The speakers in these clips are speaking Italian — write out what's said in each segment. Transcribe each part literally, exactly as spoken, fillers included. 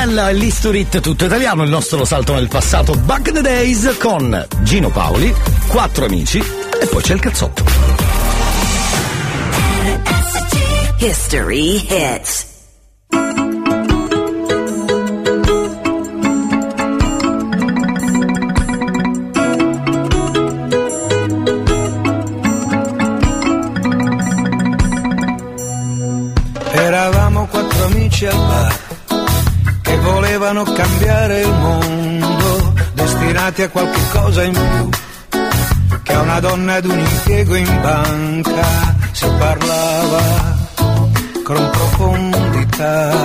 nell'History Hit tutto italiano, il nostro salto nel passato, Back in the Days con Gino Paoli, Quattro amici e poi c'è il cazzotto. History Hits. Eravamo quattro amici al bar che volevano cambiare il mondo, destinati a qualche cosa in più che a una donna ed un impiego in banca. Si parlava con profondità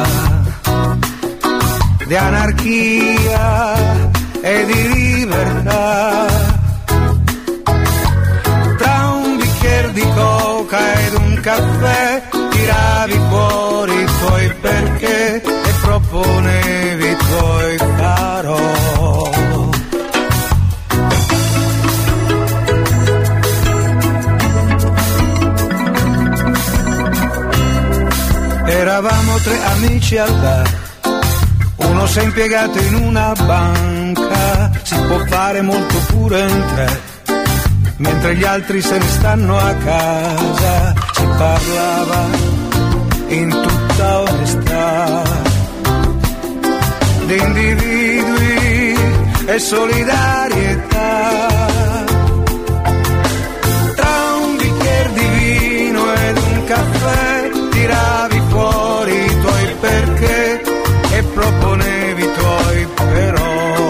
di anarchia e di libertà, tra un bicchiere di coca ed un caffè tiravi fuori i tuoi perché e proponevi i tuoi farò. Eravamo tre amici al bar, uno si è impiegato in una banca, si può fare molto pure in tre, mentre gli altri se ne stanno a casa. Si parlava in tutta onestà di individui e solidarietà, tra un bicchiere di vino ed un caffè tiravi fuori i tuoi perché e proponevi i tuoi però.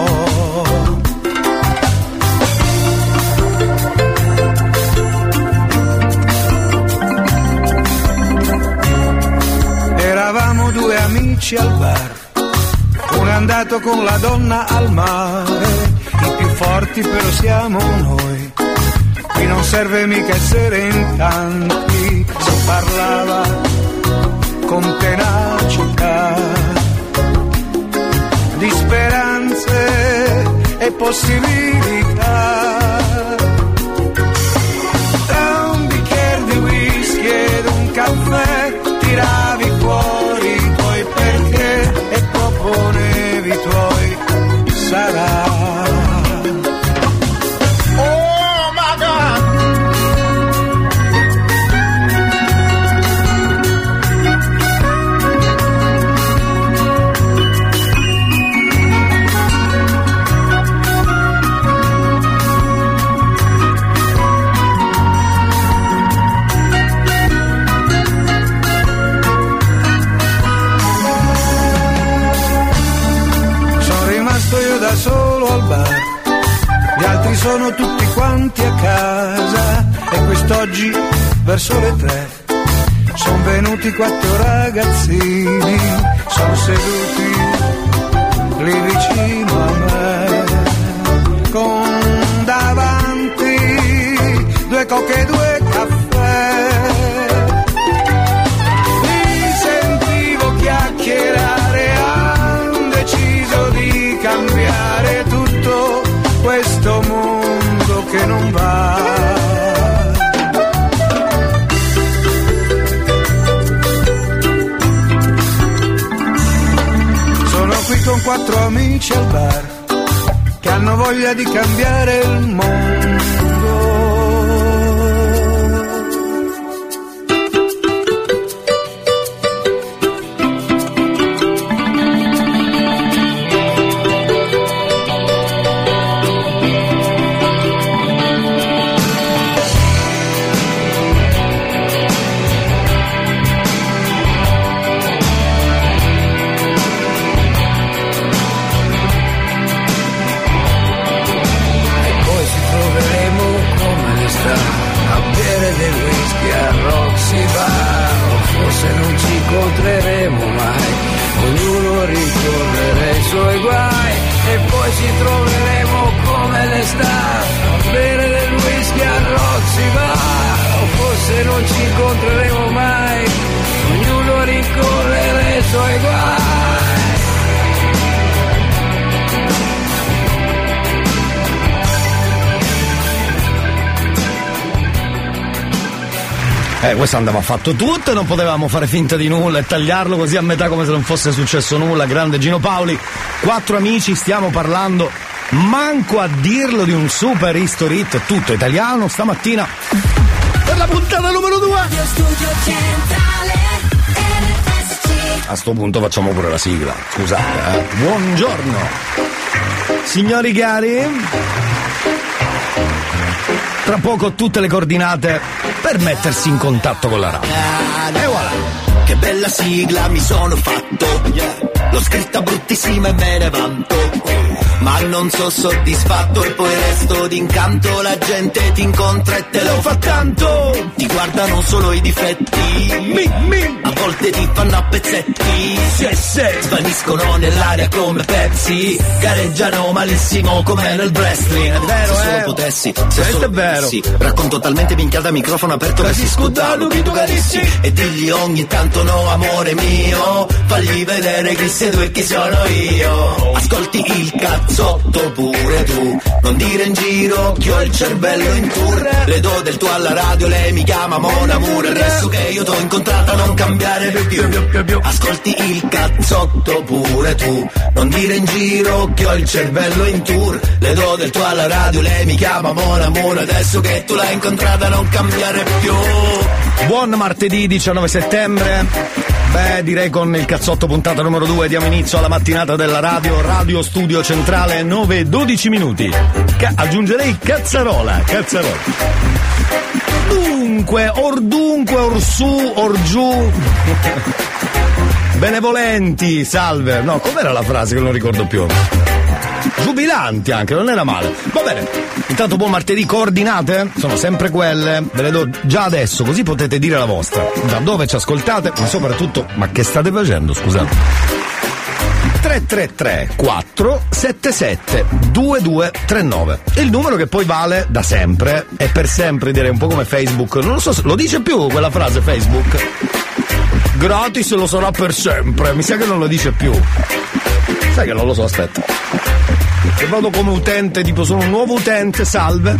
Eravamo due amici al bar, uno è andato con la donna al mare, i più forti però siamo noi, qui non serve mica essere in tanti. Si parlava con tenacità di speranze e possibilità, tra un bicchiere di whisky ed un caffè tiravi fuori i tuoi perché e proponevi i tuoi sarà. Oh my God! Da solo al bar, gli altri sono tutti quanti a casa e quest'oggi verso le tre sono venuti quattro ragazzini, sono seduti lì vicino a me, con davanti due coche e due caffè. Li sentivo chiacchierare, han deciso di cambiare tutto questo mondo che non va. Sono qui con quattro amici al bar che hanno voglia di cambiare il mondo. Forse non ci incontreremo mai, ognuno rincorrerà i suoi guai e poi ci troveremo come le star a bere del whisky a Roxy Bar. O forse non ci incontreremo mai, ognuno rincorrerà i suoi guai. Eh, questo andava fatto tutto e non potevamo fare finta di nulla e tagliarlo così a metà come se non fosse successo nulla. Grande Gino Paoli. Quattro amici, stiamo parlando, manco a dirlo, di un super history hit tutto italiano stamattina per la puntata numero due. A sto punto facciamo pure la sigla, scusate, eh. Buongiorno signori cari, tra poco tutte le coordinate per mettersi in contatto con la radio. E voilà. Che bella sigla mi sono fatto, l'ho scritta bruttissima e me ne vanto, ma non so soddisfatto e poi resto d'incanto. La gente ti incontra e te lo fa tanto, ti guardano solo i difetti, mi, mi. A volte ti fanno a pezzetti, se, se. Svaniscono nell'aria come Pepsi, gareggiano malissimo come nel wrestling. È vero, se solo eh. potessi, se Questo solo è vero. potessi, racconto talmente minchiata, microfono aperto che si scudano che tu carissi, e digli ogni tanto no amore mio, fagli vedere chi sei tu e chi sono io. Ascolti il cazzotto pure tu, non dire in giro che ho il cervello in tour. Le do del tuo alla radio, lei mi chiama Mon Amour, adesso che io t'ho incontrata non cambiare più. Ascolti il cazzotto pure tu, non dire in giro che ho il cervello in tour. Le do del tuo alla radio, lei mi chiama Mon Amour, adesso che tu l'hai incontrata non cambiare più. Buon martedì diciannove settembre. Beh, direi con il cazzotto puntata numero due diamo inizio alla mattinata della radio, Radio Studio Centrale, nove e dodici minuti. Ca- aggiungerei cazzarola, cazzarola. Dunque, or dunque, or su, or giù. Benevolenti, salve. No, com'era la frase che non ricordo più? Giubilanti anche, non era male. Va bene, intanto buon martedì. Coordinate sono sempre quelle, ve le do già adesso, così potete dire la vostra, da dove ci ascoltate, ma soprattutto, ma che state facendo, scusate. Tre tre tre quattro sette sette due due tre nove, il numero che poi vale da sempre e per sempre, direi, un po' come Facebook. Non lo so, lo dice più quella frase Facebook? Gratis lo sarà per sempre, mi sa che non lo dice più. Sai che non lo so, aspetta. E vado come utente, tipo sono un nuovo utente, salve.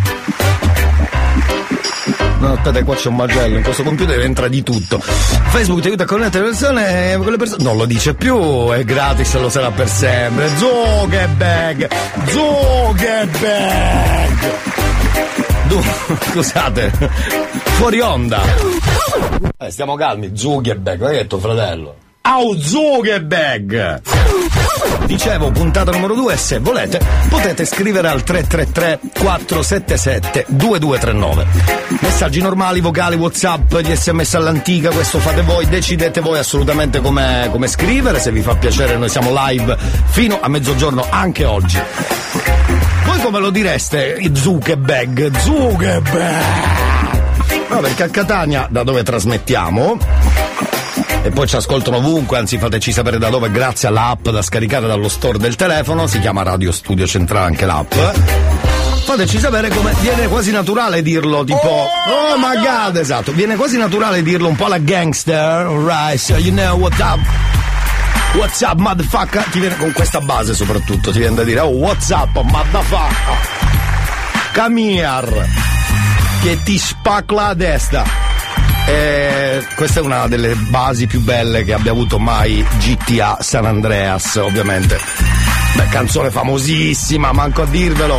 No, aspetta, qua c'è un magello, in questo computer entra di tutto. Facebook ti aiuta a connettere le persone con le persone. Non lo dice più, è gratis e lo sarà per sempre. Zuckerberg! Zuckerberg! Du- Scusate, fuori onda. Eh, stiamo calmi, Zuckerberg, non hai detto fratello. Au Zuckerberg! Dicevo, puntata numero due, se volete potete scrivere al tre tre tre quattro sette sette due due tre nove. Messaggi normali, vocali, WhatsApp, gli sms all'antica, questo fate voi, decidete voi assolutamente come, come scrivere. Se vi fa piacere, noi siamo live fino a mezzogiorno anche oggi. Voi come lo direste? Zuckerberg, Zuckerberg! No, perché a Catania, da dove trasmettiamo, e poi ci ascoltano ovunque, anzi fateci sapere da dove, grazie all'app da scaricare dallo store del telefono, si chiama Radio Studio Centrale anche l'app. Fateci sapere come viene quasi naturale dirlo, tipo oh my god, esatto, viene quasi naturale dirlo un po' alla gangster, alright, so you know what up, what's up motherfucker, ti viene con questa base soprattutto, ti viene da dire oh what's up motherfucker, come here, che ti spacca la testa. E questa è una delle basi più belle che abbia avuto mai G T A San Andreas, ovviamente. Beh, canzone famosissima, manco a dirvelo.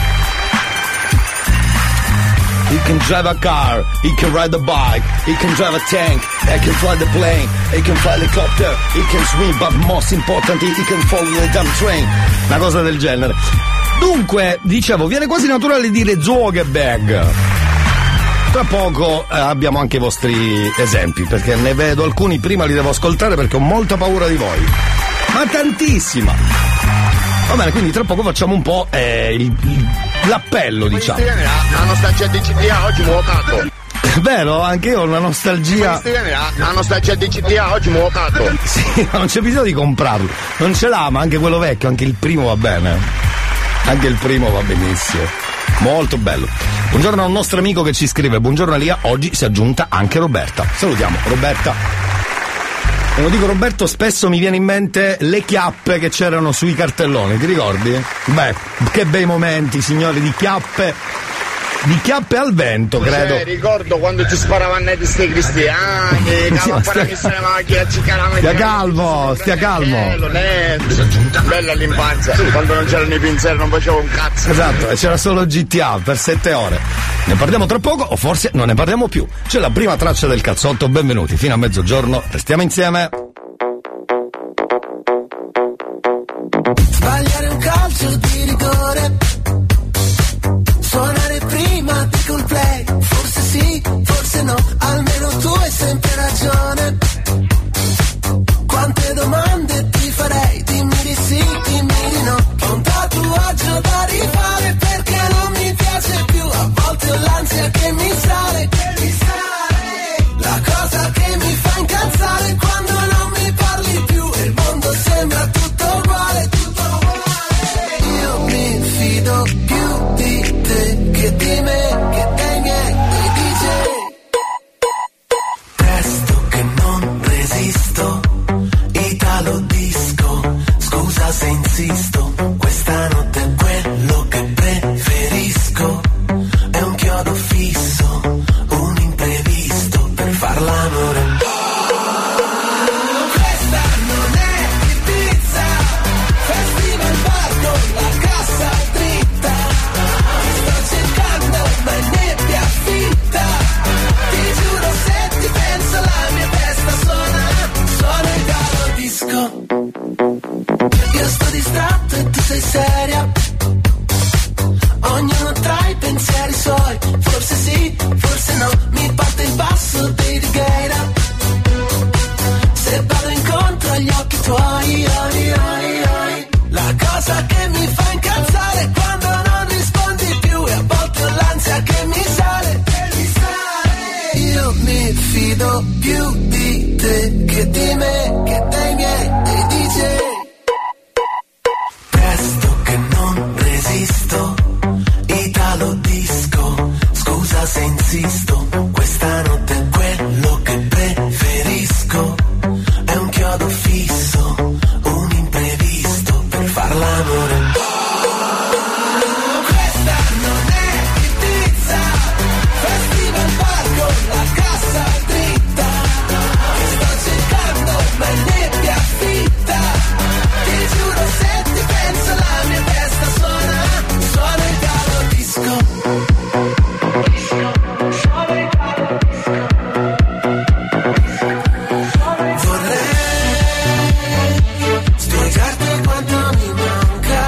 He can drive a car, he can ride a bike, he can drive a tank, he can fly the plane, he can fly l'helicopter, he can swim, but most important, he can follow the damn train. Una cosa del genere. Dunque, dicevo, viene quasi naturale dire Zuckerberg. Tra poco eh, abbiamo anche i vostri esempi, perché ne vedo alcuni, prima li devo ascoltare perché ho molta paura di voi. Ma tantissima! Va bene, quindi tra poco facciamo un po' eh, il, il, l'appello, diciamo. La nostalgia di C T A oggi mi ho cato. Vero, anche io ho una nostalgia. La nostalgia di C T A oggi mi ho cato. Sì, non c'è bisogno di comprarlo. Non ce l'ha, ma anche quello vecchio, anche il primo va bene. Anche il primo va benissimo. Molto bello. Buongiorno a un nostro amico che ci scrive: buongiorno Elia, oggi si è aggiunta anche Roberta. Salutiamo Roberta. Quando dico Roberto spesso mi viene in mente le chiappe che c'erano sui cartelloni, ti ricordi? Beh, che bei momenti, signori, di chiappe di chiappe al vento, credo. Cioè, ricordo quando ci sparavano di ste cristiani, che Sì, ma stia- stia... macchina, ci caravano. Stia calmo, stia calmo. Bella l'infanzia, quando non c'erano i pinceri non facevo un cazzo. Esatto, e c'era solo G T A per sette ore. Ne parliamo tra poco o forse non ne parliamo più. C'è la prima traccia del cazzotto, benvenuti fino a mezzogiorno, restiamo insieme. Sbagliare un calcio di rigore, suonare prima di Coldplay, forse sì, forse no, almeno tu hai sempre ragione. Quante domande ti farei, dimmi di sì, dimmi di no. Ho un tatuaggio da rifare perché non mi piace più, a volte ho l'ansia che mi sale, che mi sale. La cosa che mi fa incazzare quando non mi parli più e il mondo sembra tutto uguale, tutto uguale. Io mi fido più di te che di me, che dei miei D J. Presto che non resisto, Italo disco, scusa se insisto, questa notte è quello che preferisco, è un chiodo fisso, un imprevisto per far l'amore. Questa non è Ibiza, festival bar con la cassa dritta, sto cercando ma è nebbia fitta, ti giuro se ti penso la mia testa suona, suona il Italo disco. Io sto distratto e tu sei seria, ognuno tra i pensieri suoi, forse sì, forse no, mi parte il basso dei Righeira, se vado incontro agli occhi tuoi, oi, oi, oi. La cosa che mi fa incazzare è quando non rispondi più e a volte ho l'ansia che mi sale, che mi sale. Io mi fido più di te che di me, che dei miei dei D J. Presto che non resisto, Italo disco, scusa se insisto, questa notte è quello che preferisco, è un chiodo fisso, un imprevisto per far l'amore. Questa non è Ibiza, festival bar con la cassa dritta, sto cercando ma è nebbia fitta, ti giuro se ti penso la mia testa suona, suona il Italo disco. Spiegarti quanto mi manca,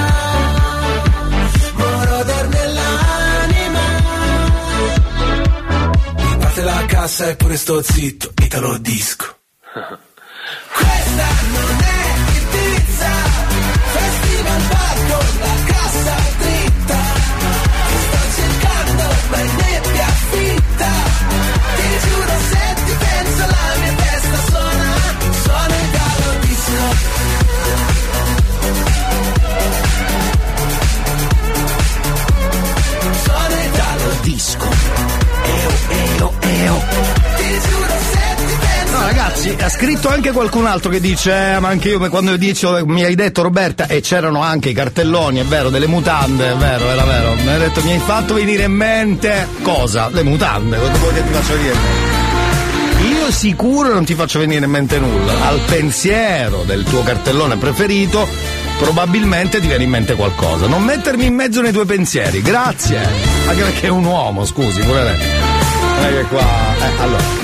moroder nell'anima. Mi parte la cassa eppure sto zitto, Italo disco. Questa non è Ibiza, festival bar con la cassa dritta, sto cercando ma è nebbia fitta, ti giuro se ti penso la mia testa suona, suona il Italo disco. Suona il Italo disco. Eo, eo, eo. Ti giuro se ti penso. No ragazzi, ha scritto anche qualcun altro che dice eh, ma anche io quando dico, mi hai detto Roberta, e c'erano anche i cartelloni, è vero, delle mutande, è vero, era vero, mi hai detto, mi hai fatto venire in mente cosa? Le mutande, cosa vuoi che ti faccio venire in mente? Io sicuro non ti faccio venire in mente nulla, al pensiero del tuo cartellone preferito probabilmente ti viene in mente qualcosa, non mettermi in mezzo nei tuoi pensieri, grazie, anche perché è un uomo, scusi, pure lei, non è che qua, eh, allora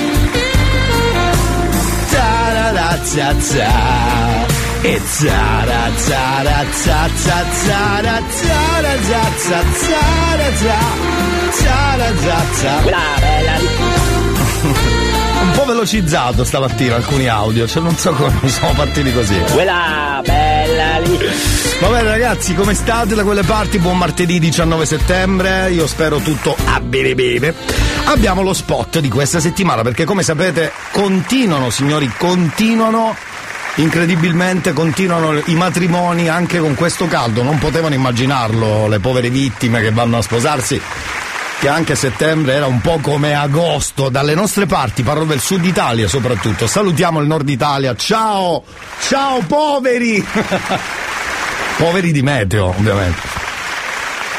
za za e zara zara za za zara zara za za zara za zara za za. Un po' velocizzato stamattina alcuni audio, cioè non so come siamo partiti così. Quella bella lì. Va bene ragazzi, come state da quelle parti? Buon martedì diciannove settembre, io spero tutto a bene bene. Abbiamo lo spot di questa settimana perché come sapete continuano, signori, continuano, incredibilmente continuano i matrimoni anche con questo caldo, non potevano immaginarlo le povere vittime che vanno a sposarsi, che anche settembre era un po' come agosto dalle nostre parti, parlo del sud Italia soprattutto, salutiamo il nord Italia, ciao, ciao poveri, poveri di meteo ovviamente.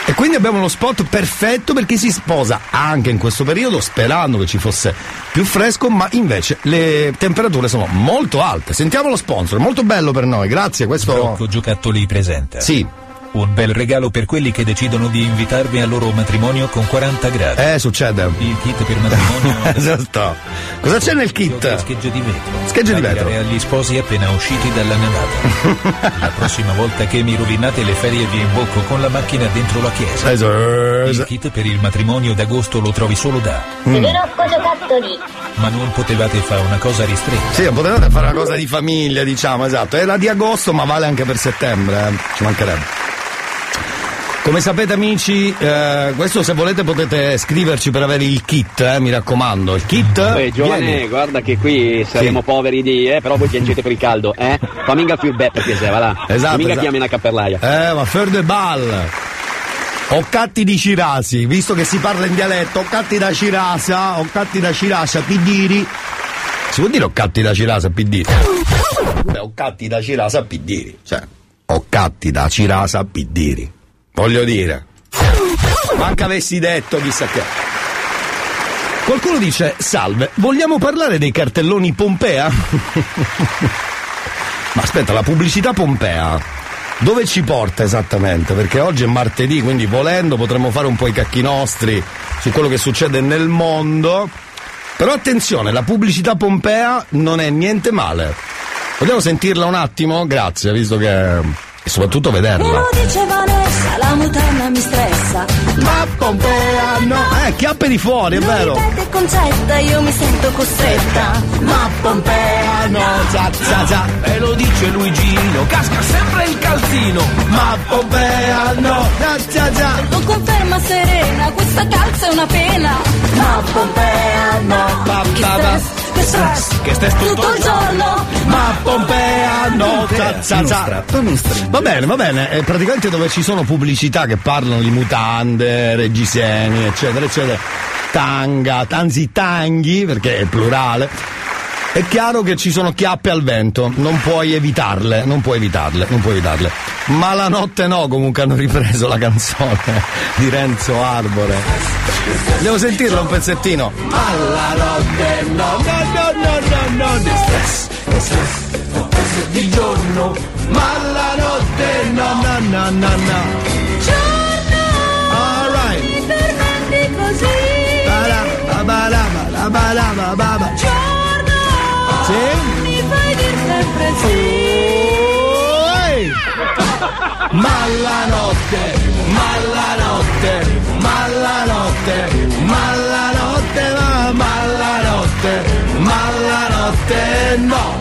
E quindi abbiamo uno spot perfetto per chi si sposa anche in questo periodo, sperando che ci fosse più fresco, ma invece le temperature sono molto alte. Sentiamo lo sponsor, molto bello per noi, grazie. Questo Sbrocco Giocattoli presenta. Sì. Un bel regalo per quelli che decidono di invitarvi al loro matrimonio con quaranta gradi. Eh, succede. Il kit per matrimonio. Esatto. Cosa c'è nel kit? Schegge di vetro. Schegge di vetro. Agli sposi appena usciti dalla navata. La prossima volta che mi rovinate le ferie vi imbocco con la macchina dentro la chiesa. Esatto. Il kit per il matrimonio d'agosto lo trovi solo da Mm. Sbrocco Giocattoli. Ma non potevate fare una cosa ristretta. Sì, non potevate fare una cosa di famiglia, diciamo, esatto. Era di agosto, ma vale anche per settembre, eh. Ci mancherebbe. Come sapete amici, eh, questo se volete potete scriverci per avere il kit, eh, mi raccomando, il kit. Ehi giovane, vieni. guarda che qui saremo Sì. poveri di, eh, però voi piangete per il caldo, eh? Fammi un più beh per piacere, va là. Esatto, Mica esatto. chiami una cappellaia. Eh, ma fer de ball. O catti di Cirasi, visto che si parla in dialetto, o catti da Cirasa, o catti da Cirasa, Pidiri. Si può dire o catti da Cirasa, Pidiri? Beh, o catti da Cirasa, Pidiri. Cioè, o catti da Cirasa, Pidiri. Voglio dire, manca avessi detto chissà che. Qualcuno dice, salve, vogliamo parlare dei cartelloni Pompea? Ma aspetta, la pubblicità Pompea, dove ci porta esattamente? Perché oggi è martedì, quindi volendo potremmo fare un po' i cacchi nostri su quello che succede nel mondo. Però attenzione, la pubblicità Pompea non è niente male. Vogliamo sentirla un attimo? Grazie, visto che... E soprattutto vederla. Me lo dice Vanessa, la mutanda mi stressa. Ma Pompea no! Eh, chiappe di fuori, è Lo vero! ripete Concetta, io mi sento costretta. Ma Pompea no! Za, za, za. E lo dice Luigino, casca sempre il calzino. Ma Pompea no! Za, za, za. Lo conferma Serena, questa calza è una pena. Ma Pompea no! Ba, Che ba, ba. stress, che stress, Che stress tutto il giorno. Ma Pompea no! Za, za, za. Va bene, va bene, è praticamente dove ci sono pubblicità che parlano di mutande, reggiseni, eccetera, eccetera, tanga, anzi tanghi, perché è plurale. È chiaro che ci sono chiappe al vento, non puoi evitarle, non puoi evitarle, non puoi evitarle. Ma la notte no, comunque hanno ripreso la canzone di Renzo Arbore. Andiamo a sentirla un pezzettino. Ma la notte no, no, no, no, no, no, di stress, di stress, di giorno, ma la notte no, no, no, no, no. Giorno, All right. mi permetti così. Ba-la, ba-ba-la, ba-la, ba-la, ba-ba-ba. Giorno, Sì? mi fai dir sempre sì. Oi! Ma la notte, ma la notte, ma la notte, ma la notte, ma, ma la notte, ma la notte no.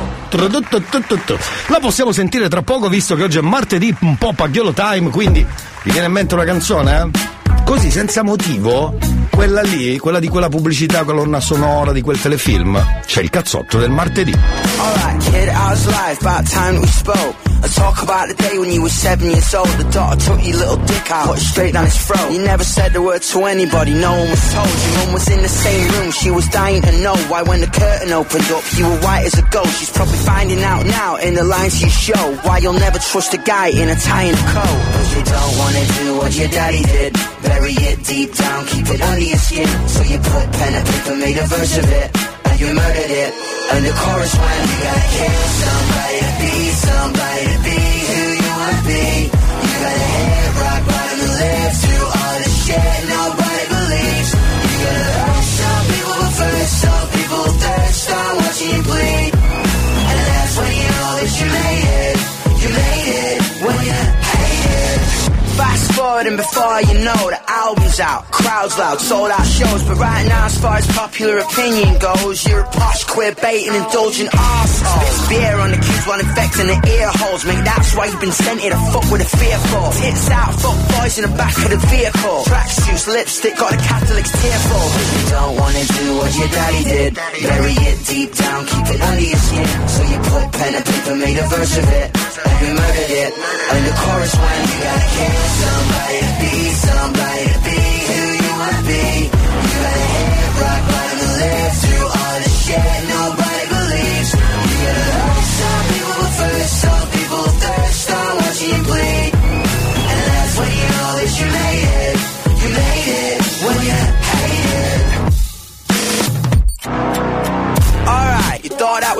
La possiamo sentire tra poco, visto che oggi è martedì, un po' pagliolo time, quindi vi viene in mente una canzone, eh? Così senza motivo, quella lì, quella di quella pubblicità, colonna sonora di quel telefilm, c'è il cazzotto del martedì. Alright, kid, how's life? About time we spoke. Let's talk about the day when you were seven years old. The daughter took your little dick out, put it straight down his throat. You never said a word to anybody, no one was told. Your mum was in the same room, she was dying to know why when the curtain opened up, you were white as a ghost. She's probably finding out now in the lines you show why you'll never trust a guy in a tie and a coat. Cause you don't wanna do what your daddy did. Bury it deep down, keep it under your skin. So you put pen and paper, made a verse of it, and you murdered it. And the chorus went, you gotta kill somebody to be somebody to be who you wanna be. You gotta hit rock bottom and live through all the shit nobody believes. You gotta hurt some people but first some people thirst on watching you bleed. And that's when you know that you made it. You made it when you hate it. Fast forward and before you know the album's out, crowds loud, sold out shows. But right now as far as popular opinion goes, you're a posh, queer, baiting, indulgent arsehole. Spits beer on the kids while infecting the ear holes. Mate, that's why you've been sent here to fuck with a fearful. Tits out, fuck boys in the back of the vehicle. Tracksuits, lipstick, got the Catholics tearful. You don't wanna do what your daddy did. Bury it deep down, keep it under your skin. So you put pen and paper, made a verse of it, and you murdered it. And the chorus went, you gotta kill somebody to be somebody to be who you wanna be. You gotta hit rock bottom and live through all the shit nobody believes. You gotta hurt some people but first some people thirst on watching you bleed. And that's when you know that you made it.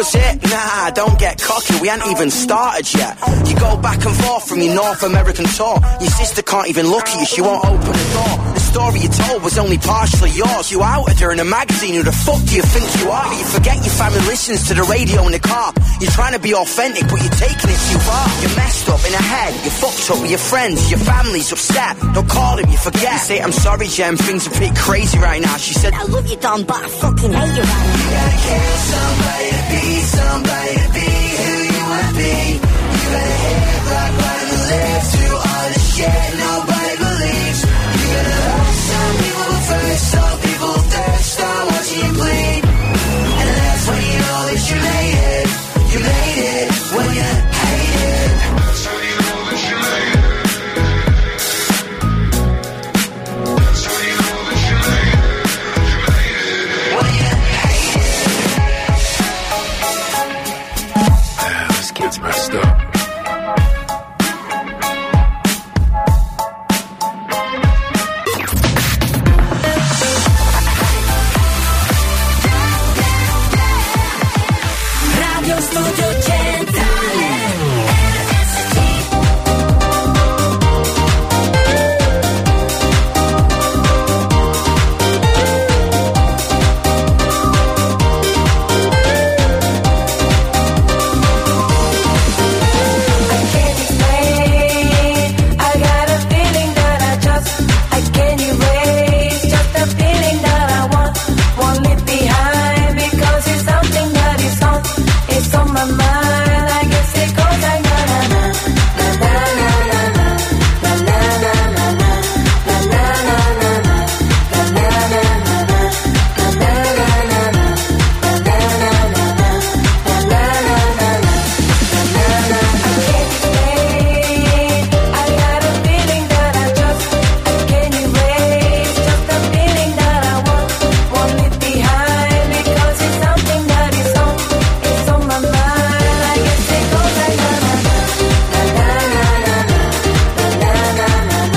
was it? Nah, don't get cocky, we ain't even started yet. You go back and forth from your North American tour. Your sister can't even look at you, she won't open the door. The story you told was only partially yours. You outed her in a magazine, who the fuck do you think you are? You forget your family listens to the radio in the car. You're trying to be authentic, but you're taking it too far. You're messed up in the head, you're fucked up with your friends. Your family's upset, don't call him, you forget. You say, I'm sorry Jem, things are pretty crazy right now. She said, I love you Don, but I fucking hate you right now. You gotta kill somebody to be somebody to be who you wanna be. You gotta hit rock bottom and live through all the shit nobody believes. You gotta love some people first, some people thirst on watching you bleed. And that's when you know that you made it. You made it when you hate it. That's when you know that you made it. That's when you know that you made it. You made it when you hate it. Yeah, this kid's messed up. Studio Centrale R S C. I can't explain, I got a feeling that I just, I can't erase, just a feeling that I want, won't leave behind, because it's something that is on. It's on my mind, I guess it goes like na na na na na na na na na na na na I got a feeling that I just, I can't erase, just a feeling that I want, won't leave behind, because it's something that is on. It's on my mind, I guess it goes like na na na na na na na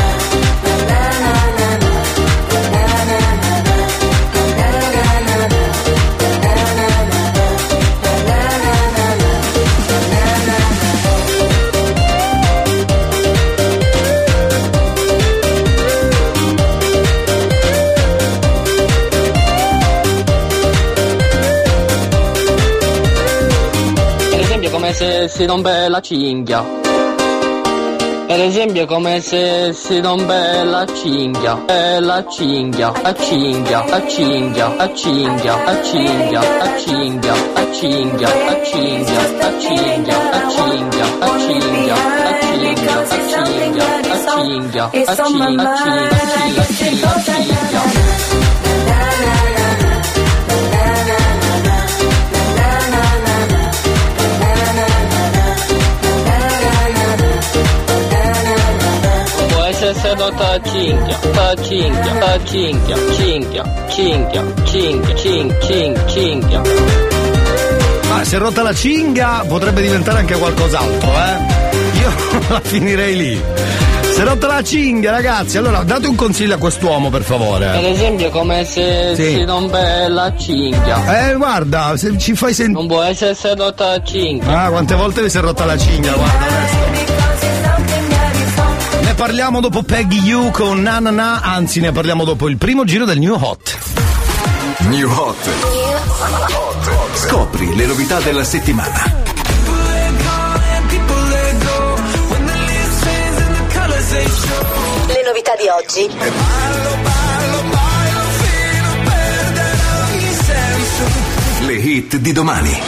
Per esempio come se si rompe la cinghia. Per esempio come se si rompe la cinghia. E la cinghia, la cinghia, la cinghia, la cinghia, la cinghia, la cinghia, la cinghia, la cinghia, la cinghia, la cinghia, la cinghia, la cinghia, la cinghia, la cinghia, la cinghia, la cinghia. Se sedotta cinghia, ta cinghia, ta cinghia, cinghia, cinghia, cinghia, cinghia, cinghia, cinghia. Ma se è rotta la cinghia potrebbe diventare anche qualcos'altro, eh? Io la finirei lì. Se è rotta la cinghia, ragazzi, allora date un consiglio a quest'uomo, per favore. Per esempio come se Sì. si rompe la cinghia. Eh, guarda, se ci fai sentire. Non può essere sedotta la cinghia. Ah, quante volte vi si è rotta la cinghia, guarda adesso. Ne parliamo dopo Peggy You con Na Na Na, anzi ne parliamo dopo il primo giro del New Hot. New Hot. Scopri le novità della settimana. Le novità di oggi. Le hit di domani.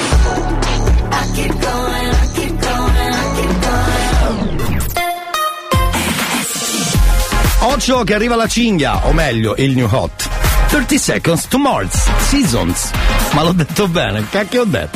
Occhio che arriva la cinghia, o meglio, il New Hot. thirty seconds to Mars, Seasons. Ma l'ho detto bene, cacchio ho detto.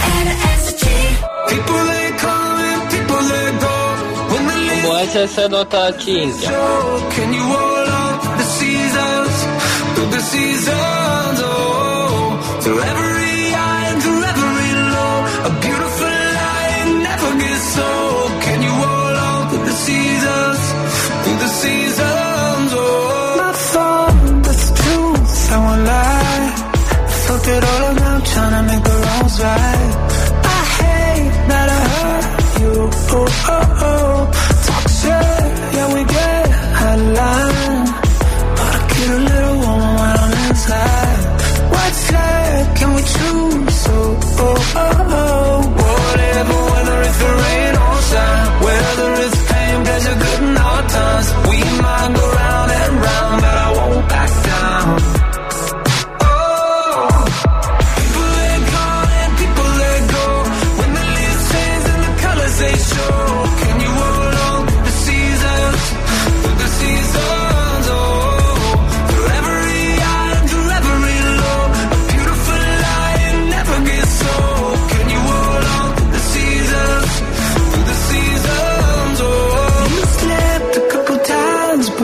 Non può essere sedotta la cinghia. Can you hold on the seasons, through the seasons, oh, through every high and through every low, a beautiful light never gets old. Can you hold on to the seasons, through the seasons, oh. My fault, that's the truth, I won't lie. I felt it all around, trying to make the wrongs right.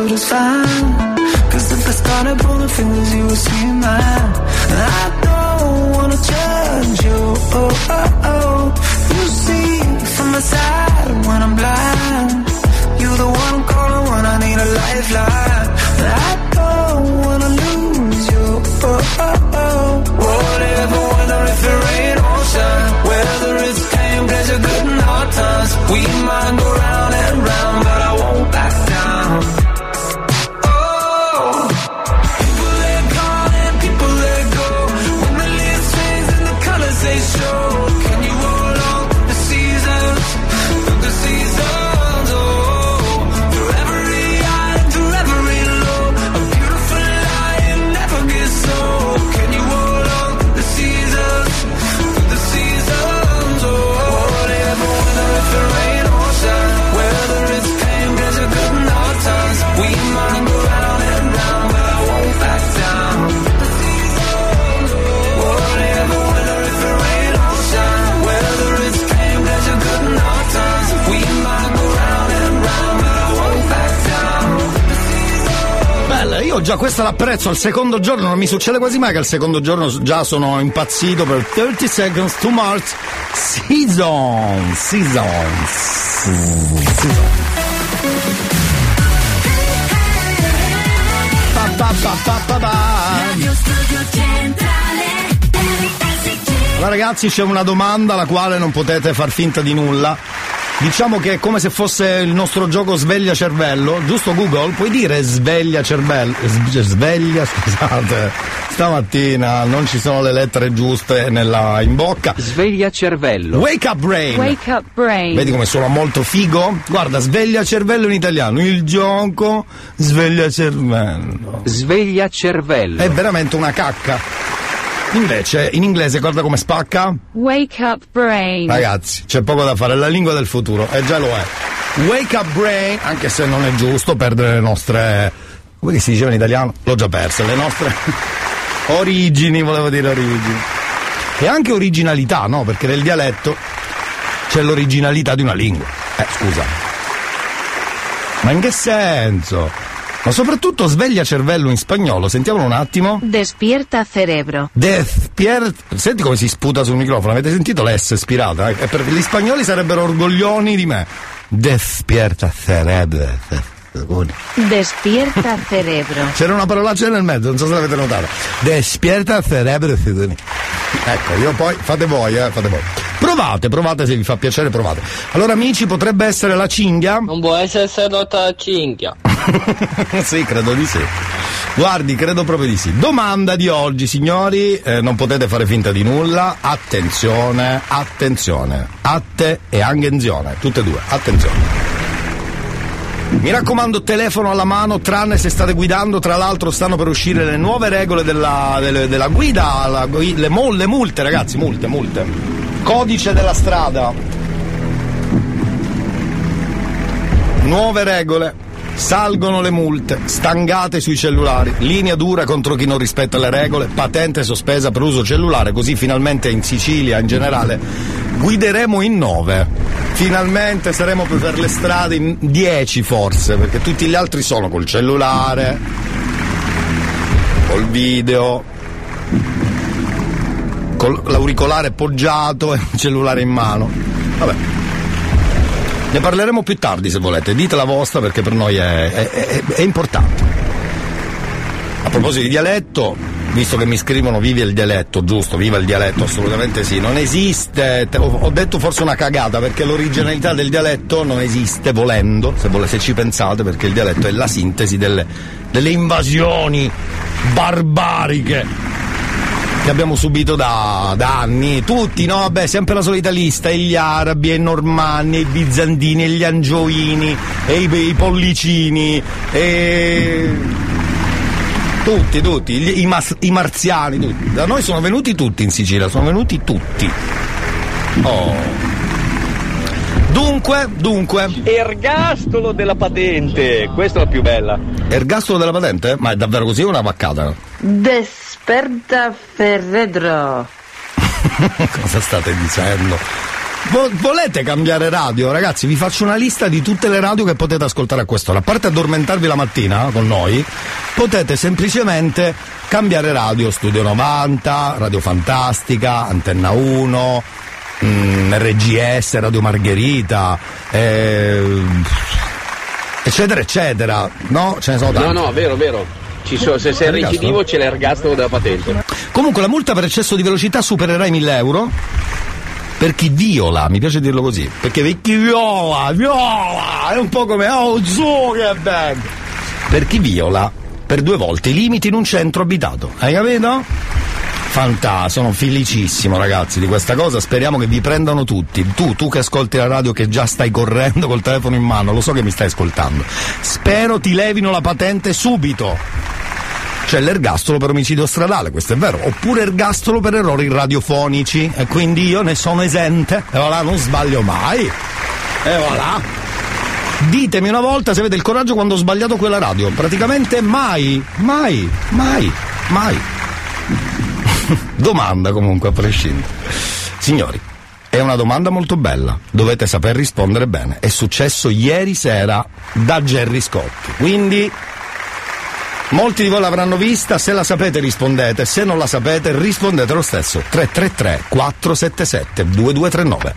to sign. Cause if I started pulling fingers, you would see mine. And I don't wanna judge you, oh, oh, oh. You see from the side when I'm blind. You're the one I'm calling when I need a lifeline. And I don't wanna lose you, oh, oh, oh. Whatever, whether if it rain or shine, whether it's pain, pleasure, good and hard times, we might go round and round, but I won't back down. Oh, people let go and people let go. When the leaves change and the colors they show, can you hold on the seasons, through the seasons? Oh, through every high and through every low, a beautiful lie and never gets old. Can you hold on the seasons, through the seasons? Oh, whatever, whether if it rain or shine, whether it's pain, pleasure, good and hard times, we might go round and round, but I won't back down. Whatever, whether if it rain or shine, whether it's pain, pleasure, good and hard times, we might go round and round, but I won't back down. Bella, io già questa l'apprezzo. Al secondo giorno non mi succede quasi mai che al secondo giorno già sono impazzito per thirty seconds to Mars. Season, season, season. Pa, pa, pa, pa, pa, pa. Allora ragazzi, c'è una domanda alla quale non potete far finta di nulla. Diciamo che è come se fosse il nostro gioco sveglia cervello, giusto Google? Puoi dire sveglia cervello? Sveglia, scusate, stamattina non ci sono le lettere giuste nella, in bocca. Sveglia cervello. Wake up brain. Wake up brain. Vedi come suona molto figo? Guarda, sveglia cervello in italiano, il gioco sveglia cervello. Sveglia cervello. È veramente una cacca. Invece, in inglese, guarda come spacca. Wake up brain. Ragazzi, c'è poco da fare, è la lingua del futuro, e già lo è. Wake up brain, anche se non è giusto perdere le nostre... come si diceva in italiano? L'ho già persa, le nostre origini, volevo dire origini. E anche originalità, no? Perché nel dialetto c'è l'originalità di una lingua. Eh, scusa. Ma in che senso? Ma soprattutto sveglia cervello in spagnolo, sentiamolo un attimo. Despierta cerebro. Despierta. Senti come si sputa sul microfono, avete sentito l'S spirata? Eh? Per gli spagnoli sarebbero orgoglioni di me. Despierta cerebro. Despierta cerebro. C'era una parolaccia nel mezzo, non so se l'avete notata. Despierta cerebro. Ecco, io poi fate voi, eh, fate voi. Provate, provate se vi fa piacere, provate. Allora amici, potrebbe essere la cinghia? Non può essere sedotta la cinghia. Sì, credo di sì. Guardi, credo proprio di sì. Domanda di oggi, signori, eh, non potete fare finta di nulla. Attenzione, attenzione. Atte e angenzione, tutte e due, attenzione. Mi raccomando, telefono alla mano, tranne se state guidando. Tra l'altro stanno per uscire le nuove regole della, delle, della guida, la, le, le multe, ragazzi, multe, multe. Codice della strada. Nuove regole. Salgono le multe, stangate sui cellulari, linea dura contro chi non rispetta le regole, patente sospesa per uso cellulare, così finalmente in Sicilia in generale guideremo in nove. Finalmente saremo per le strade in dieci forse, perché tutti gli altri sono col cellulare, col video, con l'auricolare poggiato e il cellulare in mano. Vabbè. Ne parleremo più tardi se volete, dite la vostra perché per noi è, è, è, è importante. A proposito di dialetto, visto che mi scrivono vivi il dialetto, giusto, viva il dialetto, assolutamente sì, non esiste, ho, ho detto forse una cagata perché l'originalità del dialetto non esiste volendo, se, vole, se ci pensate, perché il dialetto è la sintesi delle, delle invasioni barbariche che abbiamo subito da, da anni, tutti, no? Vabbè, sempre la solita lista, e gli arabi, e i normanni, e i bizantini, e gli angioini, e i, i pollicini, e... tutti, tutti, gli, i, mas, i marziani, tutti. Da noi sono venuti tutti in Sicilia, sono venuti tutti. Oh. Dunque, dunque. Ergastolo della patente, questa è la più bella. Ergastolo della patente? Ma è davvero così o una vaccata? Desperta cerebro. Cosa state dicendo? Vo- volete cambiare radio? Ragazzi, vi faccio una lista di tutte le radio che potete ascoltare a quest'ora. A parte addormentarvi la mattina con noi, potete semplicemente cambiare radio. Studio novanta, Radio Fantastica, Antenna uno, mh, R G S, Radio Margherita, eh, eccetera eccetera. No? Ce ne sono tante. No, no, vero, vero. Ci sono, se sei recidivo c'è l'ergastolo della patente. Comunque la multa per eccesso di velocità supererà i mille euro. Per chi viola, mi piace dirlo così, perché per chi viola, viola, è un po' come oh Zuckerberg. Per chi viola per due volte i limiti in un centro abitato, hai capito? Fantastico, sono felicissimo ragazzi di questa cosa, speriamo che vi prendano tutti. Tu, tu che ascolti la radio, che già stai correndo col telefono in mano, lo so che mi stai ascoltando, spero ti levino la patente subito. C'è l'ergastolo per omicidio stradale, questo è vero, oppure ergastolo per errori radiofonici, e quindi io ne sono esente, e voilà, non sbaglio mai, e voilà. Ditemi una volta se avete il coraggio quando ho sbagliato quella radio, praticamente mai, mai, mai, mai. Domanda comunque, a prescindere. Signori, è una domanda molto bella, dovete saper rispondere bene, è successo ieri sera da Gerry Scotti, quindi... molti di voi l'avranno vista, se la sapete rispondete, se non la sapete rispondete lo stesso. Tre tre tre quattro sette sette due due tre nove.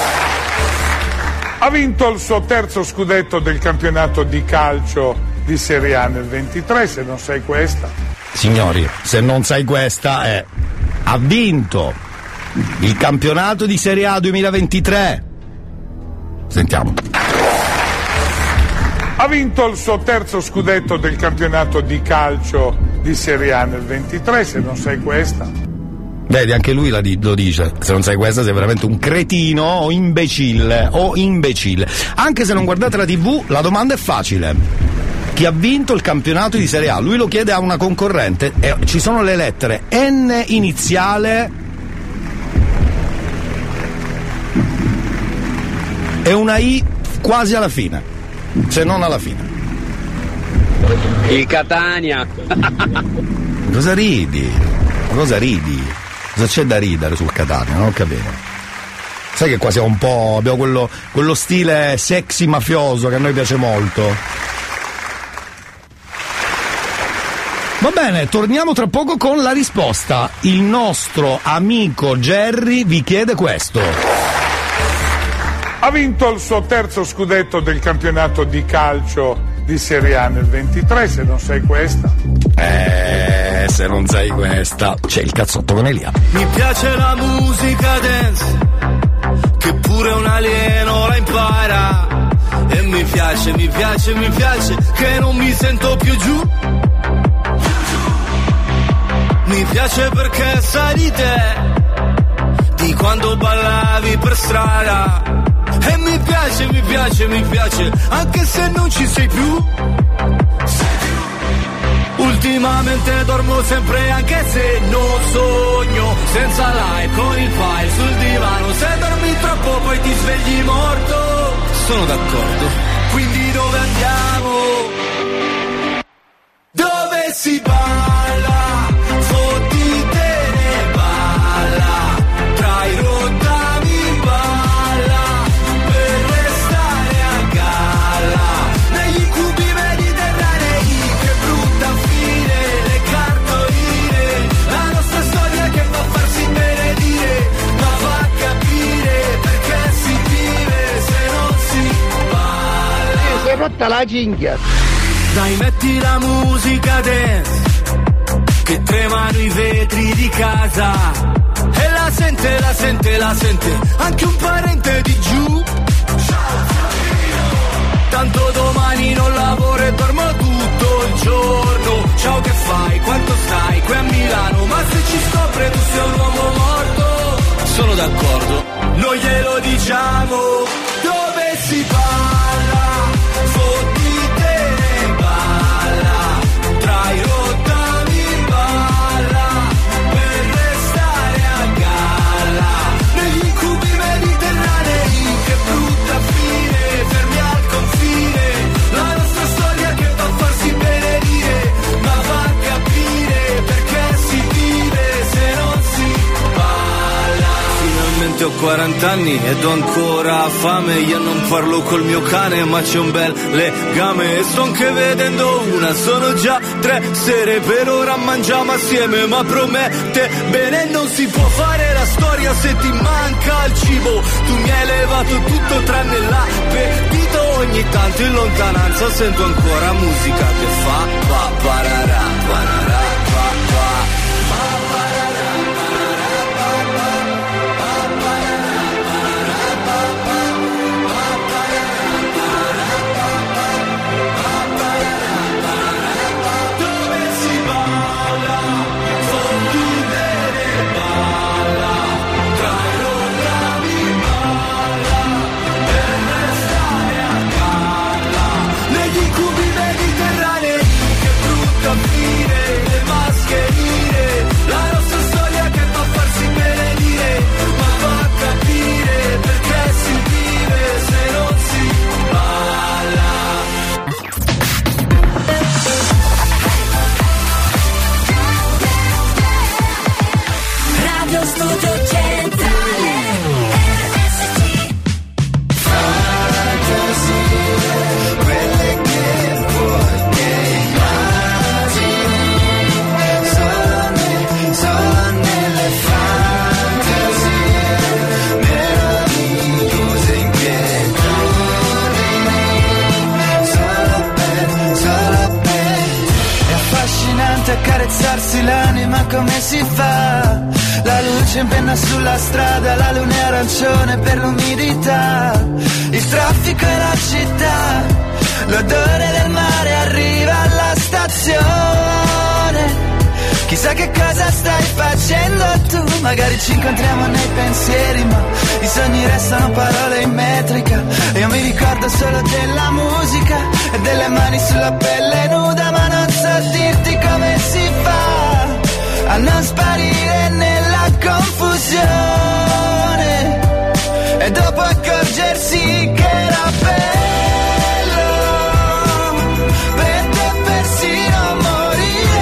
Ha vinto il suo terzo scudetto del campionato di calcio di Serie A nel ventitré, se non sai questa. Signori, se non sai questa è... ha vinto il campionato di Serie A duemilaventitré. Sentiamo. Ha vinto il suo terzo scudetto del campionato di calcio di Serie A nel ventitré, se non sai questa. Vedi, anche lui la di- lo dice, se non sai questa sei veramente un cretino o imbecille, o imbecille. Anche se non guardate la tivù, la domanda è facile. Chi ha vinto il campionato di Serie A? Lui lo chiede a una concorrente, e ci sono le lettere N iniziale e una I quasi alla fine, se non alla fine. Il Catania. Cosa ridi? Cosa ridi? Cosa c'è da ridere sul Catania? Non ho capito. Sai che qua siamo un po'... abbiamo quello, quello stile sexy mafioso che a noi piace molto. Va bene, torniamo tra poco con la risposta. Il nostro amico Gerry vi chiede questo. Ha vinto il suo terzo scudetto del campionato di calcio di Serie A nel ventitré, se non sai questa. Eh, se non sai questa, c'è il cazzotto con Elia. Mi piace la musica dance, che pure un alieno la impara. E mi piace, mi piace, mi piace, che non mi sento più giù. Mi piace perché sai di te, di quando ballavi per strada. E mi piace, mi piace, mi piace, anche se non ci sei più. Ultimamente dormo sempre anche se non sogno, senza live con il file sul divano. Se dormi troppo poi ti svegli morto. Sono d'accordo. Quindi dove andiamo? Dove si balla? Fottitene balla, tra i rottami balla, per restare a galla, negli incubi mediterranei. Che brutta fine, le cartoline, la nostra storia che fa farsi benedire, ma fa capire perché si vive se non si balla. Si è rotta la cinghia. Dai, metti la musica dance, che tremano i vetri di casa, e la sente, la sente, la sente anche un parente di giù. Tanto domani non lavoro e dormo tutto il giorno. Ciao, che fai? Quanto stai? Qui a Milano, ma se ci scopre tu sei un uomo morto. Sono d'accordo, noi glielo diciamo. Dove si balla? Fottitene balla, tra i rottami balla, per restare a galla, negli incubi mediterranei. Che brutta fine, fermi al confine, la nostra storia che fa farsi benedire, ma fa capire perché si vive se non si balla. Finalmente ho quaranta anni ed ho ancora fame. Io non parlo col mio cane ma c'è un bel legame. E sto anche vedendo una, sono già tre sere. Per ora mangiamo assieme ma promette bene. Non si può fare la storia se ti manca il cibo. Tu mi hai levato tutto tranne l'appetito. Ogni tanto in lontananza sento ancora musica che fa pa pararà, pararà, pa pa. Le mascherine, la nostra storia che fa farsi benedire, ma fa capire perché si vive se non si balla. Radio Studio Centrale R S C. Fantasie, quelle che vuoi che accarezzarsi l'anima come si fa? La luce in penna sulla strada, la luna è arancione per l'umidità. Il traffico e la città, l'odore del mare arriva alla stazione. Chissà che cosa stai facendo tu, magari ci incontriamo nei pensieri, ma i sogni restano parole in metrica. E io mi ricordo solo della musica e delle mani sulla pelle nuda, ma non so dirti come si fa a non sparire nella confusione e dopo accorgersi che era bello per te persino morire,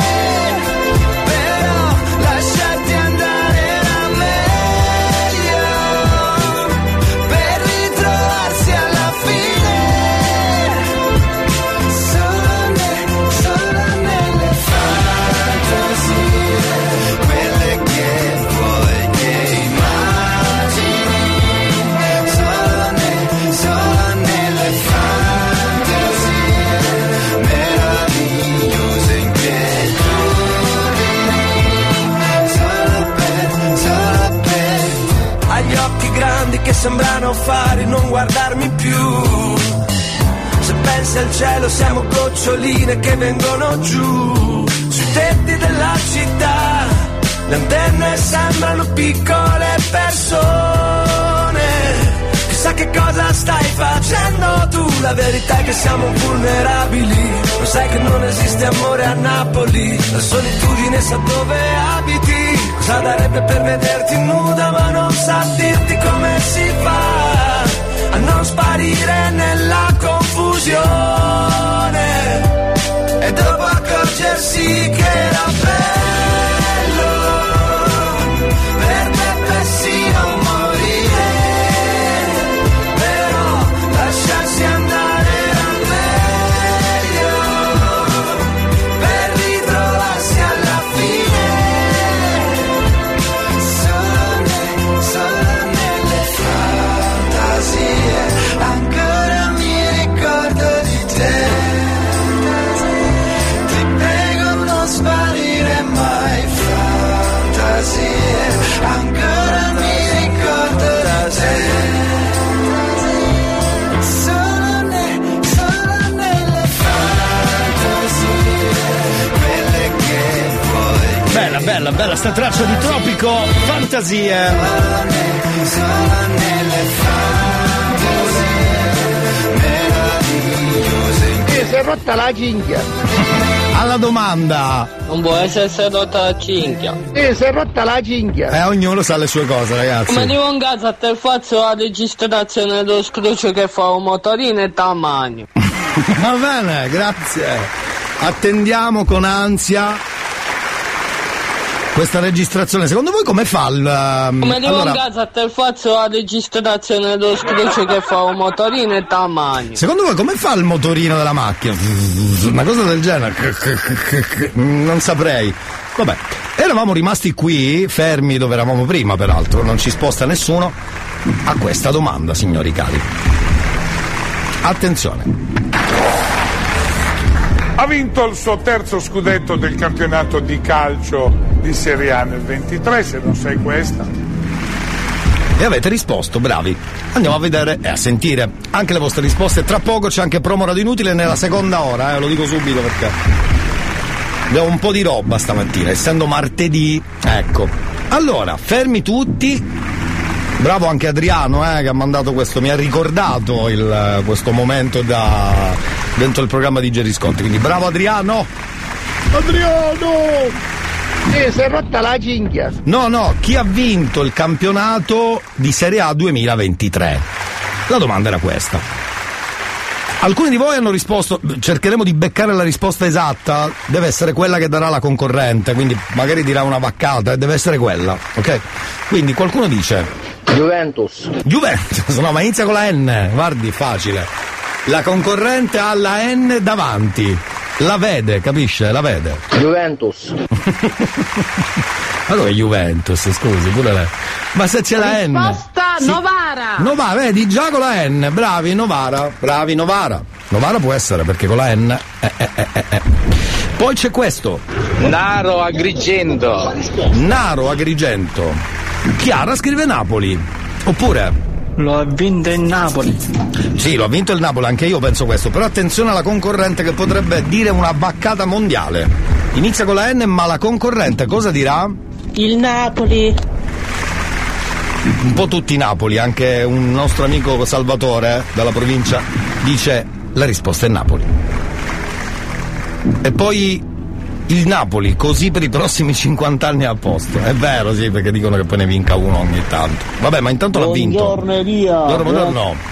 però lasciarti andare era meglio per ritrovarsi alla fine solo, ne, solo nelle fantasie, quelle che vuoi che immagini, solo, ne, solo nelle fantasie meravigliose inquietudini, solo per, solo per. Agli occhi grandi che sembrano fari, non guardarmi più. Se pensi al cielo siamo goccioline che vengono giù sui tetti della città. Le antenne sembrano piccole persone. Chissà che cosa stai facendo tu. La verità è che siamo vulnerabili. Lo sai che non esiste amore a Napoli. La solitudine sa dove abiti. Cosa darebbe per vederti nuda, ma non sa dirti come si fa a non sparire nella confusione e dopo accorgersi che era bello per te persino morire, però lasciarsi andare era meglio per ritrovarsi alla fine solo, ne, solo nelle fantasie. Ancora mi ricordo di te, ti prego non sparire mai, fantasie. Ancora mi ricordo di te, solo, ne, solo nelle fantasie, quelle che vuoi. Bella, bella, bella sta traccia di Tropico, Fantasie. Solo, ne, solo nelle fantasie meravigliose. Si è rotta la cinghia. Alla domanda. Non può essere sedotta la cinghia. Si è rotta la cinghia. Eh, ognuno sa le sue cose, ragazzi. Come dico in casa, te faccio la registrazione dello scrucio che fa un motorino e tamanho. Va bene, grazie. Attendiamo con ansia questa registrazione, secondo voi come fa il... Um, Come devo allora, in casa a te faccio la registrazione dello scruce che fa un motorino e tamanho. secondo voi come fa il motorino della macchina? Una cosa del genere? Non saprei. Vabbè, eravamo rimasti qui, fermi dove eravamo prima, peraltro, non ci sposta nessuno, a questa domanda, signori cari. Attenzione. Ha vinto il suo terzo scudetto del campionato di calcio di Serie A nel ventitré, se non sai questa. E avete risposto, bravi. Andiamo a vedere e a sentire anche le vostre risposte. Tra poco c'è anche promo radio inutile nella seconda ora, eh, lo dico subito perché abbiamo un po' di roba stamattina, essendo martedì. Ecco. Allora, fermi tutti. Bravo anche Adriano, eh, che ha mandato questo, mi ha ricordato il, questo momento da dentro il programma di Gerry Scotti, quindi bravo Adriano! Adriano! Sì, si è rotta la cinghia. No, no, chi ha vinto il campionato di Serie A duemilaventitré? La domanda era questa. Alcuni di voi hanno risposto, cercheremo di beccare la risposta esatta, deve essere quella che darà la concorrente, quindi magari dirà una vaccata, deve essere quella, ok? Quindi qualcuno dice Juventus. Juventus, no, ma inizia con la N, guardi, facile. La concorrente ha la N davanti, la vede, capisce? La vede. Juventus. Ma dove è Juventus, scusi, pure lei. Ma se c'è la N. Risposta Sì. Novara. Novara, vedi, già con la N, bravi Novara, bravi Novara. Novara può essere perché con la N. Eh, eh, eh, eh. Poi c'è questo. Naro Agrigento. Naro Agrigento. Chiara scrive Napoli. Oppure lo ha vinto il Napoli. Sì, lo ha vinto il Napoli, anche io penso questo, però attenzione alla concorrente che potrebbe dire una vaccata mondiale. Inizia con la N, ma la concorrente cosa dirà? Il Napoli. Un po' tutti Napoli, anche un nostro amico Salvatore dalla provincia dice la risposta è Napoli. E poi il Napoli, così per i prossimi cinquanta anni a posto. È vero, sì, perché dicono che poi ne vinca uno ogni tanto. Vabbè, ma intanto l'ha vinto. Buongiorno Elia. Buongiorno, buongiorno.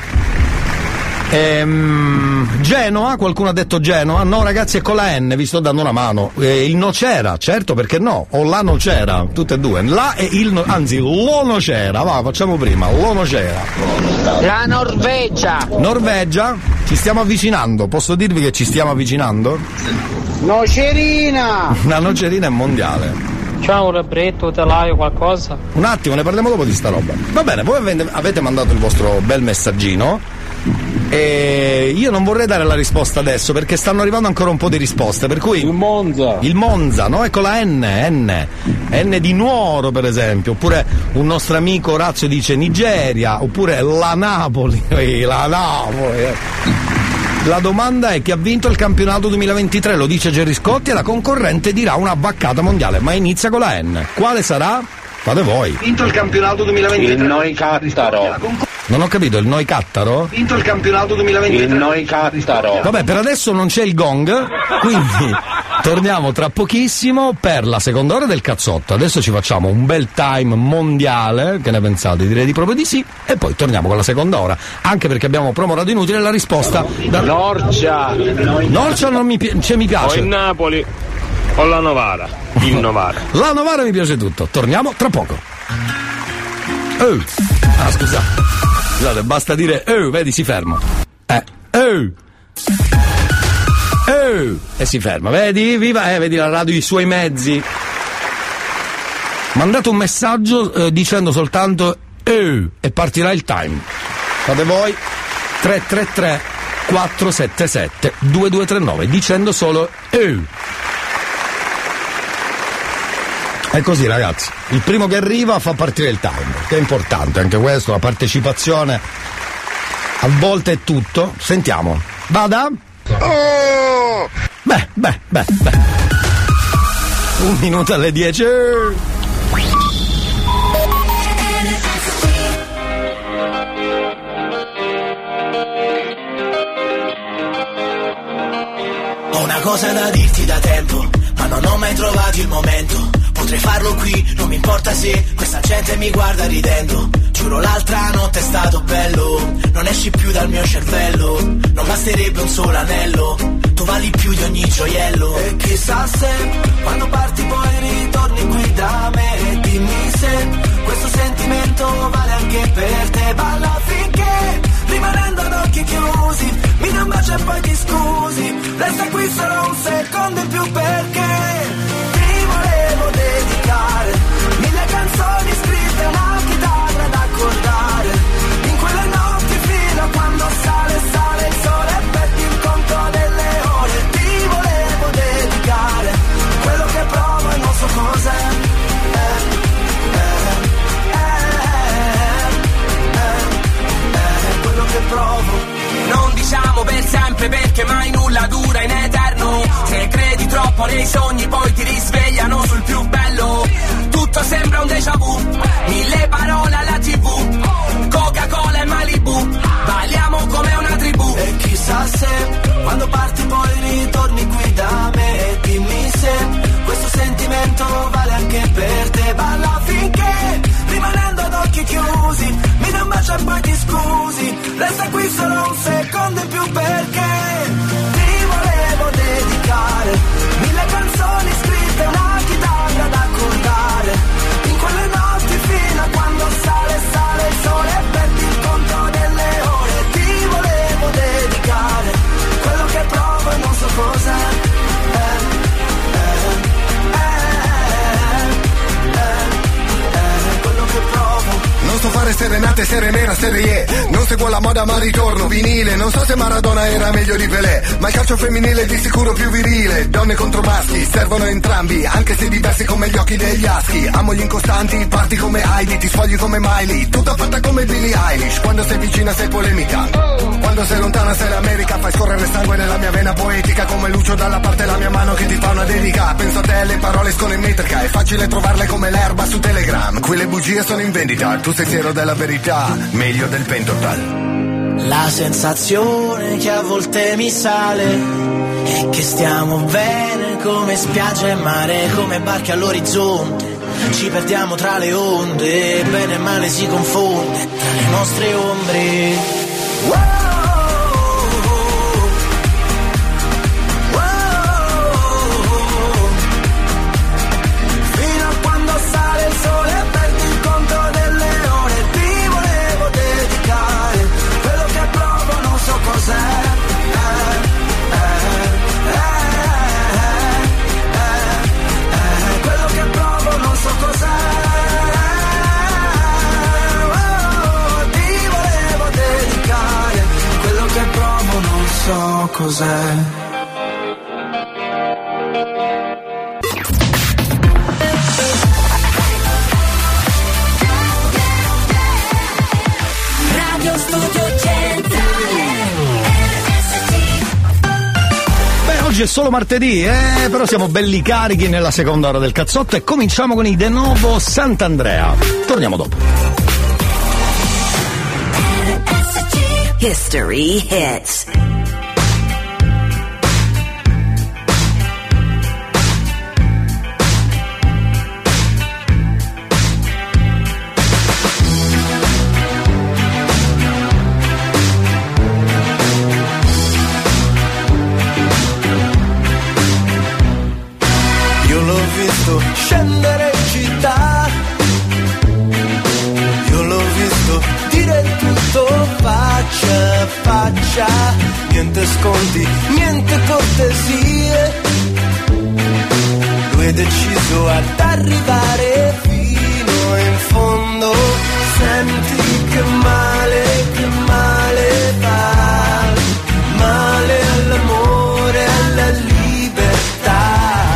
Ehm, Genoa, qualcuno ha detto Genoa? No ragazzi, è con la N, vi sto dando una mano. Eh, il Nocera, certo, perché no? O la Nocera, tutte e due. La e il no, anzi, lo Nocera, va, facciamo prima, lo Nocera. La Norvegia. Norvegia, ci stiamo avvicinando, posso dirvi che ci stiamo avvicinando? Nocerina. La Nocerina è mondiale. C'è un libretto, telaio, qualcosa? Un attimo, ne parliamo dopo di sta roba. Va bene, voi avete mandato il vostro bel messaggino e io non vorrei dare la risposta adesso perché stanno arrivando ancora un po' di risposte, per cui il Monza. Il Monza, no? Ecco la N, N. N di Nuoro, per esempio, oppure un nostro amico Orazio dice Nigeria, oppure la Napoli, la Napoli. La domanda è chi ha vinto il campionato duemilaventitré, lo dice Gerry Scotti e la concorrente dirà una vaccata mondiale, ma inizia con la N. Quale sarà? Fate voi. Vinto il campionato duemilaventitré. Il Noi Cattaro. Non ho capito, il Noi Cattaro? Vinto il campionato duemilaventitré. Il Noi Cattaro. Vabbè, per adesso non c'è il gong, quindi torniamo tra pochissimo per la seconda ora del cazzotto. Adesso ci facciamo un bel time mondiale, che ne pensate? Direi di proprio di sì, e poi torniamo con la seconda ora, anche perché abbiamo promo radio inutile la risposta da... Norcia. Norcia non mi, pi... cioè, mi piace. O il Napoli o la Novara. Il Novara. La Novara mi piace tutto. Torniamo tra poco. Oh. Ah, scusate. Scusate, basta dire oh, vedi, si ferma. Eh, oh. Oh. E si ferma, vedi? Viva, eh, vedi la radio, i suoi mezzi. Mandate un messaggio eh, dicendo soltanto oh e partirà il time. Fate voi. tre tre tre quattro sette sette due due tre nove dicendo solo oh. È così ragazzi, il primo che arriva fa partire il timer, che è importante anche questo, la partecipazione a volte è tutto. Sentiamo, vada? Oh! Beh, beh, beh, beh. Un minuto alle dieci. Ho una cosa da dirti da tempo, ma non ho mai trovato il momento. Potrei farlo qui, non mi importa se questa gente mi guarda ridendo. Giuro l'altra notte è stato bello, non esci più dal mio cervello. Non basterebbe un solo anello, tu vali più di ogni gioiello. E chissà se quando parti poi ritorni qui da me e dimmi se questo sentimento vale anche per te. Balla finché, rimanendo ad occhi chiusi, mi dai un bacio e poi ti scusi. Resta qui solo un secondo in più perché ti volevo dedicare mille canzoni scritte, una chitarra da accordare. In quelle notti fino a quando sale, sale il sole e perdi il conto delle ore. Ti volevo dedicare quello che provo e non so cos'è. Eh, eh, eh, eh, eh, quello che provo. Non diciamo per sempre perché mai nulla dura in eterno. Se credi troppo nei sogni poi ti risvegliano sul più bello. Tutto sembra un déjà vu, mille parole alla tivù, Coca-Cola e Malibu, balliamo come una tribù. E chissà se quando parti poi ritorni qui da me e dimmi se questo sentimento vale anche per te. Balla finché, rimanendo ad occhi chiusi, mi dai un bacio e poi ti scusi. Resta qui solo un secondo in più perché ti volevo dedicare mille canzoni scritte, una chitarra da accordare. In quelle notti fino a quando sale, sale il sole e perdi il conto delle ore. Ti volevo dedicare quello che provo e non so cos'è. Eh, eh, eh, eh, eh, quello che provo. Non so fare serenate, serenera, serie E. Non seguo la moda ma ritorno vinile. Non so se Maradona era meglio di Pelé, ma il calcio femminile è di sicuro più virile. Donne contro maschi, servono entrambi, anche se diversi come gli occhi degli aschi. Amo gli incostanti, parti come Heidi, ti sfogli come Miley. Tutta fatta come Billie Eilish. Quando sei vicina sei polemica, quando sei lontana sei l'America. Fai scorrere sangue nella mia vena poetica, come Lucio dalla parte la mia mano che ti fa una dedica. Penso a te, le parole escono in metrica, è facile trovarle come l'erba su Telegram. Qui le bugie sono in vendita, tu sei fiero della verità, meglio del pentotal. La sensazione che a volte mi sale è che stiamo bene come spiaggia e mare, come barche all'orizzonte. Ci perdiamo tra le onde, bene e male si confonde tra le nostre ombre. Wow! So cos'è. Radio Studio Centrale. Beh, oggi è solo martedì, eh? Però siamo belli carichi nella seconda ora del cazzotto e cominciamo con i De Novo Sant'Andrea. Torniamo dopo. History Hits. Scendere in città, io l'ho visto dire tutto faccia a faccia, niente sconti, niente cortesie. Lui è deciso ad arrivare fino in fondo. Senti che male, che male fa, male all'amore, alla libertà.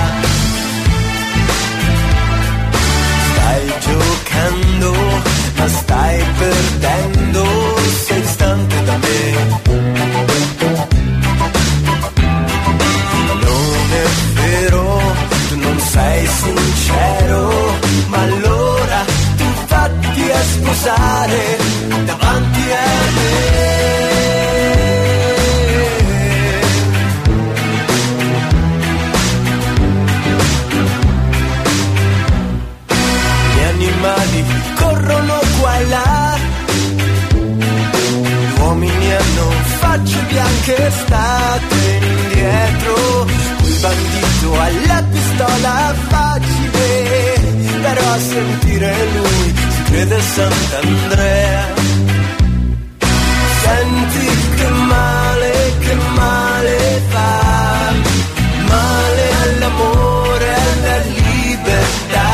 Giocando, ma stai perdendo, sei distante da me. Non è vero, tu non sei sincero, ma allora tu fatti a sposare davanti a me. Animali corrono qua e là, gli uomini hanno facce bianche state indietro, il bandito ha la pistola facile, sentire lui, si crede a Sant'Andrea. Senti che male, che male fa, male all'amore, alla libertà.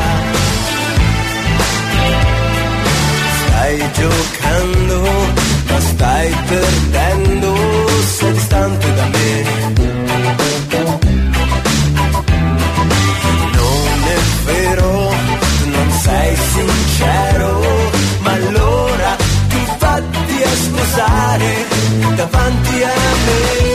Stai giocando, ma stai perdendo, sei distante da me. Non è vero, tu non sei sincero, ma allora ti fatti a sposare davanti a me.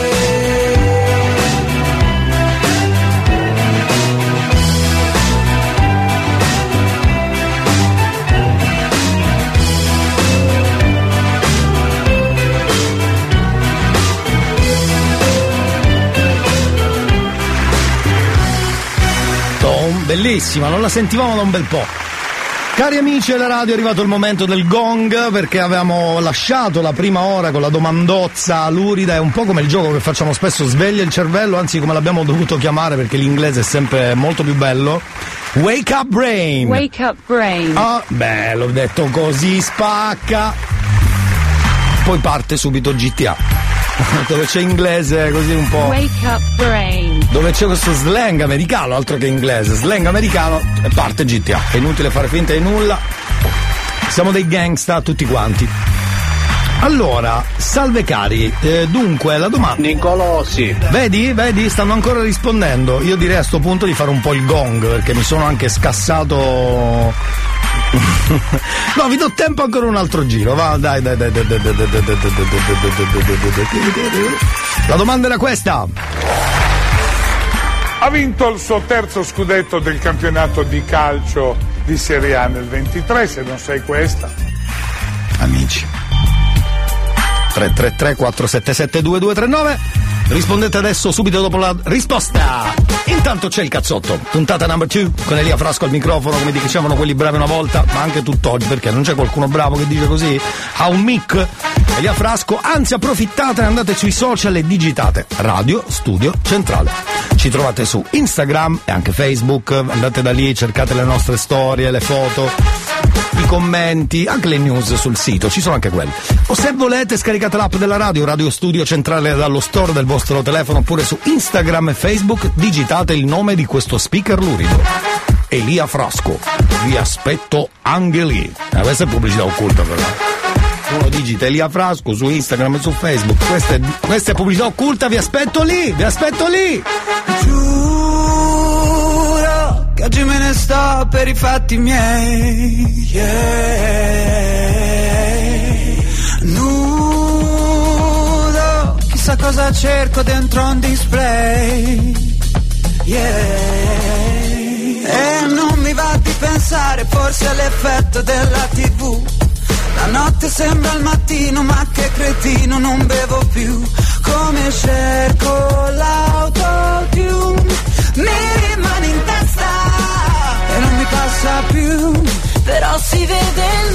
Bellissima, non la sentivamo da un bel po'. Cari amici della radio, è arrivato il momento del gong, perché avevamo lasciato la prima ora con la domandozza lurida. È un po' come il gioco che facciamo spesso, sveglia il cervello, anzi come l'abbiamo dovuto chiamare perché l'inglese è sempre molto più bello. Wake up brain. Wake up brain. Ah, beh, l'ho detto così, spacca. Poi parte subito G T A. Dove c'è inglese così un po'. Wake up brain. Dove c'è questo slang americano, altro che inglese, slang americano, e parte G T A. È inutile fare finta di nulla. Siamo dei gangsta tutti quanti. Allora, salve cari, eh, dunque la domanda. Nicolosi. Vedi, vedi, stanno ancora rispondendo. Io direi a sto punto di fare un po' il gong, perché mi sono anche scassato. No, vi do tempo ancora un altro giro, va, dai, dai, dai, dai, dai, dai, dai, dai, dai, dai. La domanda era questa. Ha vinto il suo terzo scudetto del campionato di calcio di Serie A nel ventitré, se non sai questa. Amici. tre tre tre quattro sette sette due due tre nove. Rispondete adesso, subito dopo la risposta. Intanto c'è il cazzotto, puntata number two, con Elia Frasco al microfono, come dicevano quelli bravi una volta, ma anche tutt'oggi, perché non c'è qualcuno bravo che dice così? Ha un mic, Elia Frasco, anzi approfittate, andate sui social e digitate Radio Studio Centrale. Ci trovate su Instagram e anche Facebook, andate da lì, cercate le nostre storie, le foto, i commenti, anche le news sul sito, ci sono anche quelli. O se volete scaricate l'app della radio, Radio Studio Centrale dallo store del vostro telefono, oppure su Instagram e Facebook digitate il nome di questo speaker lurido, Elia Frasco. Vi aspetto anche lì. Eh, questa è pubblicità occulta però. Uno digita Elia Frasco su Instagram e su Facebook. Questa è, questa è pubblicità occulta, vi aspetto lì, vi aspetto lì. Giuro che oggi me ne sto per i fatti miei. Yeah. Nudo, chissà cosa cerco dentro un display. Yeah. E non mi va di pensare, forse all'effetto della tivù. La notte sembra il mattino, ma che cretino, non bevo più. Come cerco l'autotune, mi rimane in testa e non mi passa più. Però si vede il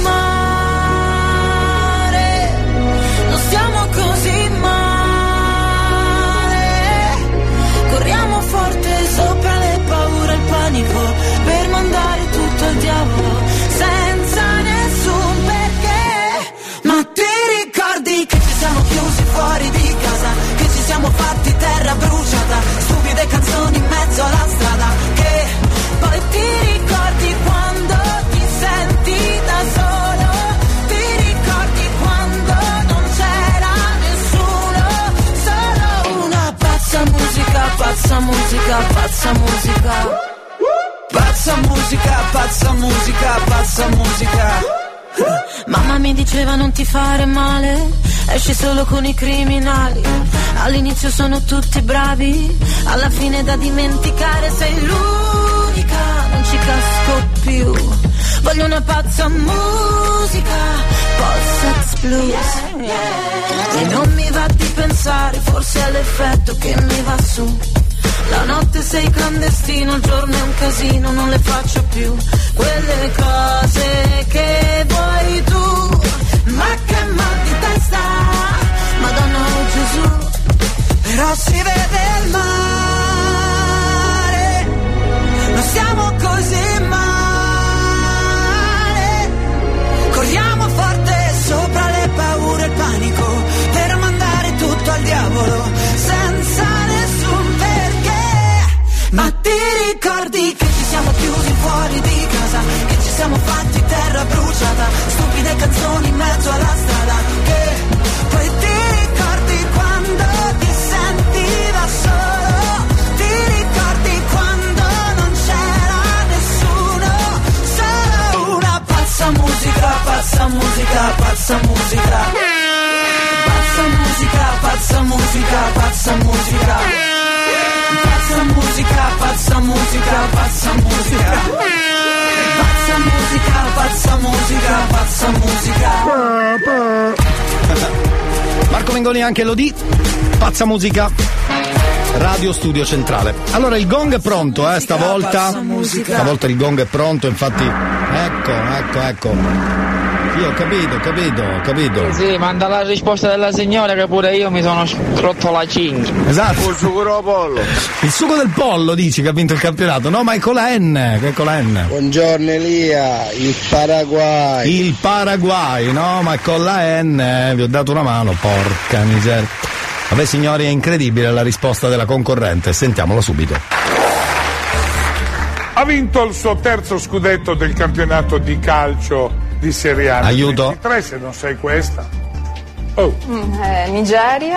mare, non stiamo così male. Corriamo forte sopra le paure e il panico, per mandare tutto al diavolo senza nessun perché. Ma ti ricordi che ci siamo chiusi fuori di casa, che ci siamo fatti terra bruciata, stupide canzoni in mezzo alla strada, che poi ti ricordi quando ti senti da solo, ti ricordi quando non c'era nessuno, solo una pazza musica, pazza musica, pazza musica. Pazza musica, pazza musica, pazza musica. Mamma mi diceva non ti fare male, esci solo con i criminali. All'inizio sono tutti bravi, alla fine da dimenticare sei l'unica, non ci casco più. Voglio una pazza musica, post-sex blues. E non mi va di pensare, forse è l'effetto che mi va su. La notte sei clandestino, il giorno è un casino, non le faccio più quelle cose che vuoi tu. Ma che mal di testa, Madonna oh Gesù. Però si vede il mare, non siamo così male. Ma ti ricordi che ci siamo chiusi fuori di casa, che ci siamo fatti terra bruciata, stupide canzoni in mezzo alla strada, che poi ti ricordi quando ti senti da solo, ti ricordi quando non c'era nessuno, solo una pazza musica, pazza musica, pazza musica, pazza musica, pazza musica, pazza musica, pazza musica, pazza musica, pazza musica, pazza musica, pazza musica, pazza musica. Marco Mengoni anche lo di Pazza Musica, Radio Studio Centrale. Allora il gong è pronto, eh, stavolta. Stavolta il gong è pronto, infatti. Ecco, ecco, ecco. Io ho capito, ho capito, ho capito. Sì, manda la risposta della signora che pure io mi sono scrotto la cinghia. Esatto. Il sugo del pollo. Il sugo del pollo dici che ha vinto il campionato? No, ma è con la N, che è con la N. Buongiorno Elia, il Paraguay. Il Paraguay, no, ma è con la N, eh, vi ho dato una mano, porca miseria. Vabbè signori, è incredibile la risposta della concorrente, sentiamola subito. Ha vinto il suo terzo scudetto del campionato di calcio di Serie A. Aiuto. ventitré, se non sai questa. Oh. Mm, eh, Nigeria.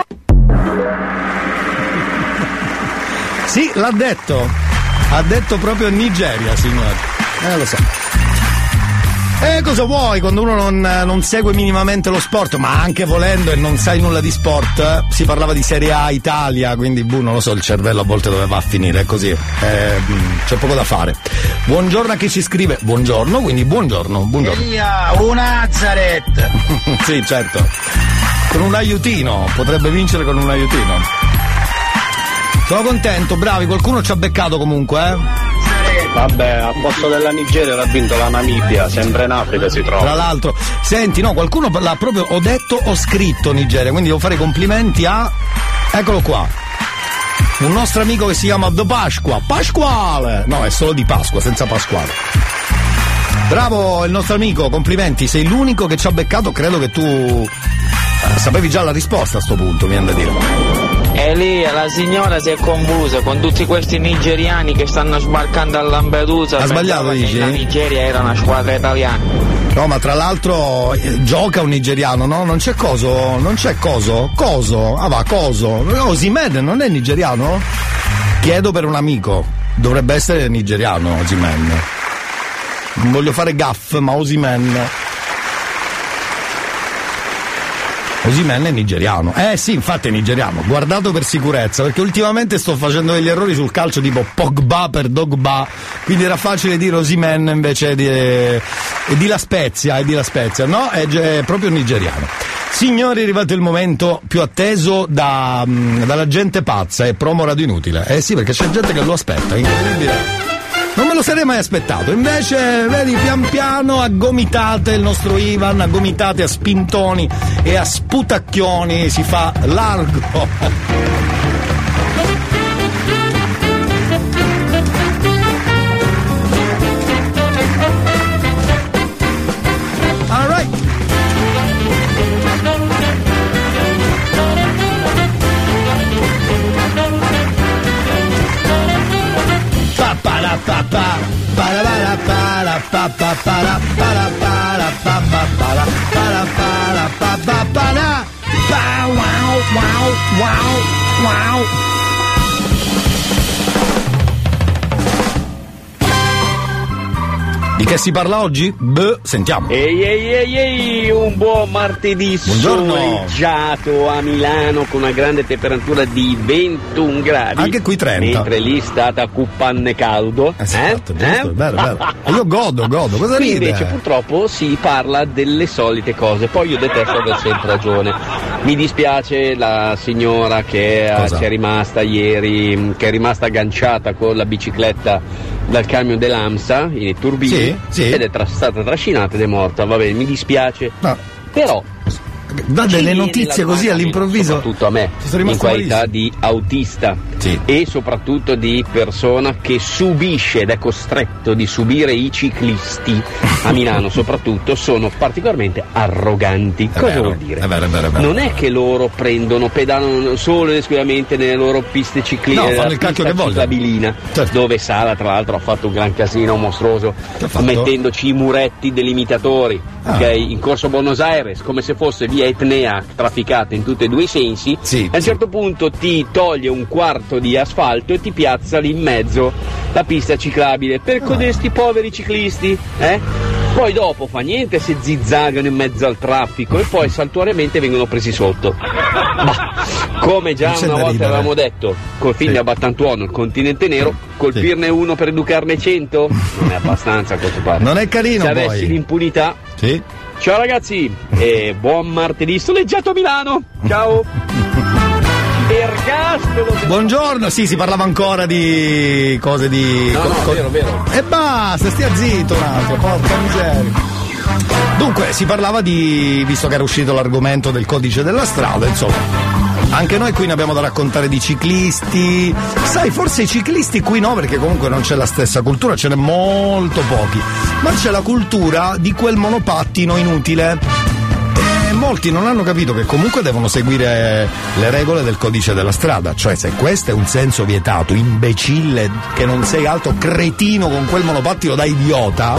Sì, l'ha detto. Ha detto proprio Nigeria, signori. Eh, lo so. E cosa vuoi quando uno non, non segue minimamente lo sport, ma anche volendo e non sai nulla di sport? Eh? Si parlava di Serie A Italia, quindi boh, non lo so, il cervello a volte dove va a finire, è così. Eh, c'è poco da fare. Buongiorno a chi ci scrive. Buongiorno, quindi buongiorno. buongiorno. Elia, un Nazareth. Sì, certo. Con un aiutino, potrebbe vincere con un aiutino. Sono contento, bravi, qualcuno ci ha beccato comunque, eh? Vabbè, a posto della Nigeria l'ha vinto la Namibia, sempre in Africa si trova. Tra l'altro, senti, no, qualcuno l'ha proprio, ho detto, ho scritto Nigeria, quindi devo fare i complimenti a, eccolo qua, un nostro amico che si chiama The Pasqua, Pasquale, no, è solo di Pasqua, senza Pasquale. Bravo il nostro amico, complimenti, sei l'unico che ci ha beccato, credo che tu eh, sapevi già la risposta a sto punto, mi viene da dire. E lì la signora si è confusa con tutti questi nigeriani che stanno sbarcando a Lampedusa. Ha sbagliato, dici? La Nigeria era una squadra italiana. No, ma tra l'altro eh, gioca un nigeriano, no? Non c'è coso, non c'è coso, coso, ah va, coso. Osimhen non è nigeriano? Chiedo per un amico, dovrebbe essere nigeriano Osimhen. Non voglio fare gaff, ma Osimhen. Osimhen è nigeriano. Eh sì, infatti è nigeriano. Guardato per sicurezza, perché ultimamente sto facendo degli errori sul calcio tipo Pogba per Dogba, quindi era facile dire Osimhen invece di, eh, di La Spezia, e di La Spezia, no? È, è proprio nigeriano. Signori, è arrivato il momento più atteso da, mh, dalla gente pazza, è promo radio inutile. Eh sì, perché c'è gente che lo aspetta, incredibile. Non me lo sarei mai aspettato, invece vedi pian piano a gomitate il nostro Ivan, a gomitate, a spintoni e a sputacchioni si fa largo. All right. Pa pa para para para pa pa para para para pa pa para para para pa pa para pa wow wow wow wow. Di che si parla oggi? Beh, sentiamo. Ehi ehi ehi ehi, un buon martedì soleggiato a Milano con una grande temperatura di ventuno gradi. Anche qui trenta. Mentre lì state a Cuppanne caldo. Esatto, eh? giusto, eh? bello, bello. Io godo, godo, cosa Qui ride? invece purtroppo si parla delle solite cose, poi io detesto aver sempre ragione. Mi dispiace la signora che Cosa? ci è rimasta ieri, che è rimasta agganciata con la bicicletta dal camion dell'AMSA, i turbini, Sì, sì. ed è tra- stata trascinata ed è morta. Va bene, mi dispiace. No. Però dà delle notizie così all'improvviso. Soprattutto a me, in qualità di autista sì. e soprattutto di persona che subisce ed è costretto di subire i ciclisti a Milano soprattutto, sono particolarmente arroganti. È Cosa vero, vuol dire? È vero, è vero, è vero. Non è che loro prendono, pedalano solo ed esclusivamente nelle loro piste ciclistiche, no, fanno il cacchio che vogliono. Ciclabilina, certo. Dove Sala tra l'altro ha fatto un gran casino mostruoso mettendoci i muretti delimitatori, ah. ok? In corso Buenos Aires, come se fosse via Etnea trafficata in tutti e due i sensi, sì, a un certo punto ti toglie un quarto di asfalto e ti piazza lì in mezzo la pista ciclabile per ah. codesti poveri ciclisti, eh? Poi dopo fa niente se zizzagano in mezzo al traffico e poi saltuariamente vengono presi sotto. Ma come già una volta ridere. avevamo detto col film di sì. Abbattantuono, Il continente nero, colpirne sì. uno per educarne cento non è abbastanza a questo punto. Non è carino. Se poi. avessi l'impunità. Sì. Ciao ragazzi e buon martedì soleggiato a Milano. Ciao. Ergastolo. Buongiorno, sì, si parlava ancora di cose di. No, co- no, co- vero, vero. E basta, stia zitto un attimo, porca miseria. Dunque, si parlava di. Visto che era uscito l'argomento del codice della strada, insomma. Anche noi qui ne abbiamo da raccontare di ciclisti. Sai, forse i ciclisti qui no, perché comunque non c'è la stessa cultura, ce n'è molto pochi. Ma c'è la cultura di quel monopattino inutile. Molti non hanno capito che comunque devono seguire le regole del codice della strada, cioè se questo è un senso vietato, imbecille, che non sei altro cretino con quel monopattino da idiota,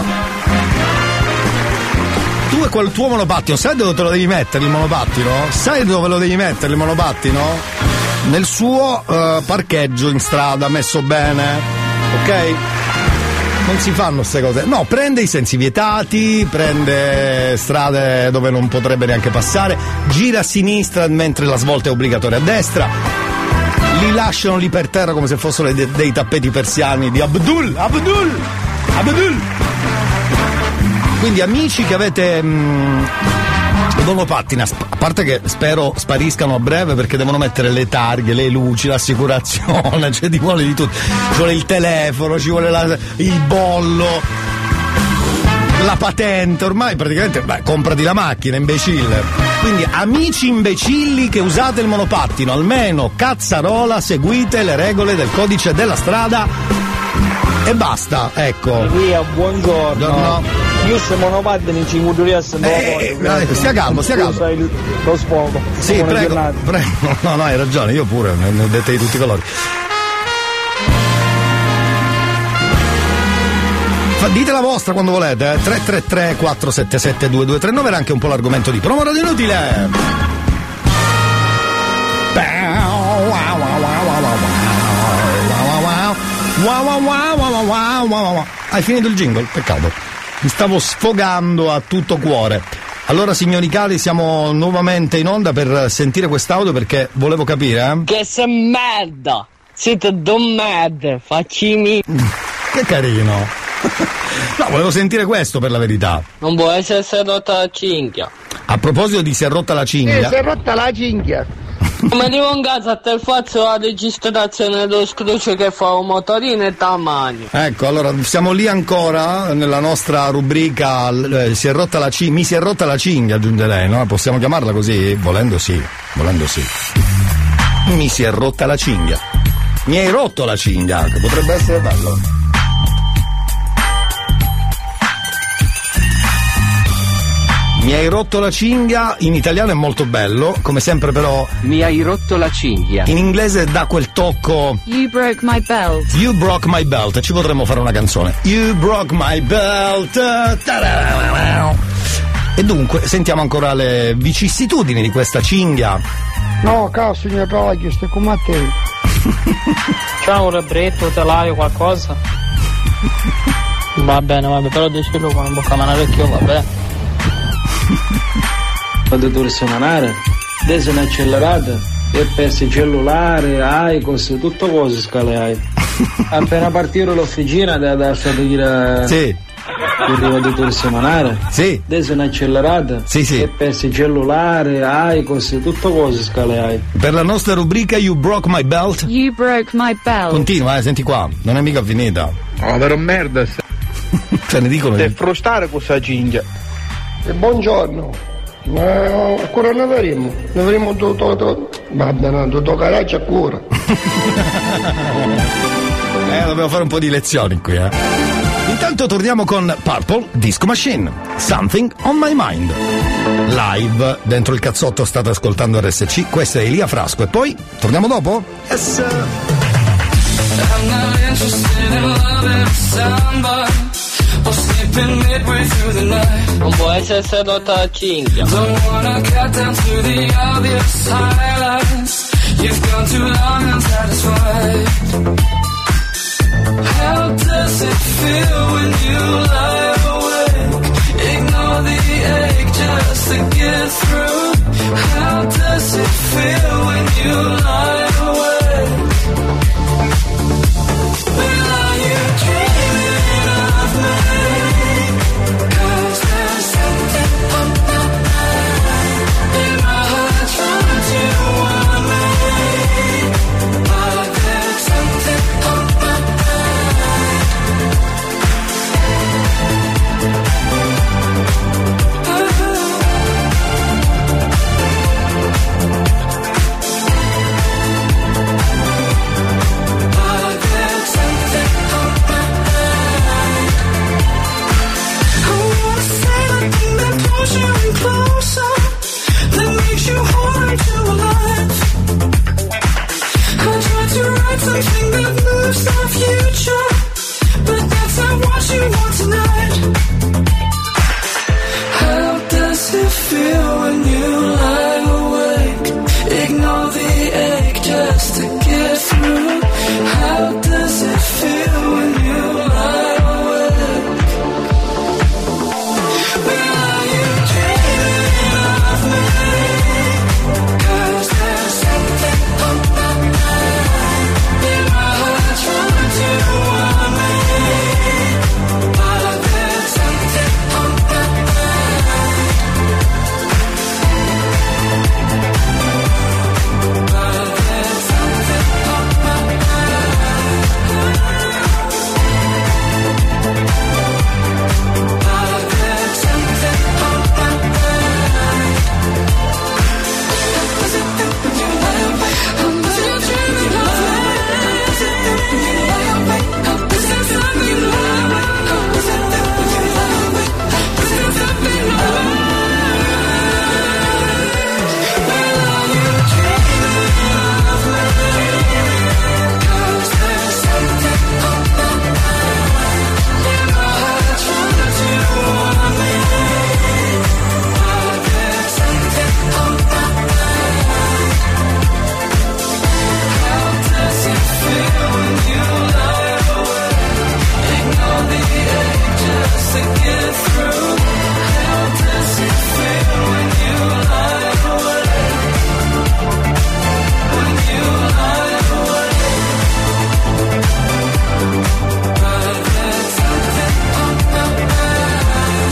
tu e quel tuo monopattino, sai dove te lo devi mettere il monopattino? Sai dove lo devi mettere il monopattino? Nel suo uh, parcheggio in strada, messo bene, ok? Non si fanno queste cose. No, prende i sensi vietati, prende strade dove non potrebbe neanche passare, gira a sinistra mentre la svolta è obbligatoria a destra, li lasciano lì per terra come se fossero dei, dei tappeti persiani di Abdul, Abdul, Abdul. Quindi amici che avete mh, monopattini, a parte che spero spariscano a breve perché devono mettere le targhe, le luci, l'assicurazione, cioè ti vuole di tutto, ci vuole il telefono, ci vuole la, il bollo, la patente, ormai praticamente, beh, comprati la macchina, imbecille. Quindi amici imbecilli che usate il monopattino, almeno cazzarola, seguite le regole del codice della strada e basta, ecco. Via, buongiorno. Buongiorno. Io se monopattini ci muduriasse eh, eh, stia calmo, stia calmo. Il, lo sfogo. Sì, prego, prego. No, no, hai ragione, io pure, ne ho dette di tutti i colori. Dite la vostra quando volete, eh? tre tre tre quattro sette sette due due tre nove, era anche un po' l'argomento di promo radio inutile. Hai finito il jingle? Peccato. Mi stavo sfogando a tutto cuore. Allora, signori cari, siamo nuovamente in onda per sentire quest'audio perché volevo capire, eh? Che se merda! Siete do merda, faccimi. Che carino. No, volevo sentire questo per la verità. Non può essere si è rotta la cinghia. A proposito di si è rotta la cinghia. Sì, si è rotta la cinghia. Come arrivo in casa a te faccio la registrazione dello scruce che fa un motorino e tamagno. Ecco, allora siamo lì ancora nella nostra rubrica eh, si è rotta la cinghia, mi si è rotta la cinghia, aggiungerei, no? Possiamo chiamarla così? Volendo sì, volendo sì. Mi si è rotta la cinghia. Mi hai rotto la cinghia anche, potrebbe essere bello. Mi hai rotto la cinghia, in italiano è molto bello, come sempre però. Mi hai rotto la cinghia. In inglese dà quel tocco. You broke my belt. You broke my belt, ci potremmo fare una canzone. You broke my belt. E dunque, sentiamo ancora le vicissitudini di questa cinghia. No, cazzo, mia paglia, sto con Matteo. Ciao Rebretto, telaio qualcosa? Va bene, va bene, però decilo con un bocca a vecchio, va bene. Quando tu risolare, adesso è un'accelerata e persi il cellulare, hai cose, tutto cose scale hai. Appena partire l'officina da, da stabilire. Sì. Arriva di tu risolare. Sì. Adesso è un'accelerata. Sì, sì. E persi il cellulare, hai cose, tutto cose scale hai. Per la nostra rubrica You Broke My Belt. You broke my belt. Continua, eh, senti qua, non è mica finita. Oh, però merda. Se ne dicono. Per frustare questa cinghia. E buongiorno, Ma ancora ne avremo, ne avremo tutto, tutto. Vabbè, no, tutto caraggio ancora. Eh, dobbiamo fare un po' di lezioni qui, eh. Intanto torniamo con Purple Disco Machine, Something on My Mind. Live, dentro il cazzotto state ascoltando R S C, questa è Elia Frasco e poi torniamo dopo? Yes! I'm not interested in loving somebody or sleeping midway through the night. Non può essere sedotta cinghia. Don't wanna cut down to the obvious highlights. You've gone too long unsatisfied. How does it feel when you lie awake? Ignore the ache just to get through. How does it feel when you lie awake? Well, are you dreaming of me? 'Cause there's something on my mind. In my heart trying to warn me. But there's something on my something that moves our future, but that's not what you want tonight. How does it feel when you lie awake? Ignore the ache just to get through. How does it feel when you lie awake? Well, are you dreaming of me? 'Cause there's something on my mind. In my heart trying to warn me. But there's something on my mind. But there's something on my mind. But there's something on my mind. Was it that when you lie awake? Was it dreaming of me? Was it that when you lie awake? Was it that when you lie awake? Was it that when you lie awake? Was it that when you lie awake? Well, are you dreaming of me? 'Cause there's something on my mind. In my heart trying to warn me. But there's something on my mind. How does it feel when you lie awake? Ignore the ache just to get through. How does it feel when you lie awake? When you lie awake. But there's something on my mind.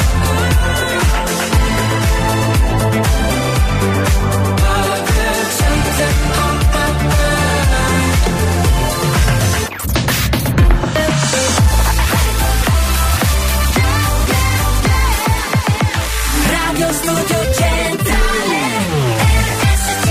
But there's something on my mind. Radio Studio Centrale R S C.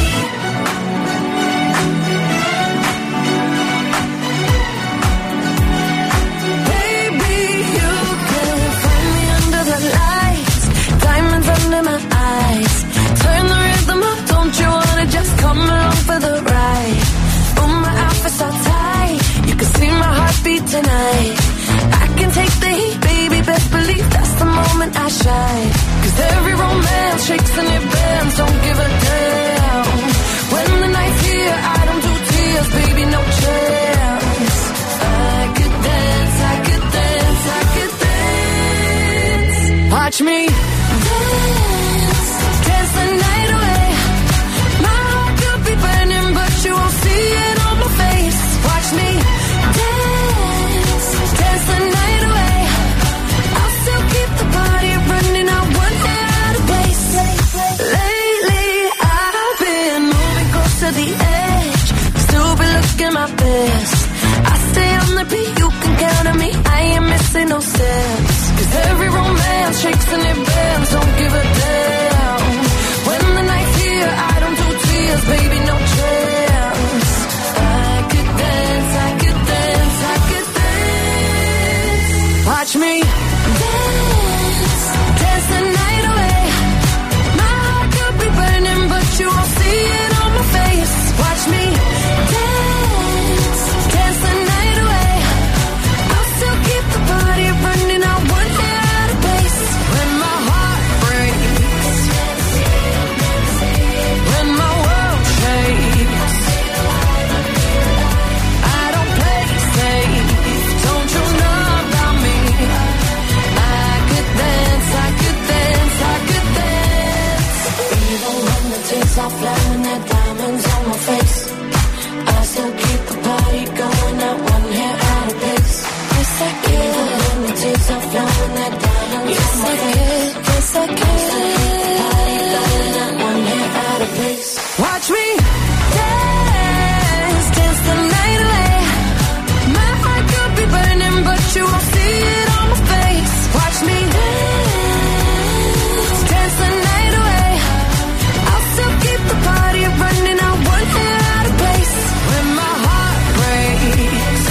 Baby, you can find me under the lights, diamonds under my eyes. Turn the rhythm up, don't you wanna just come along for the ride? Oh, my outfit's all tight, you can see my heartbeat tonight. I can take the heat, baby, best believe that's the moment I shine. 'Cause every romance shakes and it bends, don't give a damn. When the night's here, I don't do tears, baby, no chance. I could dance, I could dance, I could dance. Watch me dance, dance the night away. My heart could be burning, but you won't see it on my face. Watch me dance, dance the night away. I'll still keep the party running, I won't get out of place. Lately, I've been moving close to the edge, still be looking my best. I stay on the beat, you can count on me, I ain't missing no steps. 'Cause every romance shakes and it bends, don't give a damn. I can, yes I can. Watch me dance, dance the night away. My heart could be burning, but you won't see it on my face. Watch me dance, dance the night away. I'll still keep the party running, I won't get out of place. When my heart breaks,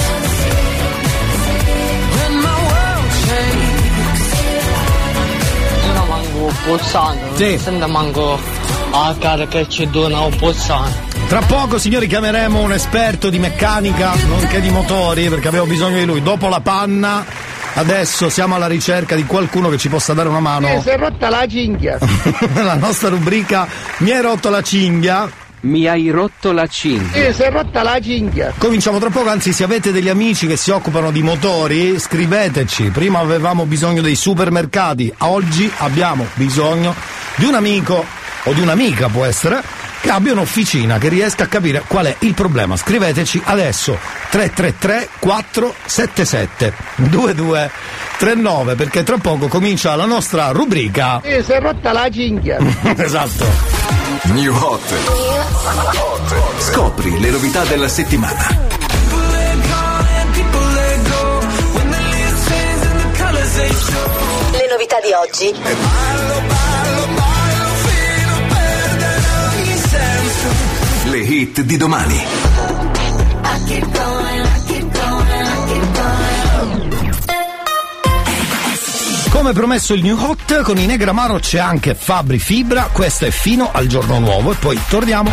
when my world shakes. Io non manco pozzando, Sì. sento manco a cara che ci dona un pozzando. Tra poco, signori, chiameremo un esperto di meccanica, nonché di motori, perché avevo bisogno di lui. Dopo la panna, adesso siamo alla ricerca di qualcuno che ci possa dare una mano. Eh, si è rotta la cinghia. La nostra rubrica Mi hai rotto la cinghia. Mi hai rotto la cinghia. Eh, si è rotta la cinghia. Cominciamo tra poco, anzi, se avete degli amici che si occupano di motori, scriveteci. Prima avevamo bisogno dei supermercati, oggi abbiamo bisogno di un amico o di un'amica, può essere, che abbia un'officina, che riesca a capire qual è il problema. Scriveteci adesso tre tre tre quattro sette sette due due tre nove, perché tra poco comincia la nostra rubrica. Eh, si è rotta la cinghia. Esatto. New Hot. Scopri le novità della settimana. Le novità di oggi. Le hit di domani. Come promesso il New Hot, con i Negramaro c'è anche Fabri Fibra, questo è fino al giorno nuovo e poi torniamo.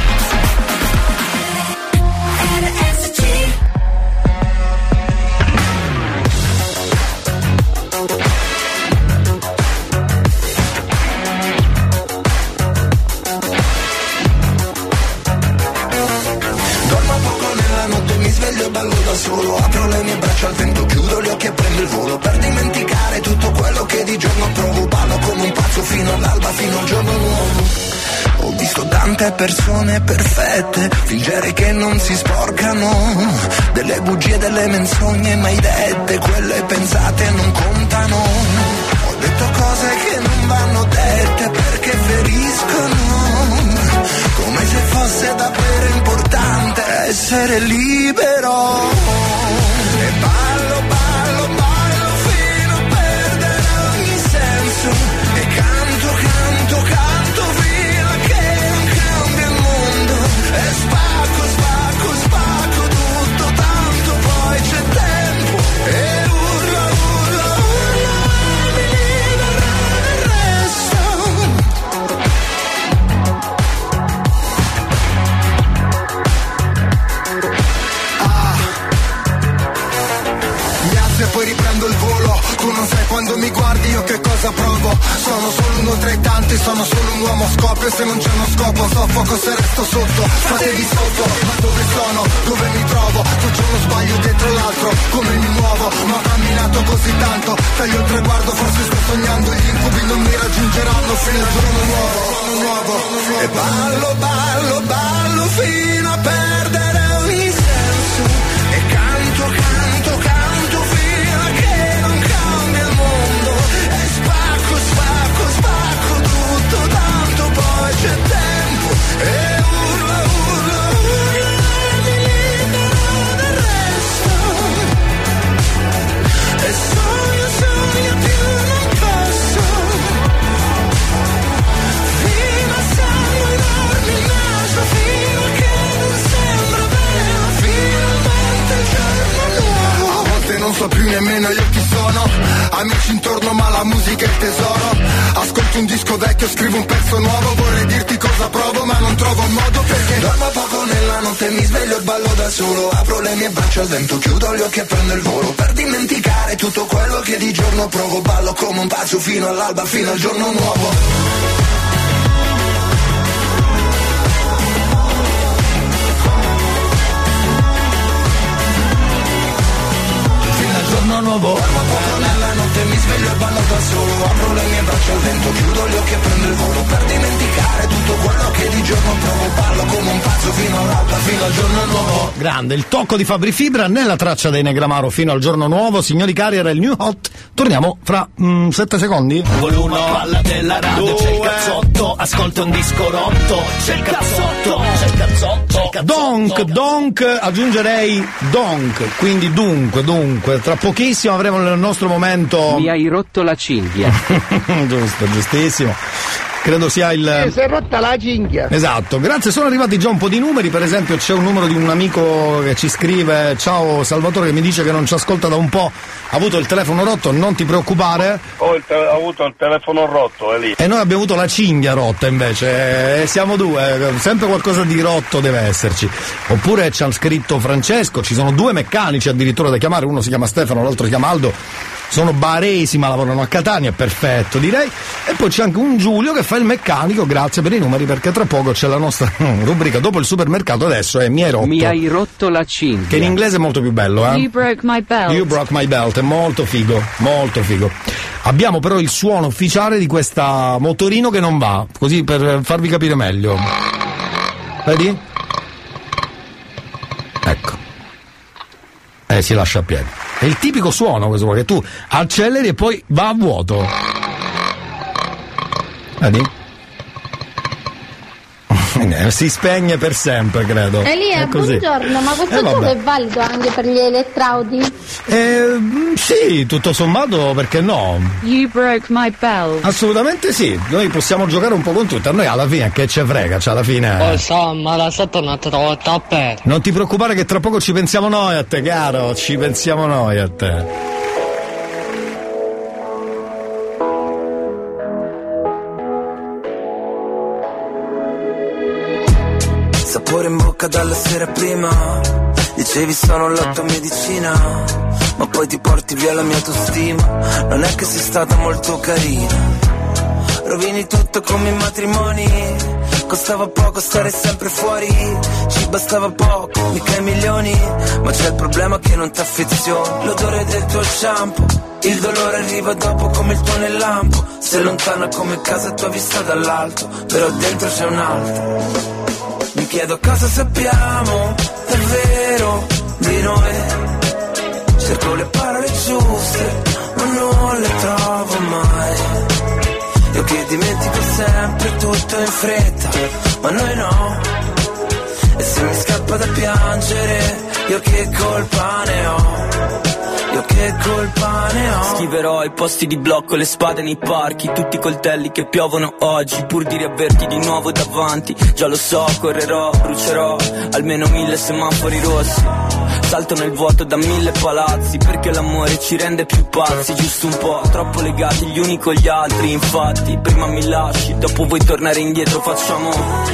Solo apro le mie braccia al vento, chiudo gli occhi e prendo il volo per dimenticare tutto quello che di giorno provo. Ballo come un pazzo fino all'alba, fino al giorno nuovo. Ho visto tante persone perfette fingere che non si sporcano, delle bugie, delle menzogne mai dette, quelle pensate non contano. Ho detto cose che non vanno dette perché feriscono, come se fosse davvero importante essere libero. E ballo, ballo, ballo fino a perdere ogni senso. E canto, canto, canto fino a che non cambia il mondo. E spacco, spacco, spacco tutto, tanto poi c'è tempo. E urlo, urlo, urlo, mi libero del resto. E poi riprendo il volo, tu non sai quando mi guardi io che cosa provo. Sono solo uno tra i tanti, sono solo un uomo a scoppio. E se non c'è uno scopo soffoco se resto sotto. Fatevi sotto, ma dove sono, dove mi trovo? Faccio uno sbaglio dietro l'altro, come mi muovo? Ma ho camminato così tanto, taglio il traguardo, forse sto sognando. Gli incubi non mi raggiungeranno fino al giorno nuovo, nuovo. E ballo, ballo, ballo fino a perdere ogni senso. E canto, canto, canto fino a che non cambia il mondo. E spacco, spacco, spacco tutto, tanto poi c'è tempo. E urlo, urlo, urlo, mi libero del resto. E sogno, sogno più non posso, fino a sanguinarmi il naso, fino a che non sembra vero, finalmente il giorno nuovo. A volte non so più nemmeno io chi sono, amici intorno ma la musica è il tesoro. Ascolto un disco vecchio, scrivo un pezzo nuovo, vorrei dirti cosa provo ma non trovo un modo perché dormo poco nella notte, mi sveglio e ballo da solo. Apro le mie braccia al vento, chiudo gli occhi e prendo il volo per dimenticare tutto quello che di giorno provo. Ballo come un pazzo fino all'alba, fino al giorno nuovo. Giorno nuovo. Nella notte mi sveglio e ballo da solo. Apro le mie braccia al vento, chiudo gli occhi e prendo il volo per dimenticare tutto quello che di giorno provo. Ballo come un pazzo fino all'alba, fino al al giorno nuovo. Grande, il tocco di Fabri Fibra nella traccia dei Negramaro fino al giorno nuovo. Signori cari, era il New Hot. Torniamo fra mm, sette secondi. Volume palla della radio, c'è il cazzotto, ascolta un disco rotto, c'è il cazzotto, c'è il cazzotto, c'è il cazzotto. Donk, donk, aggiungerei donk, quindi dunque, dunque, tra pochissimo avremo il nostro momento. Mi hai rotto la cinghia. Giusto, giustissimo. Credo sia il. Eh, si è rotta la cinghia. Esatto, grazie, sono arrivati già un po' di numeri, per esempio c'è un numero di un amico che ci scrive: ciao Salvatore, che mi dice che non ci ascolta da un po', ha avuto il telefono rotto, non ti preoccupare. Ho il te- ho avuto il telefono rotto, è lì. E noi abbiamo avuto la cinghia rotta invece, e siamo due, sempre qualcosa di rotto deve esserci. Oppure ci ha scritto Francesco, ci sono due meccanici addirittura da chiamare, uno si chiama Stefano, l'altro si chiama Aldo. Sono baresi ma lavorano a Catania, perfetto direi. E poi c'è anche un Giulio che fa il meccanico, grazie per i numeri, perché tra poco c'è la nostra rubrica dopo il supermercato, adesso è Mi hai rotto. Mi hai rotto la cinghia. Che in inglese è molto più bello, eh? You broke my belt. You broke my belt, è molto figo, molto figo. Abbiamo però il suono ufficiale di questa motorino che non va, così per farvi capire meglio. Vedi? Ecco. Eh, si lascia a piedi. È il tipico suono questo qua, che tu acceleri e poi va a vuoto. Vedi? Si spegne per sempre, credo. Elia, è così. buongiorno, ma questo Eh, gioco vabbè. è valido anche per gli elettraudi? Eh, sì, tutto sommato, perché no? You broke my belt. Assolutamente sì, noi possiamo giocare un po' con tutto, a noi alla fine che ce frega, cioè alla fine. Oh, insomma, la sotto non te lo tappare. Non ti preoccupare che tra poco ci pensiamo noi a te, caro, ci pensiamo noi a te. Sapore in bocca dalla sera prima, dicevi sono la tua medicina, ma poi ti porti via la mia autostima. Non è che sei stata molto carina, rovini tutto come i matrimoni. Costava poco stare sempre fuori, ci bastava poco, mica i milioni. Ma c'è il problema che non ti affezioni, l'odore del tuo shampoo, il dolore arriva dopo come il tuo nel lampo. Sei lontana come casa tua vista dall'alto, però dentro c'è un altro. Mi chiedo cosa sappiamo davvero di noi. Cerco le parole giuste, ma non le trovo mai. Io che dimentico sempre tutto in fretta, ma noi no. E se mi scappa da piangere, io che colpa ne ho? Io che colpa ne ho? Scriverò ai posti di blocco, le spade nei parchi, tutti i coltelli che piovono oggi, pur di riaverti di nuovo davanti. Già lo so, correrò, brucerò almeno mille semafori rossi. Salto nel vuoto da mille palazzi, perché l'amore ci rende più pazzi. Giusto un po', troppo legati gli uni con gli altri. Infatti, prima mi lasci, dopo vuoi tornare indietro, facciamo.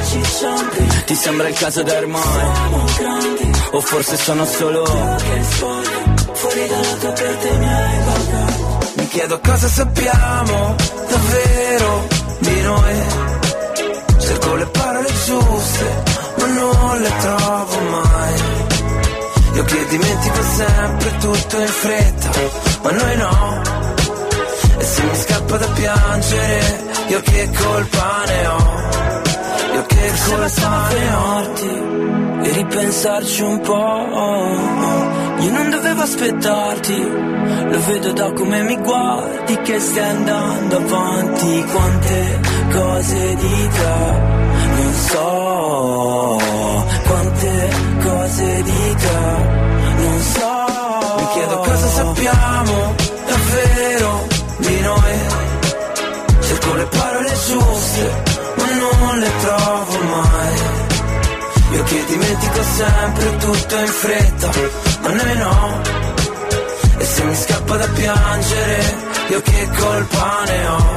Ti sembra il caso da ormai? O forse sono solo fuori dalla tua parte mi hai guardato. Mi chiedo cosa sappiamo davvero di noi. Cerco le parole giuste, ma non le trovo mai. Io che dimentico sempre tutto in fretta, ma noi no. E se mi scappa da piangere, io che colpa ne ho? Io che colpa ne ho? E ripensarci un po'. Io non dovevo aspettarti, lo vedo da come mi guardi che stai andando avanti. Quante cose di te non so, quante cose di te non so. Mi chiedo cosa sappiamo davvero di noi. Cerco le parole giuste, ma non le trovo mai. Io che dimentico sempre tutto in fretta, ma noi no. E se mi scappa da piangere, io che colpa ne ho?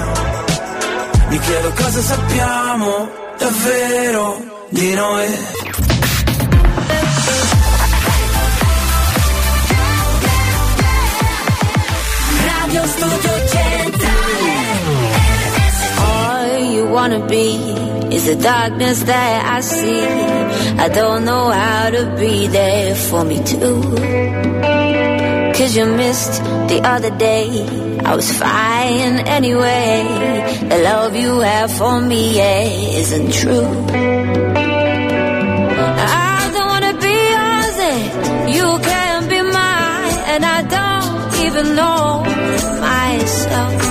Mi chiedo cosa sappiamo davvero di noi. Radio Studio Centrale. All you wanna be is the darkness that I see. I don't know how to be there for me too. Cause you missed the other day, I was fine anyway. The love you have for me, yeah, isn't true. I don't wanna and I don't even know myself.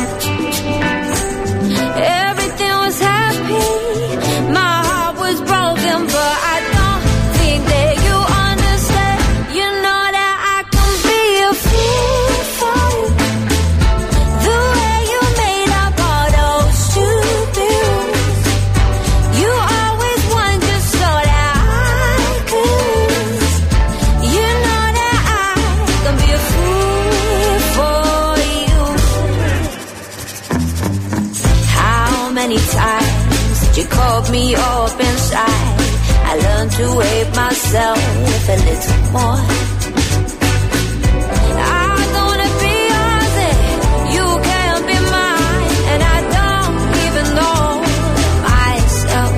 Everything was happy, my heart was broken, but I don't think that you understand. You know that I can be a fool for you, the way you made up all those stupid rules. You always want just so that I could. You know that I can be a fool for you. How many times did you call me up inside? I learned to hate myself a little more. I don't wanna be yours and you can't be mine, and I don't even know myself.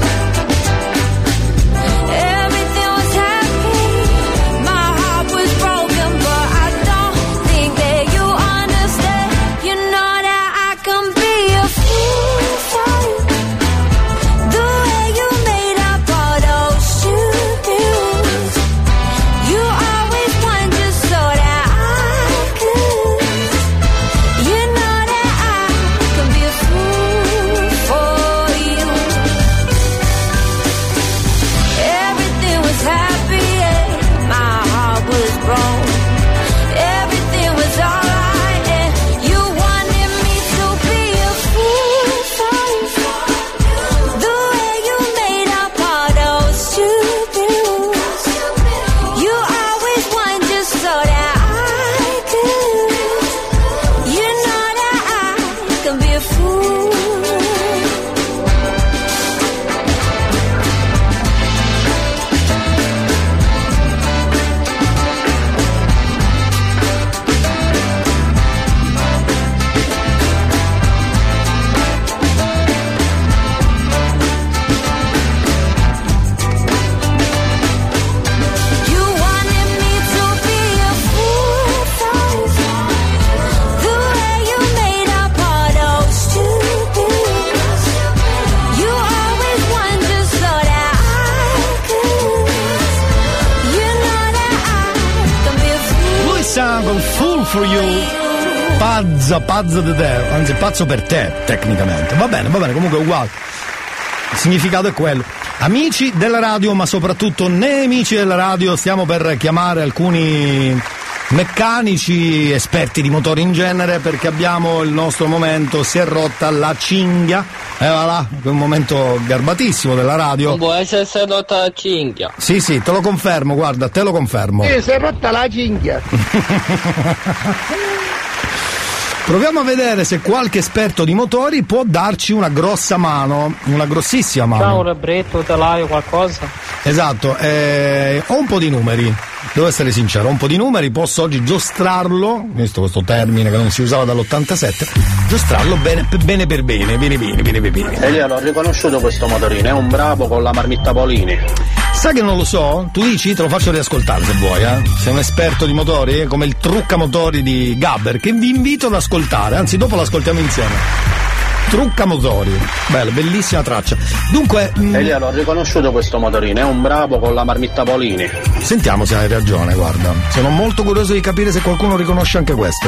Everything was happy, my heart was broken, but I don't think that you understand. You know that I can be a fool for you, the way you made up all those stupid rules. You always want just so that I could. You know that I can be a fool for you. Everything was happy and my heart was broke. Everything was alright and you wanted me to be a fool for you, the way you made up all those stupid rules. You always want just so that I could. You know that I can be a fool. You wanted me to be a fool for you, the way you made up all those stupid rules. You always want just so that I could. You know that I can be a fool. Lui sa con Fool for You. Pazza, pazza di te, anzi pazzo per te, tecnicamente. Va bene, va bene, comunque è uguale. Il significato è quello. Amici della radio, ma soprattutto nemici della radio, stiamo per chiamare alcuni meccanici, esperti di motori in genere, perché abbiamo il nostro momento, si è rotta la cinghia. E va là, è un momento garbatissimo della radio. Non può essere rotta la cinghia. Sì, sì, te lo confermo, guarda, te lo confermo. Sì, si è rotta la cinghia. Proviamo a vedere se qualche esperto di motori può darci una grossa mano, una grossissima mano. Ciao Rebretto, telaio, qualcosa? Esatto, eh, ho un po' di numeri, devo essere sincero, ho un po' di numeri, posso oggi giostrarlo, visto questo termine che non si usava dall'ottantasette, giostrarlo bene, bene per bene, bene bene, bene bene bene. Elia, l'ho riconosciuto questo motorino, è un bravo con la marmitta Polini. Sai che non lo so? Tu dici? Te lo faccio riascoltare se vuoi, eh? Sei un esperto di motori, eh? Come il trucca motori di Gabber, che vi invito ad ascoltare, anzi dopo l'ascoltiamo insieme. Trucca motori, bella, bellissima traccia. Dunque. Mh... Elia, l'ho riconosciuto questo motorino, è un bravo con la marmitta Polini. Sentiamo se hai ragione, guarda. Sono molto curioso di capire se qualcuno riconosce anche questo.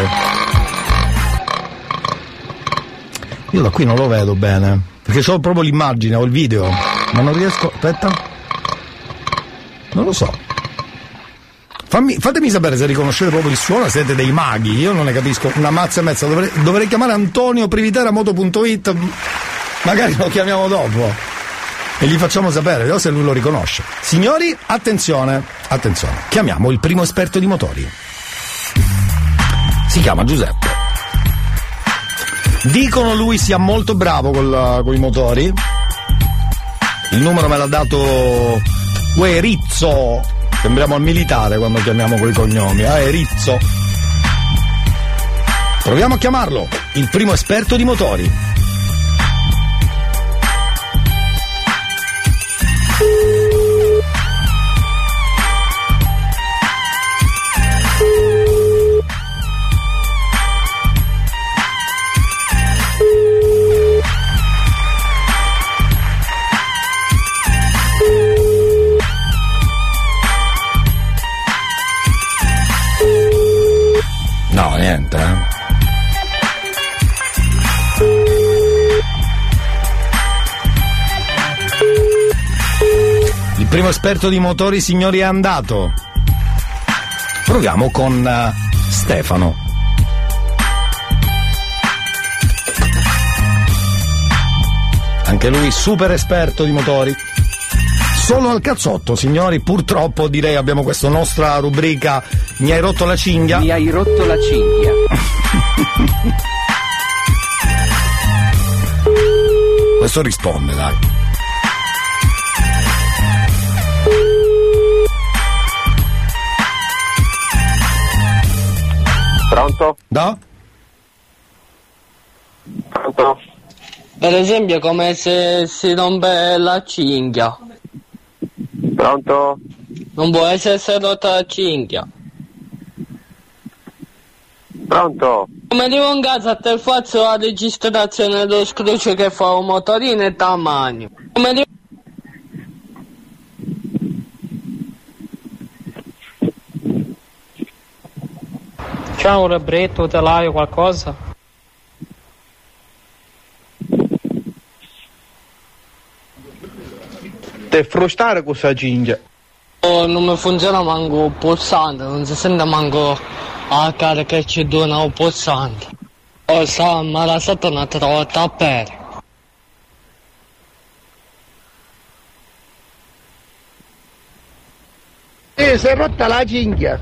Io da qui non lo vedo bene, perché ho proprio l'immagine, ho il video, ma non riesco. Aspetta. Non lo so. Fammi, fatemi sapere se riconoscete proprio il suono, siete dei maghi, io non ne capisco una mazza e mezza, dovrei, dovrei chiamare Antonio Privitera moto punto it, magari lo chiamiamo dopo e gli facciamo sapere, vediamo se lui lo riconosce. Signori, attenzione, attenzione, chiamiamo il primo esperto di motori. Si chiama Giuseppe. Dicono lui sia molto bravo col, con i motori. Il numero me l'ha dato Uè Rizzo. Sembriamo al militare quando chiamiamo quei cognomi. Ah, è Rizzo. Proviamo a chiamarlo, il primo esperto di motori. No, niente, eh. Il primo esperto di motori, signori, è andato. Proviamo con uh, Stefano. Anche lui super esperto di motori. Solo al cazzotto, signori, purtroppo direi abbiamo questa nostra rubrica Mi hai rotto la cinghia. Mi hai rotto la cinghia. Questo risponde, dai. Pronto? Da? Pronto? Per esempio come se si rompe la cinghia. Pronto? Non può essere rotta la cinghia. Pronto? Come arrivo in casa te faccio la registrazione dello scrucio che fa un motorino e tamanho. Come arrivo... Ciao Rebretto, te l'hai qualcosa? Te frustare questa cinghia. Oh, non mi funziona manco il pulsante, non si sente manco la carica che ci dona il pulsante. Oh, sa, ma la sotto una trovata a pere. Eh, si è rotta la cinghia.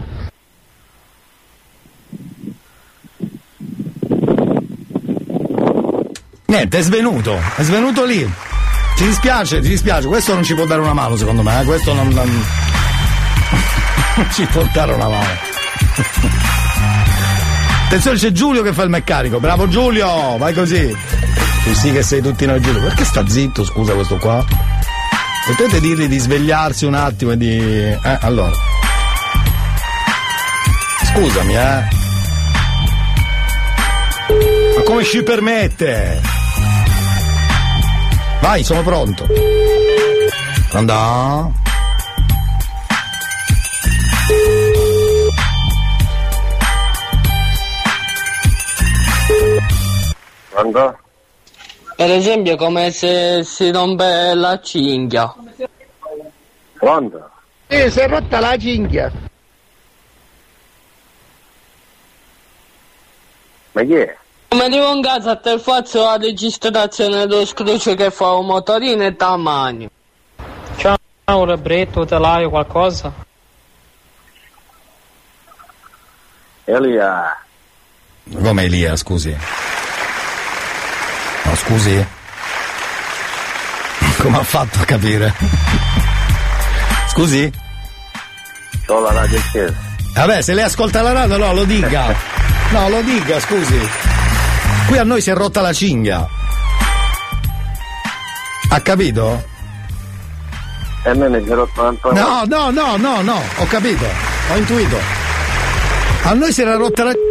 Niente, è svenuto, è svenuto lì. Ci dispiace, ci dispiace, questo non ci può dare una mano secondo me, eh? Questo non, non... non ci può dare una mano. Attenzione, c'è Giulio che fa il meccanico, bravo Giulio, vai così. Tu sì che sei tutti noi Giulio, perché sta zitto, scusa questo qua? Potete dirgli di svegliarsi un attimo e di... Eh, allora. Scusami, eh. Ma come ci permette? Vai, sono pronto. Pronto? Pronto? Per esempio come se si rompe la cinghia. Pronto? Eh, si è rotta la cinghia. Ma chi è? Come arrivo in casa te faccio la registrazione dello scrucio che fa un motorino e tamanho. Ciao Rebretto, te l'hai qualcosa? Elia. Come Elia, scusi? No, scusi? Come ha fatto a capire? Scusi? C'ho la radio accesa. Vabbè, se lei ascolta la radio, no, lo dica. No, lo dica, scusi. Qui a noi si è rotta la cinghia. Ha capito? E a me mi si è rotto tanto. No, no, no, no, no, ho capito, ho intuito. A noi si era rotta la...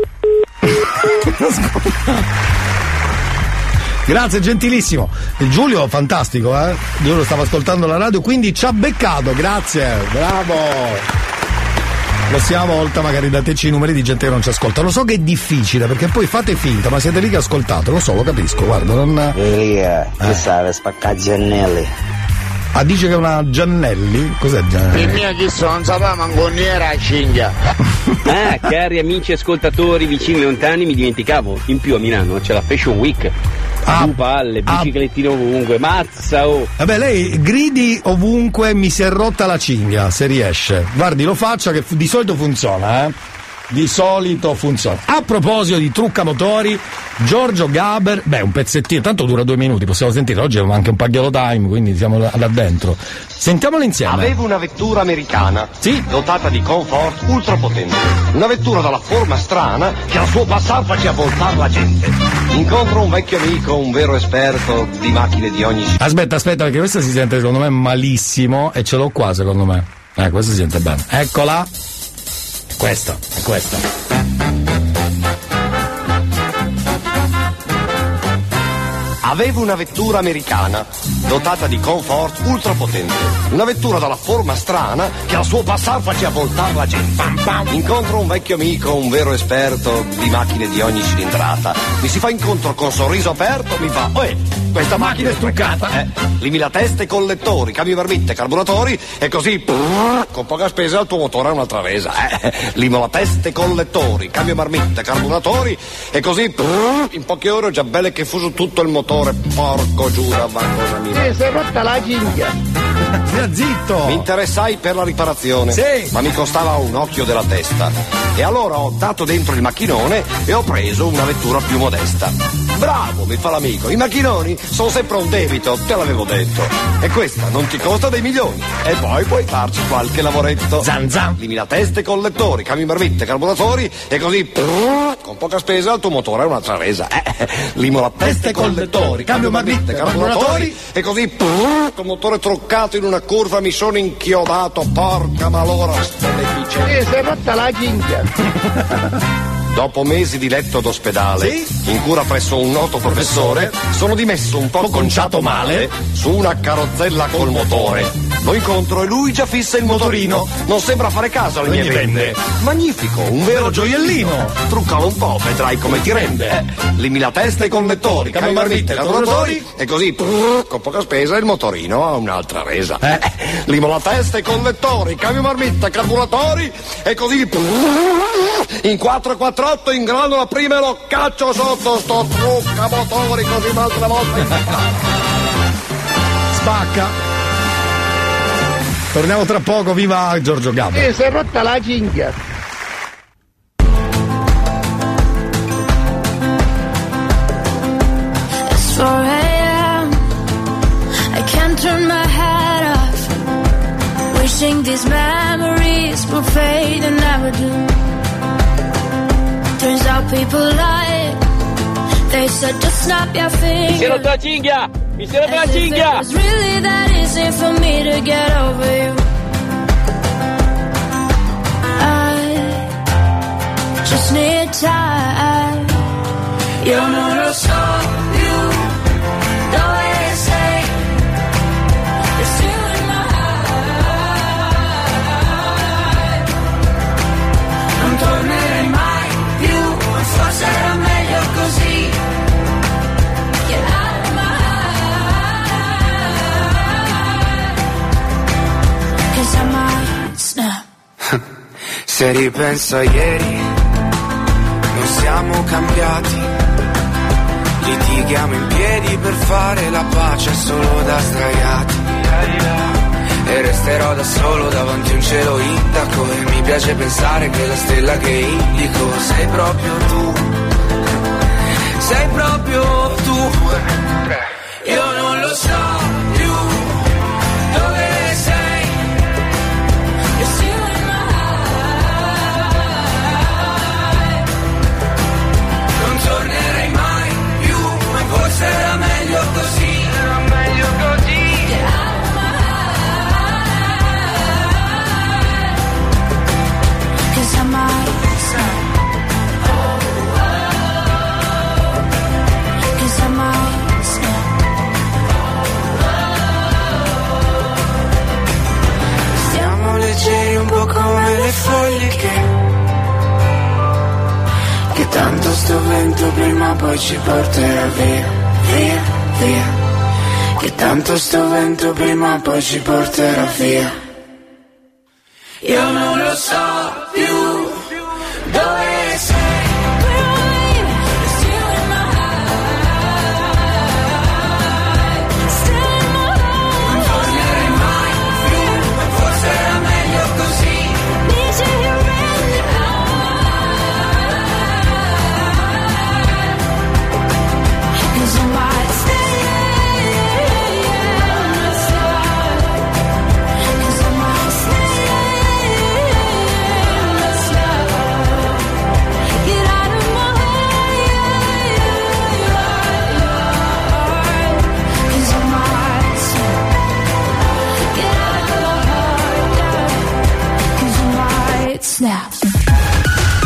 Grazie, gentilissimo. Il Giulio, fantastico, eh? Giulio stava ascoltando la radio, quindi ci ha beccato, grazie, bravo. Prossima volta magari dateci i numeri di gente che non ci ascolta. Lo so che è difficile perché poi fate finta, ma siete lì che ascoltate, lo so, lo capisco, guarda, non. Elia, eh. che serve spaccare Giannelli. Ah, dice che è una Giannelli? Cos'è Giannelli? Il mio chissà non sapeva manco ne era cinghia. Ah, cari amici ascoltatori vicini e lontani, mi dimenticavo, in più a Milano c'è la Fashion Week. Ah, Due palle, biciclettino ah, ovunque, mazza oh! Vabbè, lei gridi ovunque mi si è rotta la cinghia, se riesce. Guardi, lo faccia che di solito funziona, eh? Di solito funziona. A proposito di trucca motori, Giorgio Gaber, beh, un pezzettino, tanto dura due minuti, possiamo sentire, oggi abbiamo anche un pagliolo time, quindi siamo là, là dentro. Sentiamolo insieme. Avevo una vettura americana, sì, dotata di comfort ultrapotente. Una vettura dalla forma strana che al suo passare faceva voltare la gente. Incontro un vecchio amico, un vero esperto di macchine di ogni... Aspetta, aspetta, perché questa si sente secondo me malissimo e ce l'ho qua secondo me. Eh, questa si sente bene. Eccola. Questa, è questa. Avevo una vettura americana, dotata di comfort ultrapotente. Una vettura dalla forma strana che al suo passare faceva voltare la gente. Incontro un vecchio amico, un vero esperto di macchine di ogni cilindrata. Mi si fa incontro con sorriso aperto, mi fa: "Oè, questa macchina è struccata, eh. Limi la testa e collettori, cambio marmitte, carburatori e così con poca spesa il tuo motore è un'altra resa, eh. Limo la testa e collettori, cambio marmitte, carburatori e così in poche ore ho già belle che fuso tutto il motore. Porco giura, va cosa mia. Sì, si è rotta la cinghia. Stia zitto. Mi interessai per la riparazione, sì, ma mi costava un occhio della testa. E allora ho dato dentro il macchinone e ho preso una vettura più modesta. Bravo, mi fa l'amico, i macchinoni sono sempre un debito, te l'avevo detto. E questa non ti costa dei milioni. E poi puoi farci qualche lavoretto. Zan zan. Limi la testa e collettori, cambi marmitte, carburatori e così con poca spesa il tuo motore è un'altra resa. Eh, limo la testa e collettori, cambio marmitte, carburatori e così il tuo motore truccato in una curva mi sono inchiodato, porca malora, Sì, si è rotta la cinghia. Dopo mesi di letto d'ospedale, sì, in cura presso un noto professore, sono dimesso un po' conciato male su una carrozzella col motore. Lo incontro e lui già fissa il motorino. Non sembra fare caso alle mie vende. Magnifico, un vero gioiellino. Truccalo un po', vedrai come ti rende. Eh, limi la testa e collettori, cambio marmitte, carburatori e così con poca spesa il motorino ha un'altra resa. Eh, limo la testa e collettori, cambio marmitte, carburatori e così in quattro quattro otto ingrano la prima e lo caccio sotto sto trucca motori così un'altra volta. Spacca. Torniamo tra poco, viva Giorgio Gabbo. Sì, si è rotta la cinghia. It's four a.m. I can't turn my head off. Wishing these memories will fade and never do. Turns out people lie. They said just snap your fingers. Mi si è rotta la cinghia! Mi si è rotta la cinghia! It's really that easy for me to get over you. I just need time. Io non lo so più dove sei. You're still in my heart. Non tornerai mai più, ma forse era meglio così. Get out of my heart. 'Cause I might snap. Se ripenso a ieri, non siamo cambiati. Litighiamo in piedi per fare la pace solo da sdraiati. E resterò da solo davanti a un cielo indaco. E mi piace pensare che la stella che indico sei proprio tu. Sei proprio tu. Io non lo so più dove sei. You're still in my heart. Non tornerei mai più, ma forse era meglio così. Era meglio così. Get out of my heart. 'Cause I might snap. Cause I might snap. Stiamo leggeri un po' come le foglie che Che tanto sto vento prima o poi ci porterà via, via, via. Che tanto sto vento prima o poi ci porterà via. Io non lo so più dove sei.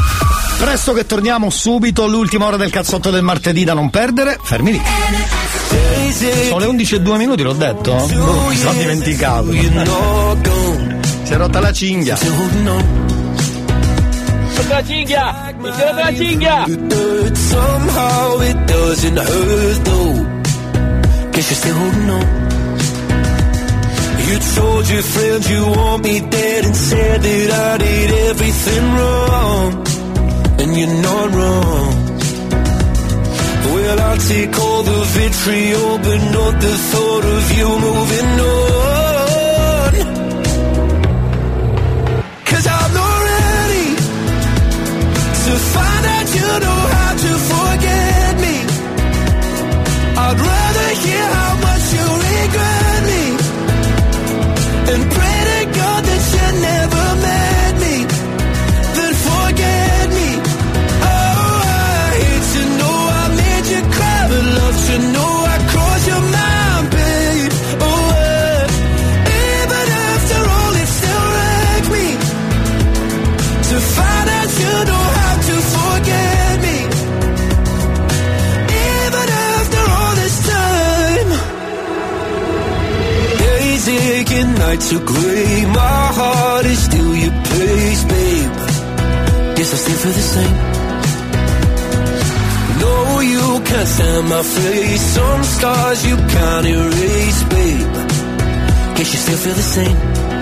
Presto che torniamo subito, l'ultima ora del cazzotto del martedì da non perdere, fermi lì. Sono le undici e due minuti, l'ho detto? Oh, mi sono dimenticato. Si è rotta la cinghia. La cinghia! Mi si è rotta la cinghia! Somehow it doesn't hurt though. Guess you're still holding on. You told your friends you want me dead and said that I did everything wrong. And you're not wrong. Well, I'll take all the vitriol, but not the thought of you moving on. 'Cause I'm not ready to find out you know how to forget me. I'd rather hear how much you regret me and pray to God that you never met me, then forget me. Oh, I hate to know I made you cry, but love to know I crossed your mind, babe. Oh, uh, even after all it still wrecks me to find out you know how to forget me. Even after all this time, days aching, nights are grey, my heart is still your place, babe. Guess I still feel the same. No, you can't stand my face, some scars you can't erase, babe. Guess you still feel the same.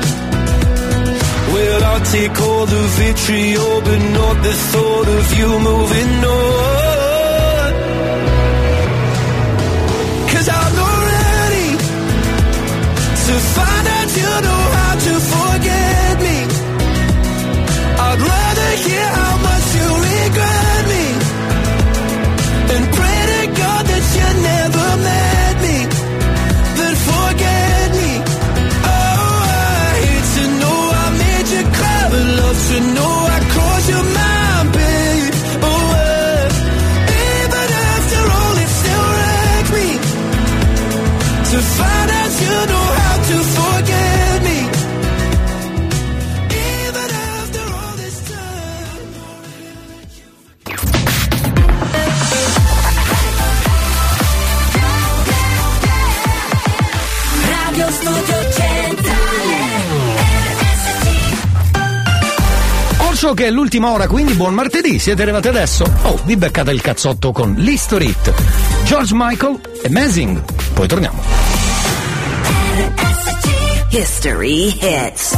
Well, I'll take all the vitriol, but not the thought of you moving on. 'Cause I'm not ready to find out you know how to forget me. I'd rather hear how much you regret me and pray to God that you never met me, then forget me. Oh, I hate to know I made you cry, but love to know I crossed your mind, babe. Oh, uh, even after all it still wrecks me to find out you know how to forget me. Even after all this time. Radio Studio Centrale. Orcio che è l'ultima ora, quindi buon martedì, siete arrivati adesso? Oh, vi beccate il cazzotto con l'History Hit. George Michael, Amazing. Poi torniamo. History Hits.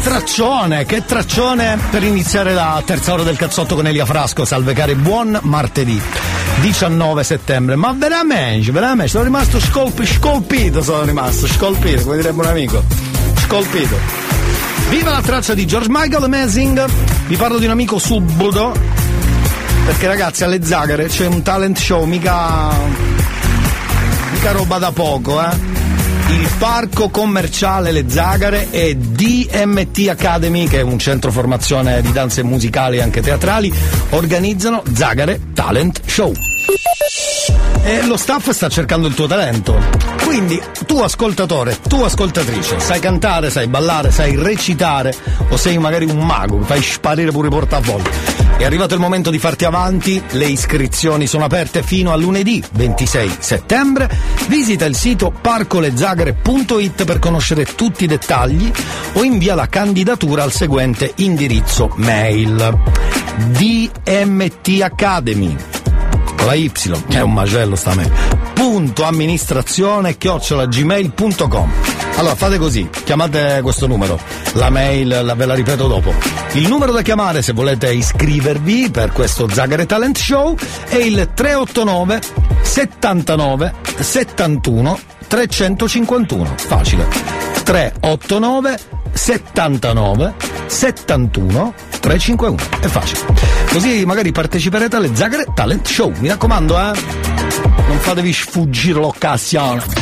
traccione, che traccione per iniziare la terza ora del cazzotto con Elia Frasco. Salve cari, buon martedì diciannove settembre. Ma veramente, veramente, sono rimasto scolpi, scolpito, sono rimasto scolpito, come direbbe un amico. Scolpito. Viva la traccia di George Michael, Amazing. Vi parlo di un amico subito, perché ragazzi alle Zagare c'è un talent show, mica mica roba da poco, eh. Il parco commerciale Le Zagare e D M T Academy, che è un centro formazione di danze musicali e anche teatrali, organizzano Zagare Talent Show. E lo staff sta cercando il tuo talento. Quindi tu ascoltatore, tu ascoltatrice, sai cantare, sai ballare, sai recitare, o sei magari un mago che fai sparire pure i portafogli. È arrivato il momento di farti avanti, le iscrizioni sono aperte fino a lunedì ventisei settembre. Visita il sito parcolezagare punto it per conoscere tutti i dettagli o invia la candidatura al seguente indirizzo mail: D M T Academy con la Y, è un macello sta mail, punto amministrazione chiocciola gmail punto com. Allora fate così, chiamate questo numero, la mail la, ve la ripeto dopo. Il numero da chiamare se volete iscrivervi per questo Zagare Talent Show è il tre otto nove settantanove settantuno trecentocinquantuno. Facile. tre otto nove settantanove settantuno trecentocinquantuno. È facile. Così magari parteciperete alle Zagare Talent Show. Mi raccomando, eh? Non fatevi sfuggire l'occasione.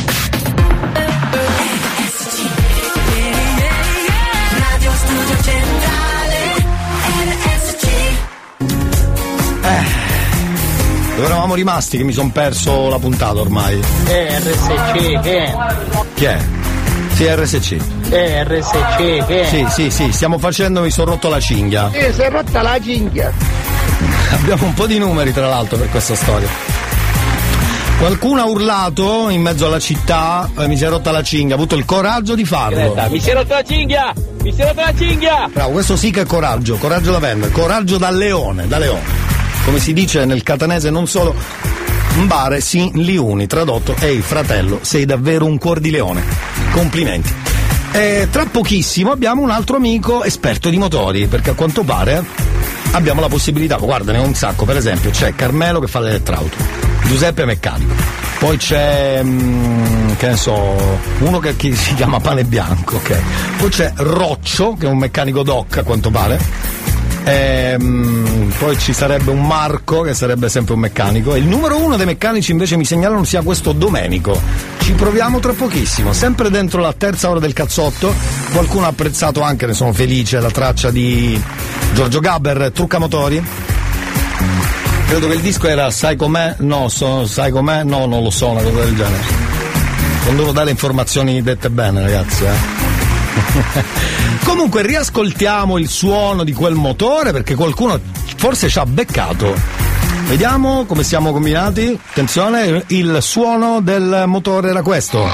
Dove eravamo rimasti che mi son perso la puntata ormai? Eh, R S C, che è? Chi è? Sì, R S C. Eh, R S C, che è? Sì, sì, sì, stiamo facendo, mi sono rotto la cinghia. Sì, si è rotta la cinghia. Abbiamo un po' di numeri tra l'altro per questa storia. Qualcuno ha urlato in mezzo alla città, eh, mi si è rotta la cinghia, ha avuto il coraggio di farlo. Mi si è rotta la cinghia! Mi si è rotta la cinghia! Bravo, questo sì che è coraggio, coraggio da vendere, coraggio da leone, da leone. Come si dice nel catanese non solo mbare sin liuni, tradotto ehi fratello, sei davvero un cuor di leone. Complimenti. E tra pochissimo abbiamo un altro amico esperto di motori, perché a quanto pare abbiamo la possibilità, guarda ne ho un sacco, per esempio c'è Carmelo che fa l'elettrauto, Giuseppe è meccanico, poi c'è mh, che ne so, uno che, che si chiama Pane Bianco, ok, poi c'è Roccio che è un meccanico doc a quanto pare. Ehm, poi ci sarebbe un Marco che sarebbe sempre un meccanico e il numero uno dei meccanici invece mi segnalano sia questo Domenico. Ci proviamo tra pochissimo, sempre dentro la terza ora del cazzotto. Qualcuno ha apprezzato anche, ne sono felice, la traccia di Giorgio Gaber, Trucca Motori. Credo che il disco era Sai com'è? No, so, sai com'è? No, non lo so, una cosa del genere. Non devo dare informazioni dette bene, ragazzi, eh. Comunque riascoltiamo il suono di quel motore perché qualcuno forse ci ha beccato. Vediamo come siamo combinati. Attenzione, il suono del motore era questo.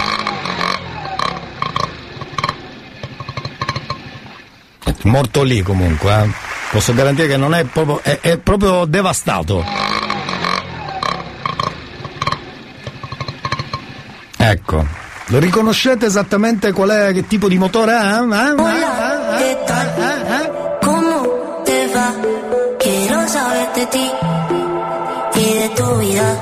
È morto lì comunque, eh. Posso garantire che non è proprio, è, è proprio devastato. Ecco. Lo riconoscete esattamente qual è, che tipo di motore è? Eh? Hola, ¿qué tal? ¿Cómo te va? Quiero saber de ti y de tu vida.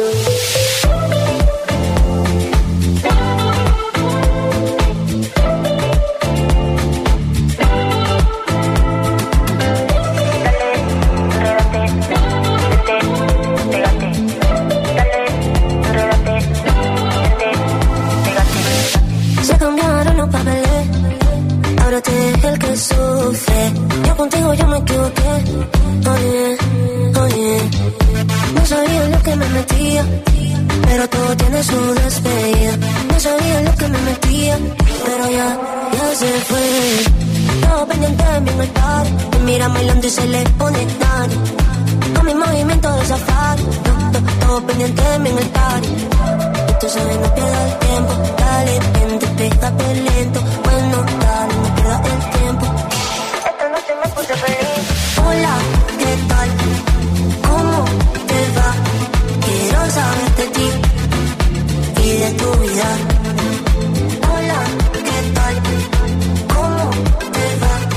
El que sufre, yo contigo yo me equivoqué. Oye, oye, no sabía lo que me metía, pero todo tiene su despedida. No sabía lo que me metía, pero ya, ya se fue. Todo pendiente de mí en el par, me mira bailando y se le pone nani. A mi movimiento de safari, no, no, todo pendiente de mí en el party. Y tú sabes, no pierdas el tiempo, dale, vente, pégate lento. Bueno, dale, no pierdas el tiempo. Esta noche me puse feliz. Hola, ¿qué tal? ¿Cómo te va? Quiero saber de ti y de tu vida. Hola, ¿qué tal? ¿Cómo te va?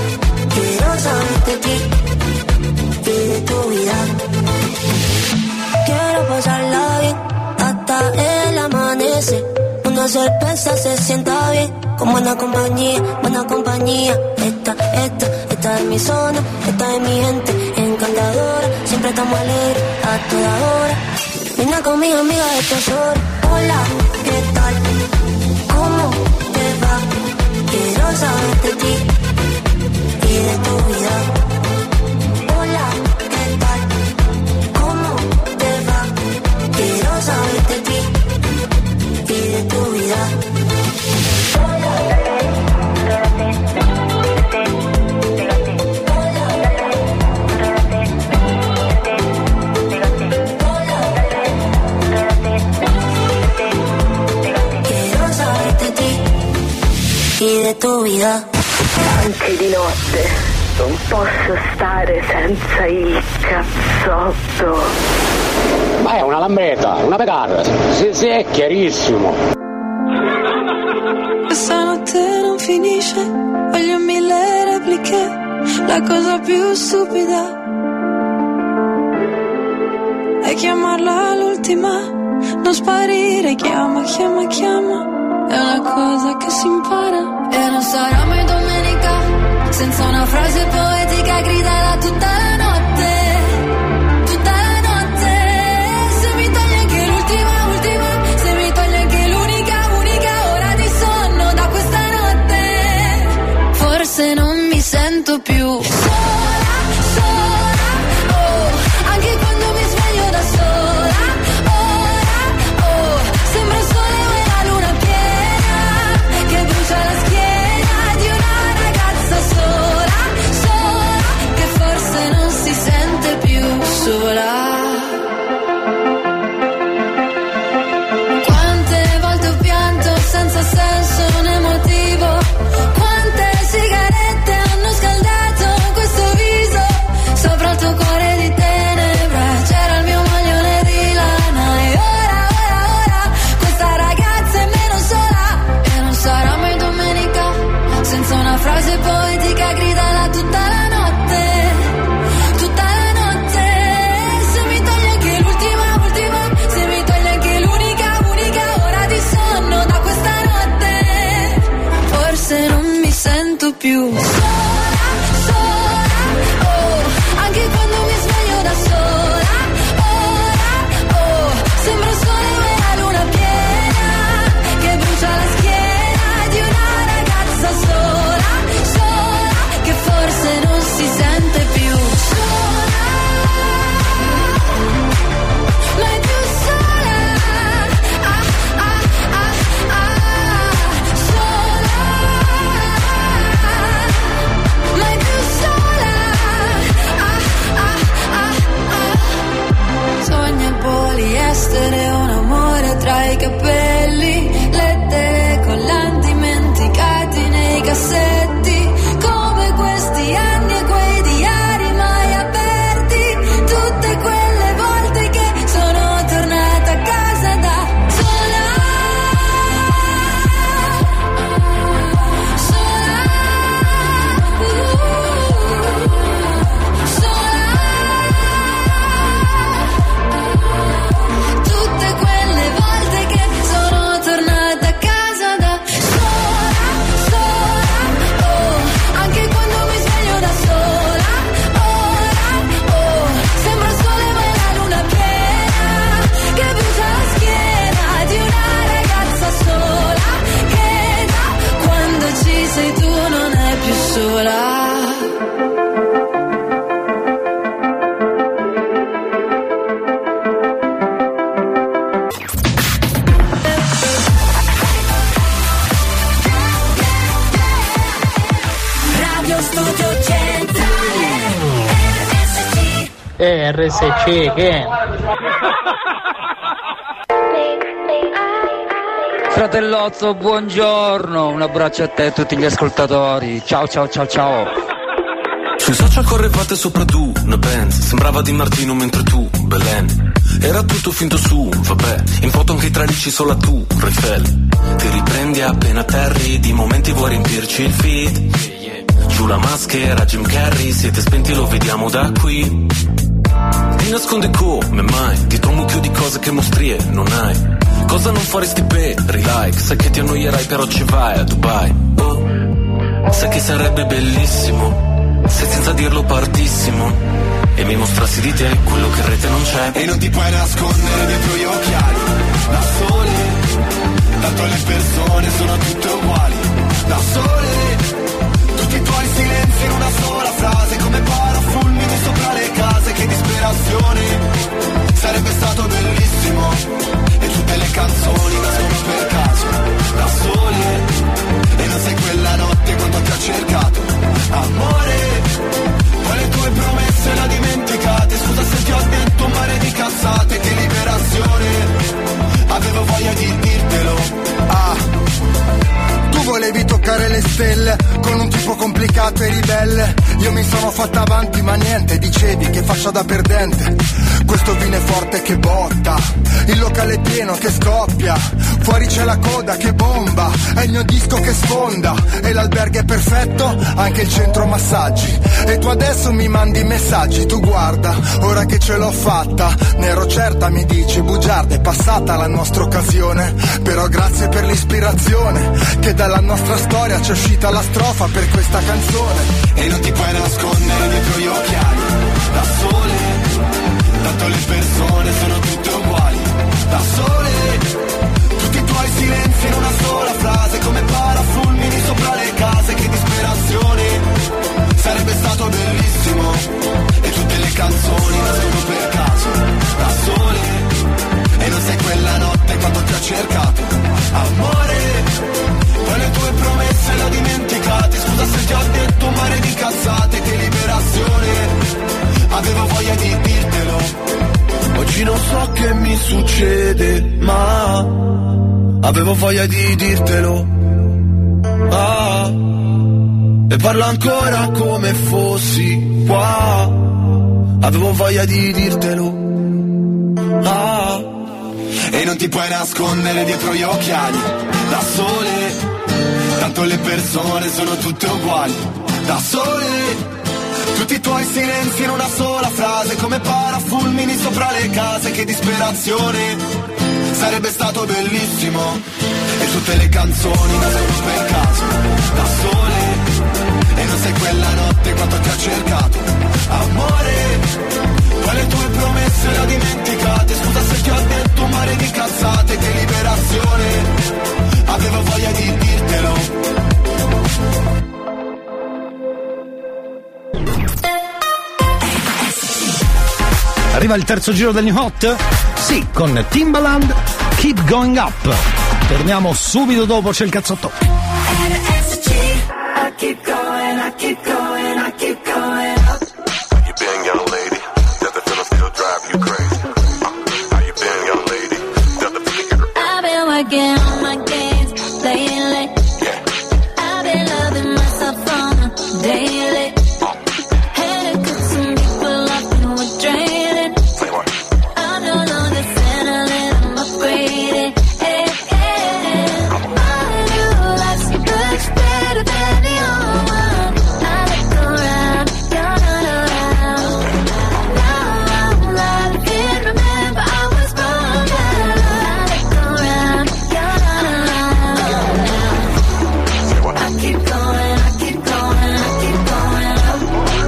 me sienta bien, con buena compañía, buena compañía. Esta, esta, esta es mi zona, esta es mi gente, encantadora. Siempre estamos alegres, a toda hora. Venga conmigo, amiga, de tesoro. Hola, ¿qué tal? ¿Cómo te va? Quiero saber de ti y de tu vida. Hola, ¿qué tal? ¿Cómo te va? Quiero saber de ti y de tu vida. Quiero saber de ti y de tu vida. Anche di notte non posso stare senza il cazzotto. Ma è una lambretta, una pecarra, sì, sì, è chiarissimo. Questa notte non finisce, voglio mille repliche, la cosa più stupida è chiamarla l'ultima, non sparire, chiama, chiama, chiama, è una cosa che si impara. E non sarà mai domenica senza una frase poetica gridata tutta la notte, tutta la notte. Se mi togli anche l'ultima, ultima, se mi togli anche l'unica, unica ora di sonno da questa notte, forse non mi sento più sola, sola, oh, anche quando mi sveglio da sola, ora, oh, sembra il sole o è la luna piena che brucia la schiena di una ragazza sola, sola, che forse non si sente più sola. Quante volte ho pianto senza senso né motivo, quante sigarette hanno scaldato questo viso, sopra il tuo cuore di tenebra c'era il mio maglione di lana. E ora, ora, ora questa ragazza è meno sola. E non sarà mai domenica senza una frase poetica gridala tutta la notte, tutta la notte. Se mi togli anche l'ultima, ultima, se mi togli anche l'unica, unica ora di sonno da questa notte, forse non mi sento più sola, sola, oh, anche quando mi sveglio da sola, ora, oh, sembra il sole o è la luna piena che brucia la schiena di una ragazza sola, sola, che forse non si sente più sola, mai più sola, ah, ah, ah, ah, sola, mai più sola, ah, ah, ah, ah. Sogna poliestere, un amore tra i capelli, le decollanti dimenticati nei cassetti, come questi anni e quei diari mai aperti, tutte quelle volte che sono tornata a casa da sola, sola, uh, sola, tutte quelle volte che sono tornata a casa da sola, sola, oh, anche quando mi sveglio da sola, ora, oh, sembra il sole ma è la luna piena che brucia la schiena di una ragazza sola, che da quando ci sei tu non è più sola. Radio Studio Centrale R S C. Eh, R S C che? Fratellozzo, buongiorno, un abbraccio a te e a tutti gli ascoltatori. Ciao ciao ciao ciao. Sui social correvate sopra tu, una Benz, sembrava Di Martino mentre tu, Belen. Era tutto finto su, vabbè, in foto anche i tralicci solo tu, Refel. Ti riprendi appena terri, di momenti vuoi riempirci il feed. giù la maschera, Jim Carrey, siete spenti, lo vediamo da qui. Ti nascondi come mai, dietro un mucchio di cose che mostrie non hai. Cosa non faresti per like, sai che ti annoierai però ci vai a Dubai. Oh, sai che sarebbe bellissimo se senza dirlo partissimo e mi mostrassi di te quello che in rete non c'è. E non ti puoi nascondere dietro gli occhiali, da sole, tanto le persone sono tutte uguali, da sole. Tutti i tuoi silenzi in una sola frase, come parafulmini sopra le case, che disperazione. Sarebbe stato bellissimo, e tutte le canzoni nascono per caso, da sole. E non sei quella notte quando ti ho cercato, amore. Poi le tue promesse le dimenticate, scusa se ti ho detto un mare di cazzate, che liberazione. Avevo voglia di dirtelo, ah. Tu volevi toccare le stelle con un tipo complicato e ribelle. Io mi sono fatta avanti ma niente, dicevi che faccia da perdente. Questo vino è forte che botta, il locale è pieno che scoppia, fuori c'è la coda che bomba, è il mio disco che sfonda. E l'albergo è perfetto, anche il centro massaggi. E tu adesso mi mandi messaggi, tu guarda, ora che ce l'ho fatta. Ne ero certa, mi dici, bugiarda, è passata la nostra occasione. Però grazie per l'ispirazione, che dalla nostra storia c'è uscita la strofa per questa canzone. E non ti puoi nascondere dietro gli occhiali, da sole, tanto le persone sono tutte uguali, da sole. Tutti i tuoi silenzi in una sola frase, come parafulmini sopra le case, che disperazione. Sarebbe stato bellissimo, e tutte le canzoni nascono per caso, da sole. E non sei quella notte quando ti ho cercato, amore. Poi le tue promesse le ho dimenticate, scusa se ti ho detto un mare di cazzate, che liberazione. Avevo voglia di dirtelo, oggi non so che mi succede, ma avevo voglia di dirtelo, ah. E parlo ancora come fossi qua, avevo voglia di dirtelo, ah. E non ti puoi nascondere dietro gli occhiali, da sole, tanto le persone sono tutte uguali, da sole. Tutti i tuoi silenzi in una sola frase, come parafulmini sopra le case, che disperazione. Sarebbe stato bellissimo, e tutte le canzoni nascono per caso, da sole. E non sei quella notte quando ti ho cercato, amore. Poi le tue promesse le ho dimenticate, scusa se ti ho detto un mare di cazzate, che liberazione. Avevo voglia di dirtelo. Arriva il terzo giro del New Hot? Sì, con Timbaland, Keep Going Up. Torniamo subito dopo, c'è il cazzotto. I keep going, I keep going, I keep going up. You been, young lady? Does the feeling still drive you crazy? How you been, young lady? Does the feeling... I've been working on my games lately. Yeah. I've been loving myself on a daily. Had to cut some people off and we're draining. Say what? I'm no longer settling, I'm upgraded. Hey, hey. My new life looks better than the old one. I look around, you're not around. Now I'm alive, can't remember I was born. I look around, you're not around. Say what? I keep going, I keep going, I keep going up.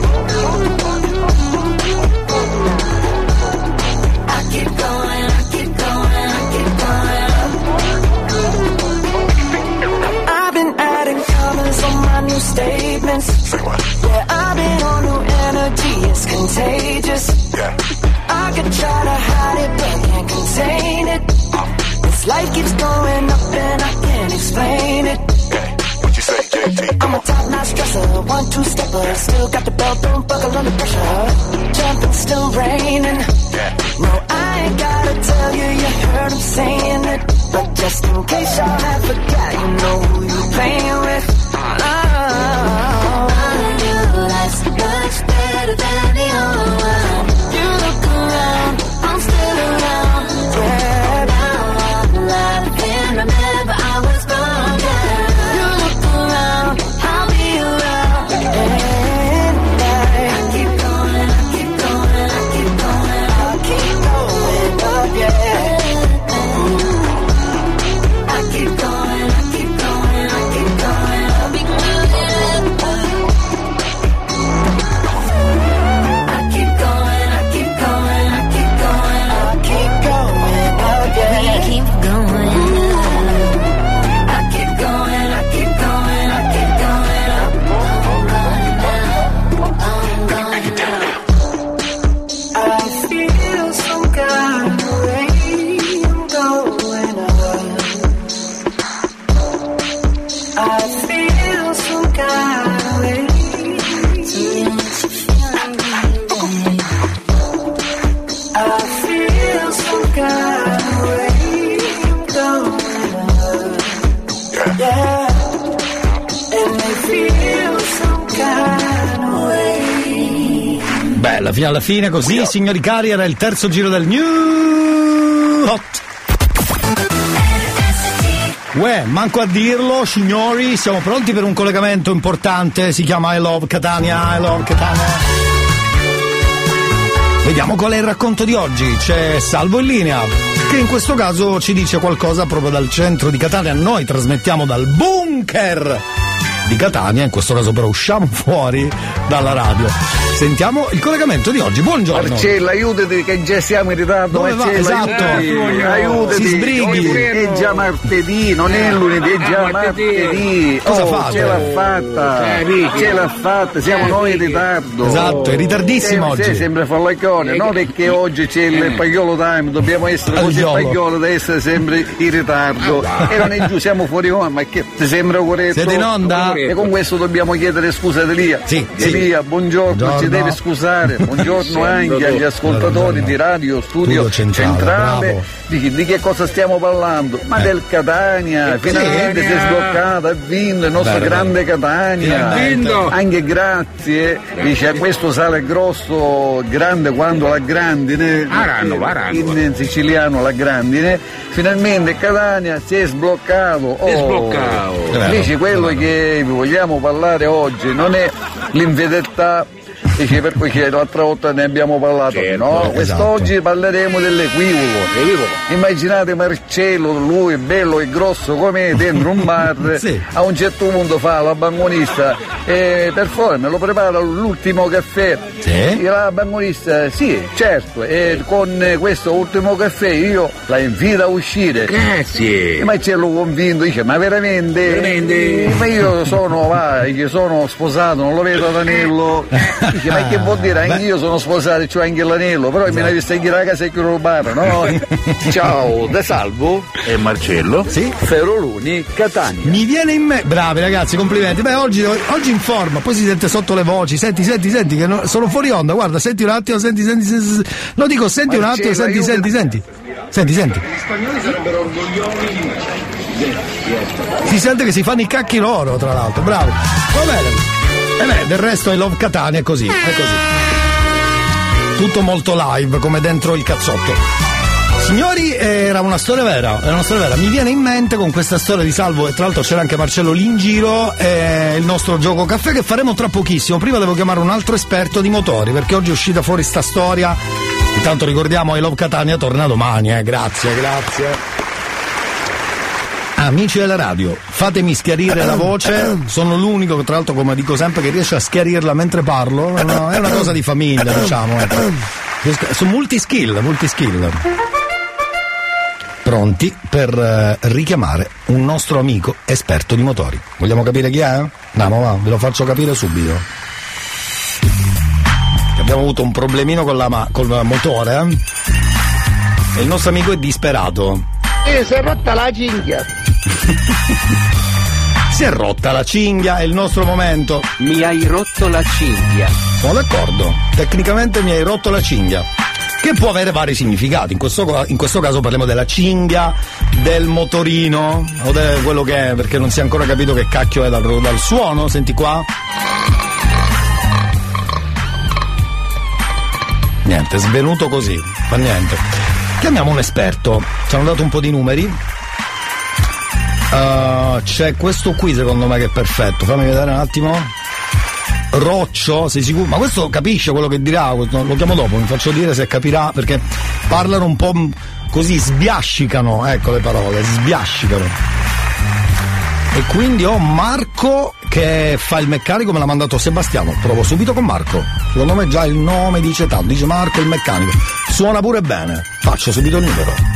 I keep going, I keep going, I keep going up. I've been adding colors on my new statements. Say what? Yeah, I've been on new energy, it's contagious. Yeah. I could try to hide it, but can't contain it. This life keeps going up and I can't explain it. Yeah. What you say, J T? I'm a top-notch dresser, one-two-stepper. Still got the belt, don't buckle under pressure. Jumping, still raining. Yeah. No, I ain't gotta tell you, you heard him saying it. But just in case y'all have forgot, you know who you playing with. Oh, My new life looks better than the old one. You look around, I'm still around. yeah. Now I'm alive, can't remember I was born. You look around, I'll be around. Bella, fino alla fine così, signori cari, era il terzo giro del New Hot. Uè, manco a dirlo, signori, siamo pronti per un collegamento importante, si chiama I Love Catania, I Love Catania. Vediamo qual è il racconto di oggi, c'è Salvo in linea, che in questo caso ci dice qualcosa proprio dal centro di Catania, noi trasmettiamo dal bunker di Catania, in questo caso però usciamo fuori dalla radio. Sentiamo il collegamento di oggi. Buongiorno. Marcello, aiutati che già siamo in ritardo. Dove va? Marcello, Esatto. aiutati, aiutati. Si sbrighi. È già martedì, non è lunedì, è già martedì. Cosa oh, fate? Ce l'ha fatta. Ce l'ha fatta, siamo noi in ritardo. Esatto, è ritardissimo sei, oggi. Sei sempre fallaccone, no? Perché oggi c'è il pagliolo time, dobbiamo essere così pagliolo da essere sempre in ritardo. E non è giù, siamo fuori onda, ma che ti sembra corretto? Siete in onda? E con questo dobbiamo chiedere scusa ad Elia. Sì, Elia, sì. buongiorno, Buongiorno. ci deve scusare. Buongiorno anche agli ascoltatori di Radio Studio, Studio Centrale, Centrale. Di, di che cosa stiamo parlando? Ma Eh. del Catania, Eh, finalmente sì. si è sbloccato, ha vinto il nostro Bene, grande Catania. Ha vinto. Anche grazie, dice a questo sale grosso, grande quando la grandine, Aranno, aranno. in siciliano la grandine, finalmente Catania si è sbloccato. Oh, Si è sbloccato. Invece quello che vi vogliamo parlare oggi non è l'infedeltà, dice, per cui che l'altra volta ne abbiamo parlato, Certo, no? esatto. Quest'oggi parleremo dell'equivoco. Immaginate Marcello, lui bello e grosso come dentro un bar, Sì. a un certo punto fa la banconista e per favore me lo prepara l'ultimo caffè. Sì. E la banconista, sì, certo, e con questo ultimo caffè io la invito a uscire. Grazie. E Marcello convinto dice, ma veramente? Veramente? Ma io sono, va, io sono sposato, non lo vedo l'anello. Dice, ma che vuol dire? Anche io sono sposato e c'ho anche l'anello, però mi devi stare a casa e che lo rubare, no? Ciao, da Salvo E Marcello? Sì? Feroluni, Catania. Mi viene in me. Bravi ragazzi, complimenti. Beh, oggi, oggi in forma, poi si sente sotto le voci. Senti, senti, senti, che no- sono fuori onda. Guarda, senti un attimo, senti, senti, senti. senti. No, dico, senti un attimo, Marcello, senti, senti, aiutami. senti. Senti, senti. Gli spagnoli sarebbero orgogliosi di me. Si sente che si fanno i cacchi loro, tra l'altro. Bravo. Va bene. E beh, del resto I Love Catania è così, è così. Tutto molto live, come dentro il cazzotto. Signori, era una storia vera, era una storia vera. Mi viene in mente con questa storia di Salvo, e tra l'altro c'era anche Marcello lì in giro, eh, il nostro gioco caffè che faremo tra pochissimo. Prima devo chiamare un altro esperto di motori, perché oggi è uscita fuori sta storia. Intanto ricordiamo I Love Catania torna domani, eh. Grazie, grazie. Amici della radio, fatemi schiarire la voce, sono l'unico, tra l'altro come dico sempre, che riesce a schiarirla mentre parlo, è una, è una cosa di famiglia, diciamo, ecco. Sono multiskill, multiskill. Pronti per eh, richiamare un nostro amico esperto di motori. Vogliamo capire chi è? Andiamo, va, ve lo faccio capire subito. Abbiamo avuto un problemino con la ma- col motore, eh? E il nostro amico è disperato. E si è rotta la cinghia. Si è rotta la cinghia, è il nostro momento. Mi hai rotto la cinghia. Sono d'accordo, tecnicamente mi hai rotto la cinghia, che può avere vari significati. In questo, in questo caso parliamo della cinghia, del motorino, o di quello che è, perché non si è ancora capito che cacchio è dal, dal suono. Senti qua. Niente, svenuto così, fa niente. Chiamiamo un esperto, ci hanno dato un po' di numeri. Uh, c'è questo qui secondo me che è perfetto, fammi vedere un attimo. Roccio, sei sicuro? Ma questo capisce quello che dirà? Lo chiamo dopo, mi faccio dire se capirà, perché parlano un po' così, sbiascicano, ecco le parole, sbiascicano. E quindi ho Marco che fa il meccanico, me l'ha mandato Sebastiano. Provo subito con Marco. Secondo me già il nome dice tanto, dice Marco il meccanico. Suona pure bene. Faccio subito il numero.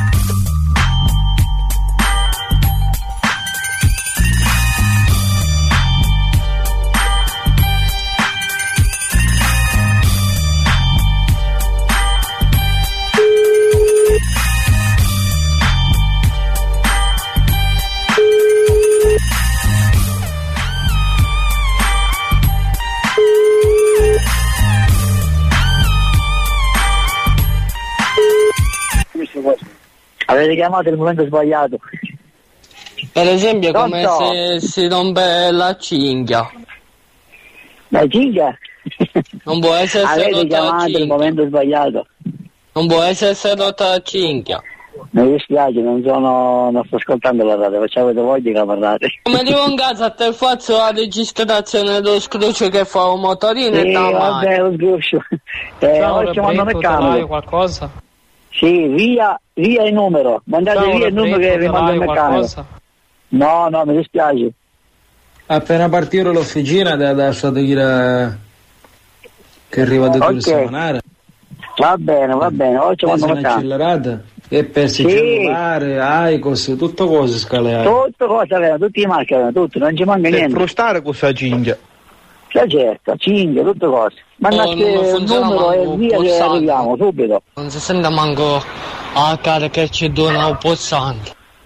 Avete chiamato il momento sbagliato. Per esempio come Pronto? se si rompe la cinghia. La cinghia? Non può essere Avete rotta la chiamato nel cinghia. momento sbagliato. Non può essere rotta la cinghia. Mi dispiace, non sono. non sto ascoltando la radio, facciamo avete voglia che parlate. Come arrivo in casa te faccio la registrazione dello scrucio che fa un motorino Sì, e da vabbè, lo sguscio. Eh, Ciao, oggi mando Roberto, il te l'hai cambio. qualcosa? Sì, via, via il numero. Mandate Ciao, via il numero Roberto, che vi te mando il l'hai meccanico. qualcosa? No, no, mi dispiace. Appena partire l'officina da adesso a dire che arriva da Ok. suonare. Va bene, va bene, oggi mando il Sono meccanico. accelerata e persi Sì. cellulare, Aicos, tutto cose scalate. Tutto cosa avevano, tutti i marchi avevano, tutto, non ci manca Per niente. frustare questa cinghia. La certo, cinghia, tutte cose. Mandate Oh, non il funziona numero manco e via che pulsante. arriviamo, subito. Non si sente manco a cara che ci dona un pozzante.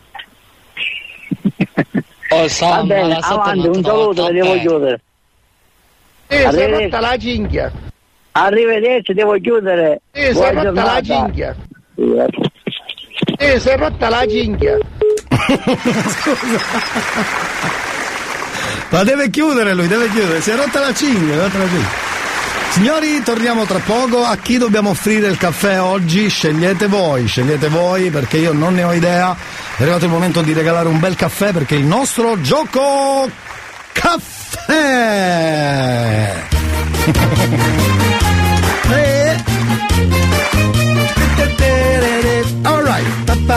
Oh, Va Sam, bene, la sette avanti, non un trova saluto, che devo bene. chiudere. Eh, si è Arrivederci. rotta la cinghia. Arrivederci, devo chiudere. Eh, si è Buona rotta la giornata. cinghia. Sì, Eh, si è rotta la cinghia. Ma deve chiudere lui, deve chiudere, si è rotta la cinghia, si è rotta la cinghia. Signori, torniamo tra poco. A chi dobbiamo offrire il caffè oggi? Scegliete voi, scegliete voi perché io non ne ho idea. È arrivato il momento di regalare un bel caffè perché il nostro gioco caffè. Eh. Alright.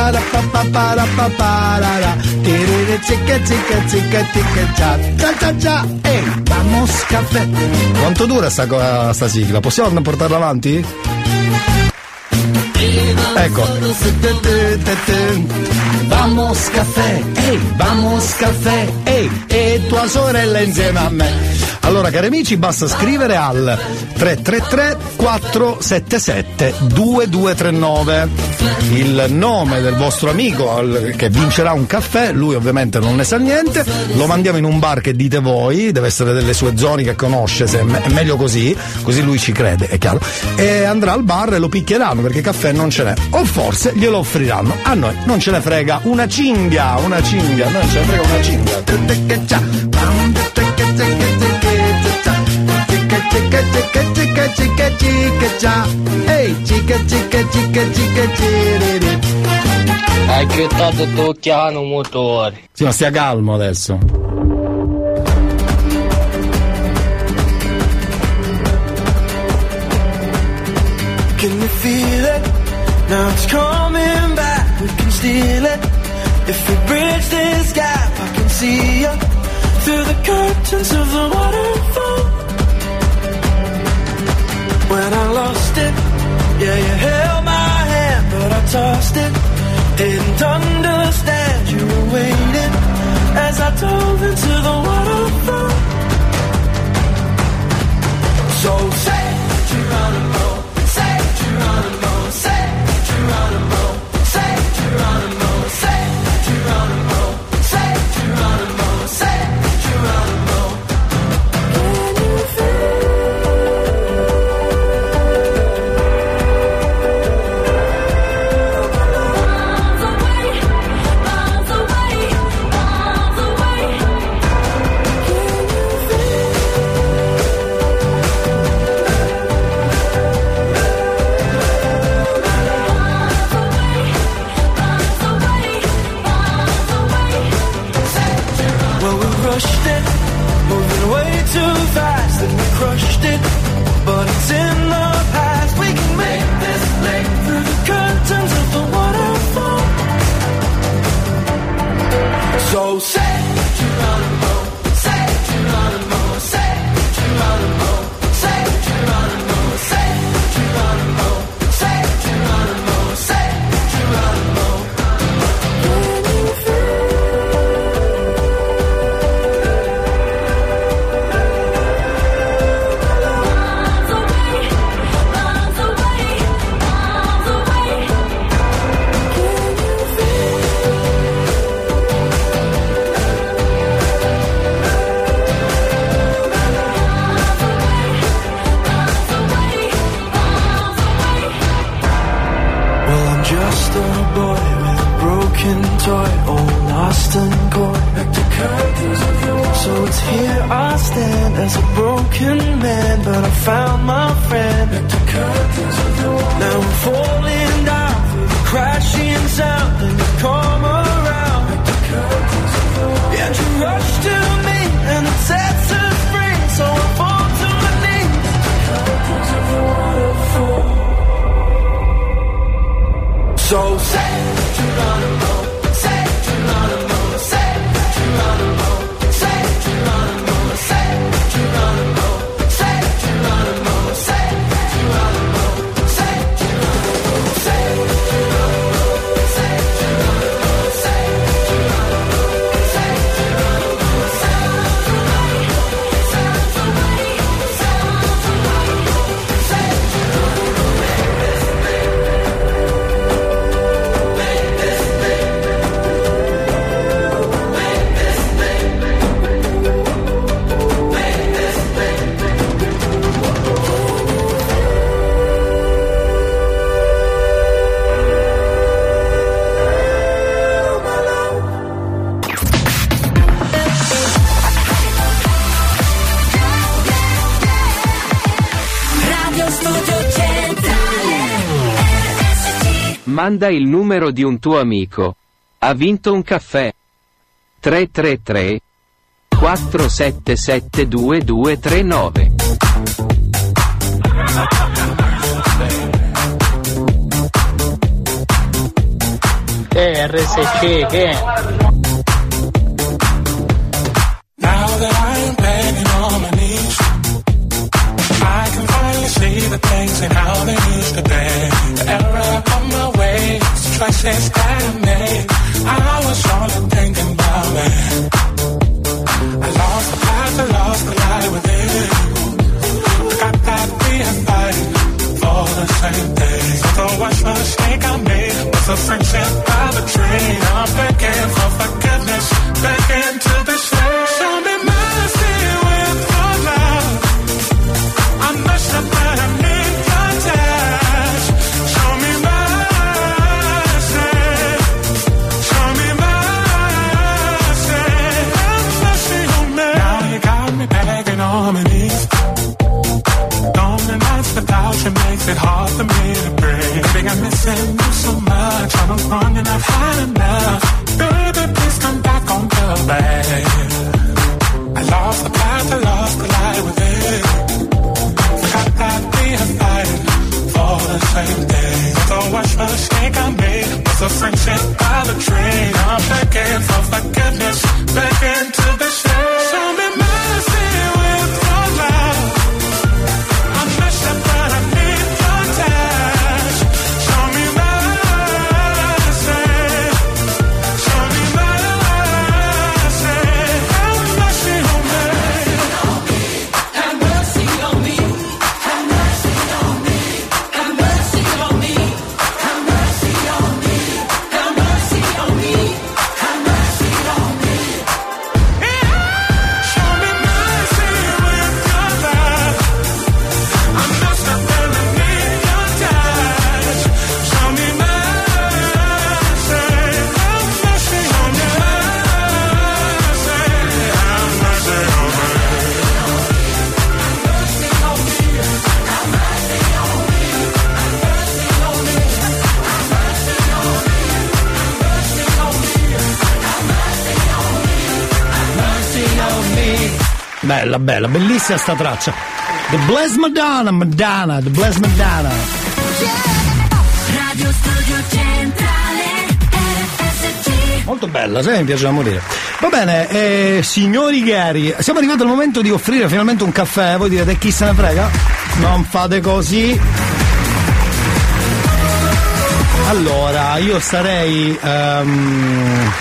Ehi, vamos caffè. Quanto dura sta, co- sta sigla? Possiamo portarla avanti? Ecco. Vamos caffè, ehi, vamos caffè, ehi, e tua sorella insieme a me. Allora, cari amici, basta scrivere al tre tre tre quattro sette sette due due tre nove il nome del vostro amico al- che vincerà un caffè. Lui ovviamente non ne sa niente, lo mandiamo in un bar che dite voi, deve essere delle sue zone che conosce, se è, me- è meglio così, così lui ci crede, è chiaro, e andrà al bar e lo picchieranno perché caffè non ce n'è, o forse glielo offriranno. A noi non ce ne frega una cinghia, una cinghia, a noi non ce ne frega una cinghia. Ehi, cica cica cica cica ciriri. Hai chiudato tuo chiano motore. Sì, ma stia calmo adesso. Can you feel it? Now it's coming back. We can steal it. If we bridge this gap, I can see you through the curtains of the waterfall. When I lost it, yeah, you held my hand, but I tossed it. Didn't understand you were waiting as I dove into the waterfall. So say Geronimo, say Geronimo, say Geronimo, say Geronimo, say Geronimo, say Geronimo, say Geronimo. Can you rushed it, moving way too fast, and we crushed it, but it's in the past. We can make this leap through the curtains of the waterfall. So say Geronimo, say Geronimo, say Geronimo, say Geronimo, say Geronimo, say Geronimo, say Geronimo. Just a boy with a broken toy, all lost and coy. Like the curtains of your So it's here I stand as a broken man, but I found my friend. Let the curtains of the wall. Now I'm falling down through the crashing sound, and you come around. Let the curtains of the wall. And you rush to me, and it sets us free. So I fall to my knees. Let the curtains of the waterfall. So say Geronimo, say Geronimo, say Geronimo. Manda il numero di un tuo amico. Ha vinto un caffè. tre tre tre quattro sette sette due due tre nove. Eh, R S C che Now that I am begging on my knees, I can finally see the things and how they used to be. The error of my ways, the choices that I made, I was only thinking about it. I lost the path, I lost the light within. Forgot that we are fighting for the same thing. So the worst mistake I made was a friendship by the tree. I'm begging for forgiveness, begging to be saved. Show me mercy with your love. I messed up but I need your touch. Show me mercy. Show me mercy. Have mercy on me. Now you got me begging on my knees. Lonely nights without you makes it hard for me to breathe. Baby, I'm missing you so much. I'm running, I've had enough. Baby, please come back on the way. I lost the path, I lost the light within. Forgot that we are fighting for the same thing. The worst mistake I made was a friendship by the train. I'm begging for forgiveness, begging to be saved. Show me mercy with your love. I messed up but I need your touch. Show me mercy. Show me mercy. Have mercy on me. Have mercy on me. Have mercy on me. Have mercy on me. Have mercy on me. Have mercy on me. Have mercy on me. Show me mercy with your love. I messed up and I need your touch. Show me mercy. Have mercy on me. Have mercy on me. Bella, bella, bellissima sta traccia. The Bless Madonna, Madonna, The Bless Madonna. Radio Studio Centrale R S C. Molto bella, sai, mi piace da morire. Va bene, eh, signori cari, siamo arrivati al momento di offrire finalmente un caffè. Voi direte, chi se ne frega? Non fate così. Allora, io starei... Um...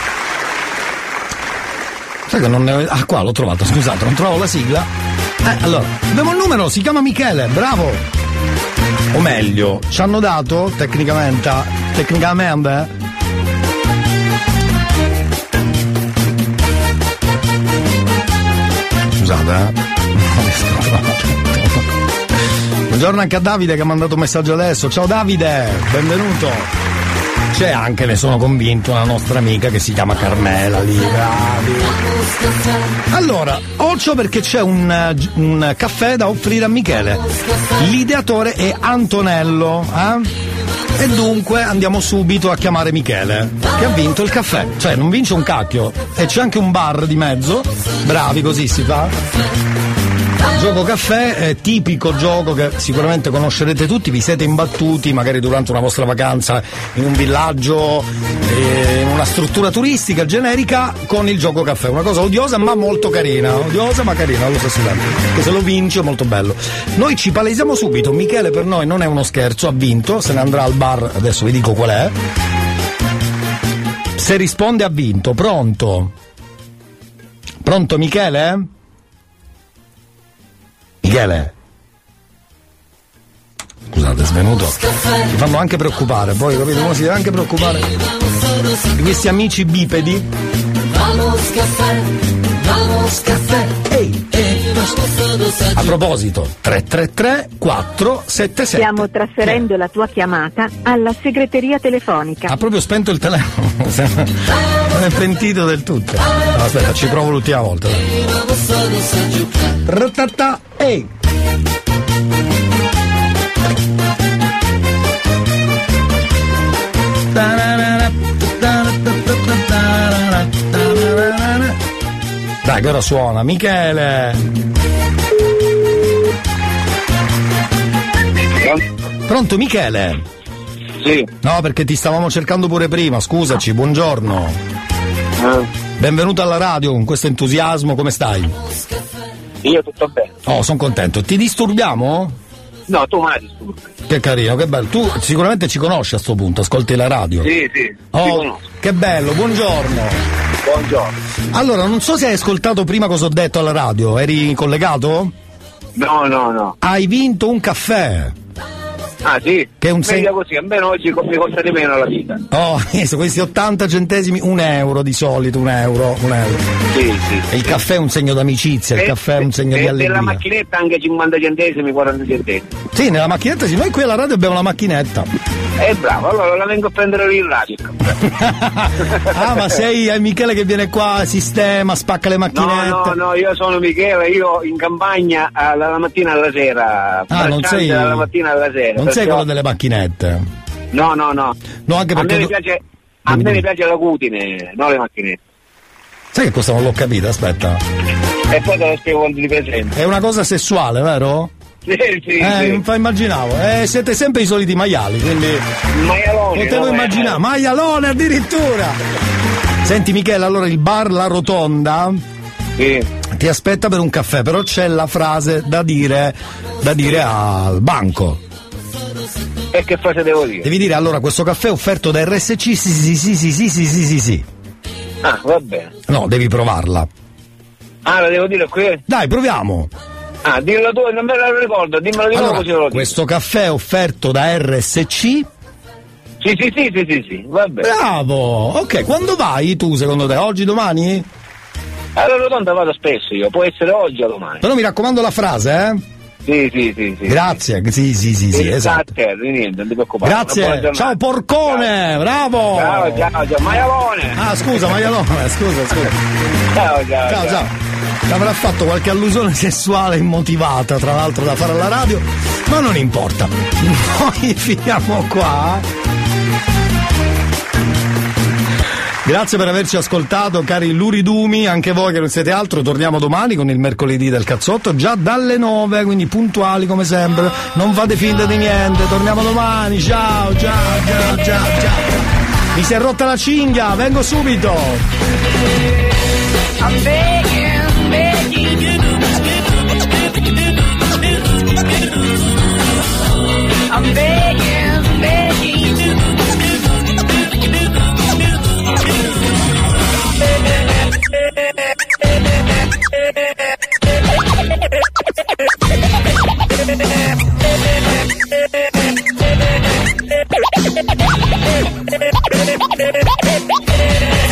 Sai che non ne... Ah, qua l'ho trovato, scusate, non trovo la sigla. Eh, allora, abbiamo il numero, si chiama Michele, bravo. O meglio, ci hanno dato, tecnicamente, tecnicamente... Scusate, eh. Buongiorno anche a Davide che ha mandato un messaggio adesso. Ciao Davide, benvenuto. C'è anche, ne sono convinto, una nostra amica che si chiama Carmela lì, bravi. Allora, occhio perché c'è un, un caffè da offrire a Michele. L'ideatore è Antonello, eh? E dunque andiamo subito a chiamare Michele, che ha vinto il caffè. Cioè, non vince un cacchio. E c'è anche un bar di mezzo. Bravi, così si fa. Gioco caffè, è tipico gioco che sicuramente conoscerete tutti, vi siete imbattuti magari durante una vostra vacanza in un villaggio, eh, in una struttura turistica generica con il gioco caffè, una cosa odiosa ma molto carina, odiosa ma carina allo stesso tempo, che se lo vince è molto bello. Noi ci palesiamo subito, Michele per noi non è uno scherzo, ha vinto, se ne andrà al bar, adesso vi dico qual è. Se risponde ha vinto, pronto? Pronto Michele? Michele? Scusate, è svenuto. Mi fanno anche preoccupare, poi capite, uno si deve anche preoccupare di questi amici bipedi. Vamos caffè, vamos caffè. Ehi, ehi. A proposito, tre tre tre quattro sette sette. Stiamo trasferendo la tua chiamata alla segreteria telefonica. Ha proprio spento il telefono. Non è pentito del tutto. No, aspetta, ci provo l'ultima volta. Ratata, ehi. Dai, che ora suona, Michele. Pronto Michele? Sì. No, perché ti stavamo cercando pure prima, scusaci, buongiorno. Eh. Benvenuto alla radio con questo entusiasmo, come stai? Io tutto bene. Oh, sono contento. Ti disturbiamo? No, tu mai disturbi. Che carino, che bello. Tu sicuramente ci conosci a sto punto, ascolti la radio. Sì, sì, oh, ti conosco. Che bello, buongiorno. Buongiorno. Allora, non so se hai ascoltato prima cosa ho detto alla radio, eri collegato? No, no, no. Hai vinto un caffè. Ah sì? Che è un meglio sen- così, almeno oggi mi costa di meno la vita. Oh, questi ottanta centesimi, un euro di solito, un euro, un euro. Sì, sì. E il caffè è un segno d'amicizia, il e, caffè è un segno e, di e allegria. nella macchinetta anche cinquanta centesimi, quaranta centesimi. Sì, nella macchinetta sì, noi qui alla radio abbiamo la macchinetta. Eh bravo, allora la vengo a prendere lì in radio. Ah, ma sei è Michele che viene qua, sistema, spacca le macchinette. No, no, no, io sono Michele, io in campagna dalla mattina alla sera. Ah, non sei dalla mattina alla sera. Non perciò... sei quello delle macchinette. No, no, no. No, anche perché a me, tu... mi piace, a me mi piace la cutine, non le macchinette. Sai che questo non l'ho capito, aspetta. E poi te lo spiego quando ti presento. È una cosa sessuale, vero? Sì, sì, eh, sì. non fa immaginavo. Eh, siete sempre i soliti maiali, quindi. Maialone. Potevo no, immaginare, eh. Maialone addirittura! Senti Michele, allora il bar La Rotonda sì. ti aspetta per un caffè, però c'è la frase da dire da dire al banco. E che frase devo dire? Devi dire allora questo caffè è offerto da R S C, sì sì sì sì sì sì sì sì sì. Ah, va bene. No, devi provarla. Ah, la devo dire qui? Dai, proviamo. Ah, dillo tu, non me la ricordo, dimmelo di nuovo allora, così lo dico. Questo caffè è offerto da R S C. Sì, sì, sì, sì, sì, sì, va bene. Bravo! Ok, quando vai tu secondo te? Oggi, domani? Alla Rotonda vado spesso io, può essere oggi o domani. Però mi raccomando la frase, eh? Sì, sì, sì, sì. Grazie, sì, sì, sì, sì, esatto. Niente, non ti preoccupare. Grazie, ciao porcone, ciao. Bravo! Ciao, ciao, ciao, maialone! Ah, scusa, maialone, scusa, scusa. Ciao, ciao, ciao, ciao. ciao. Avrà fatto qualche allusione sessuale immotivata, tra l'altro, da fare alla radio, ma non importa. Noi finiamo qua. Grazie per averci ascoltato, cari luridumi, anche voi che non siete altro. Torniamo domani con il mercoledì del cazzotto, già dalle nove, quindi puntuali come sempre. Non fate finta di niente, torniamo domani. Ciao, ciao, ciao, ciao, ciao. Mi si è rotta la cinghia, vengo subito.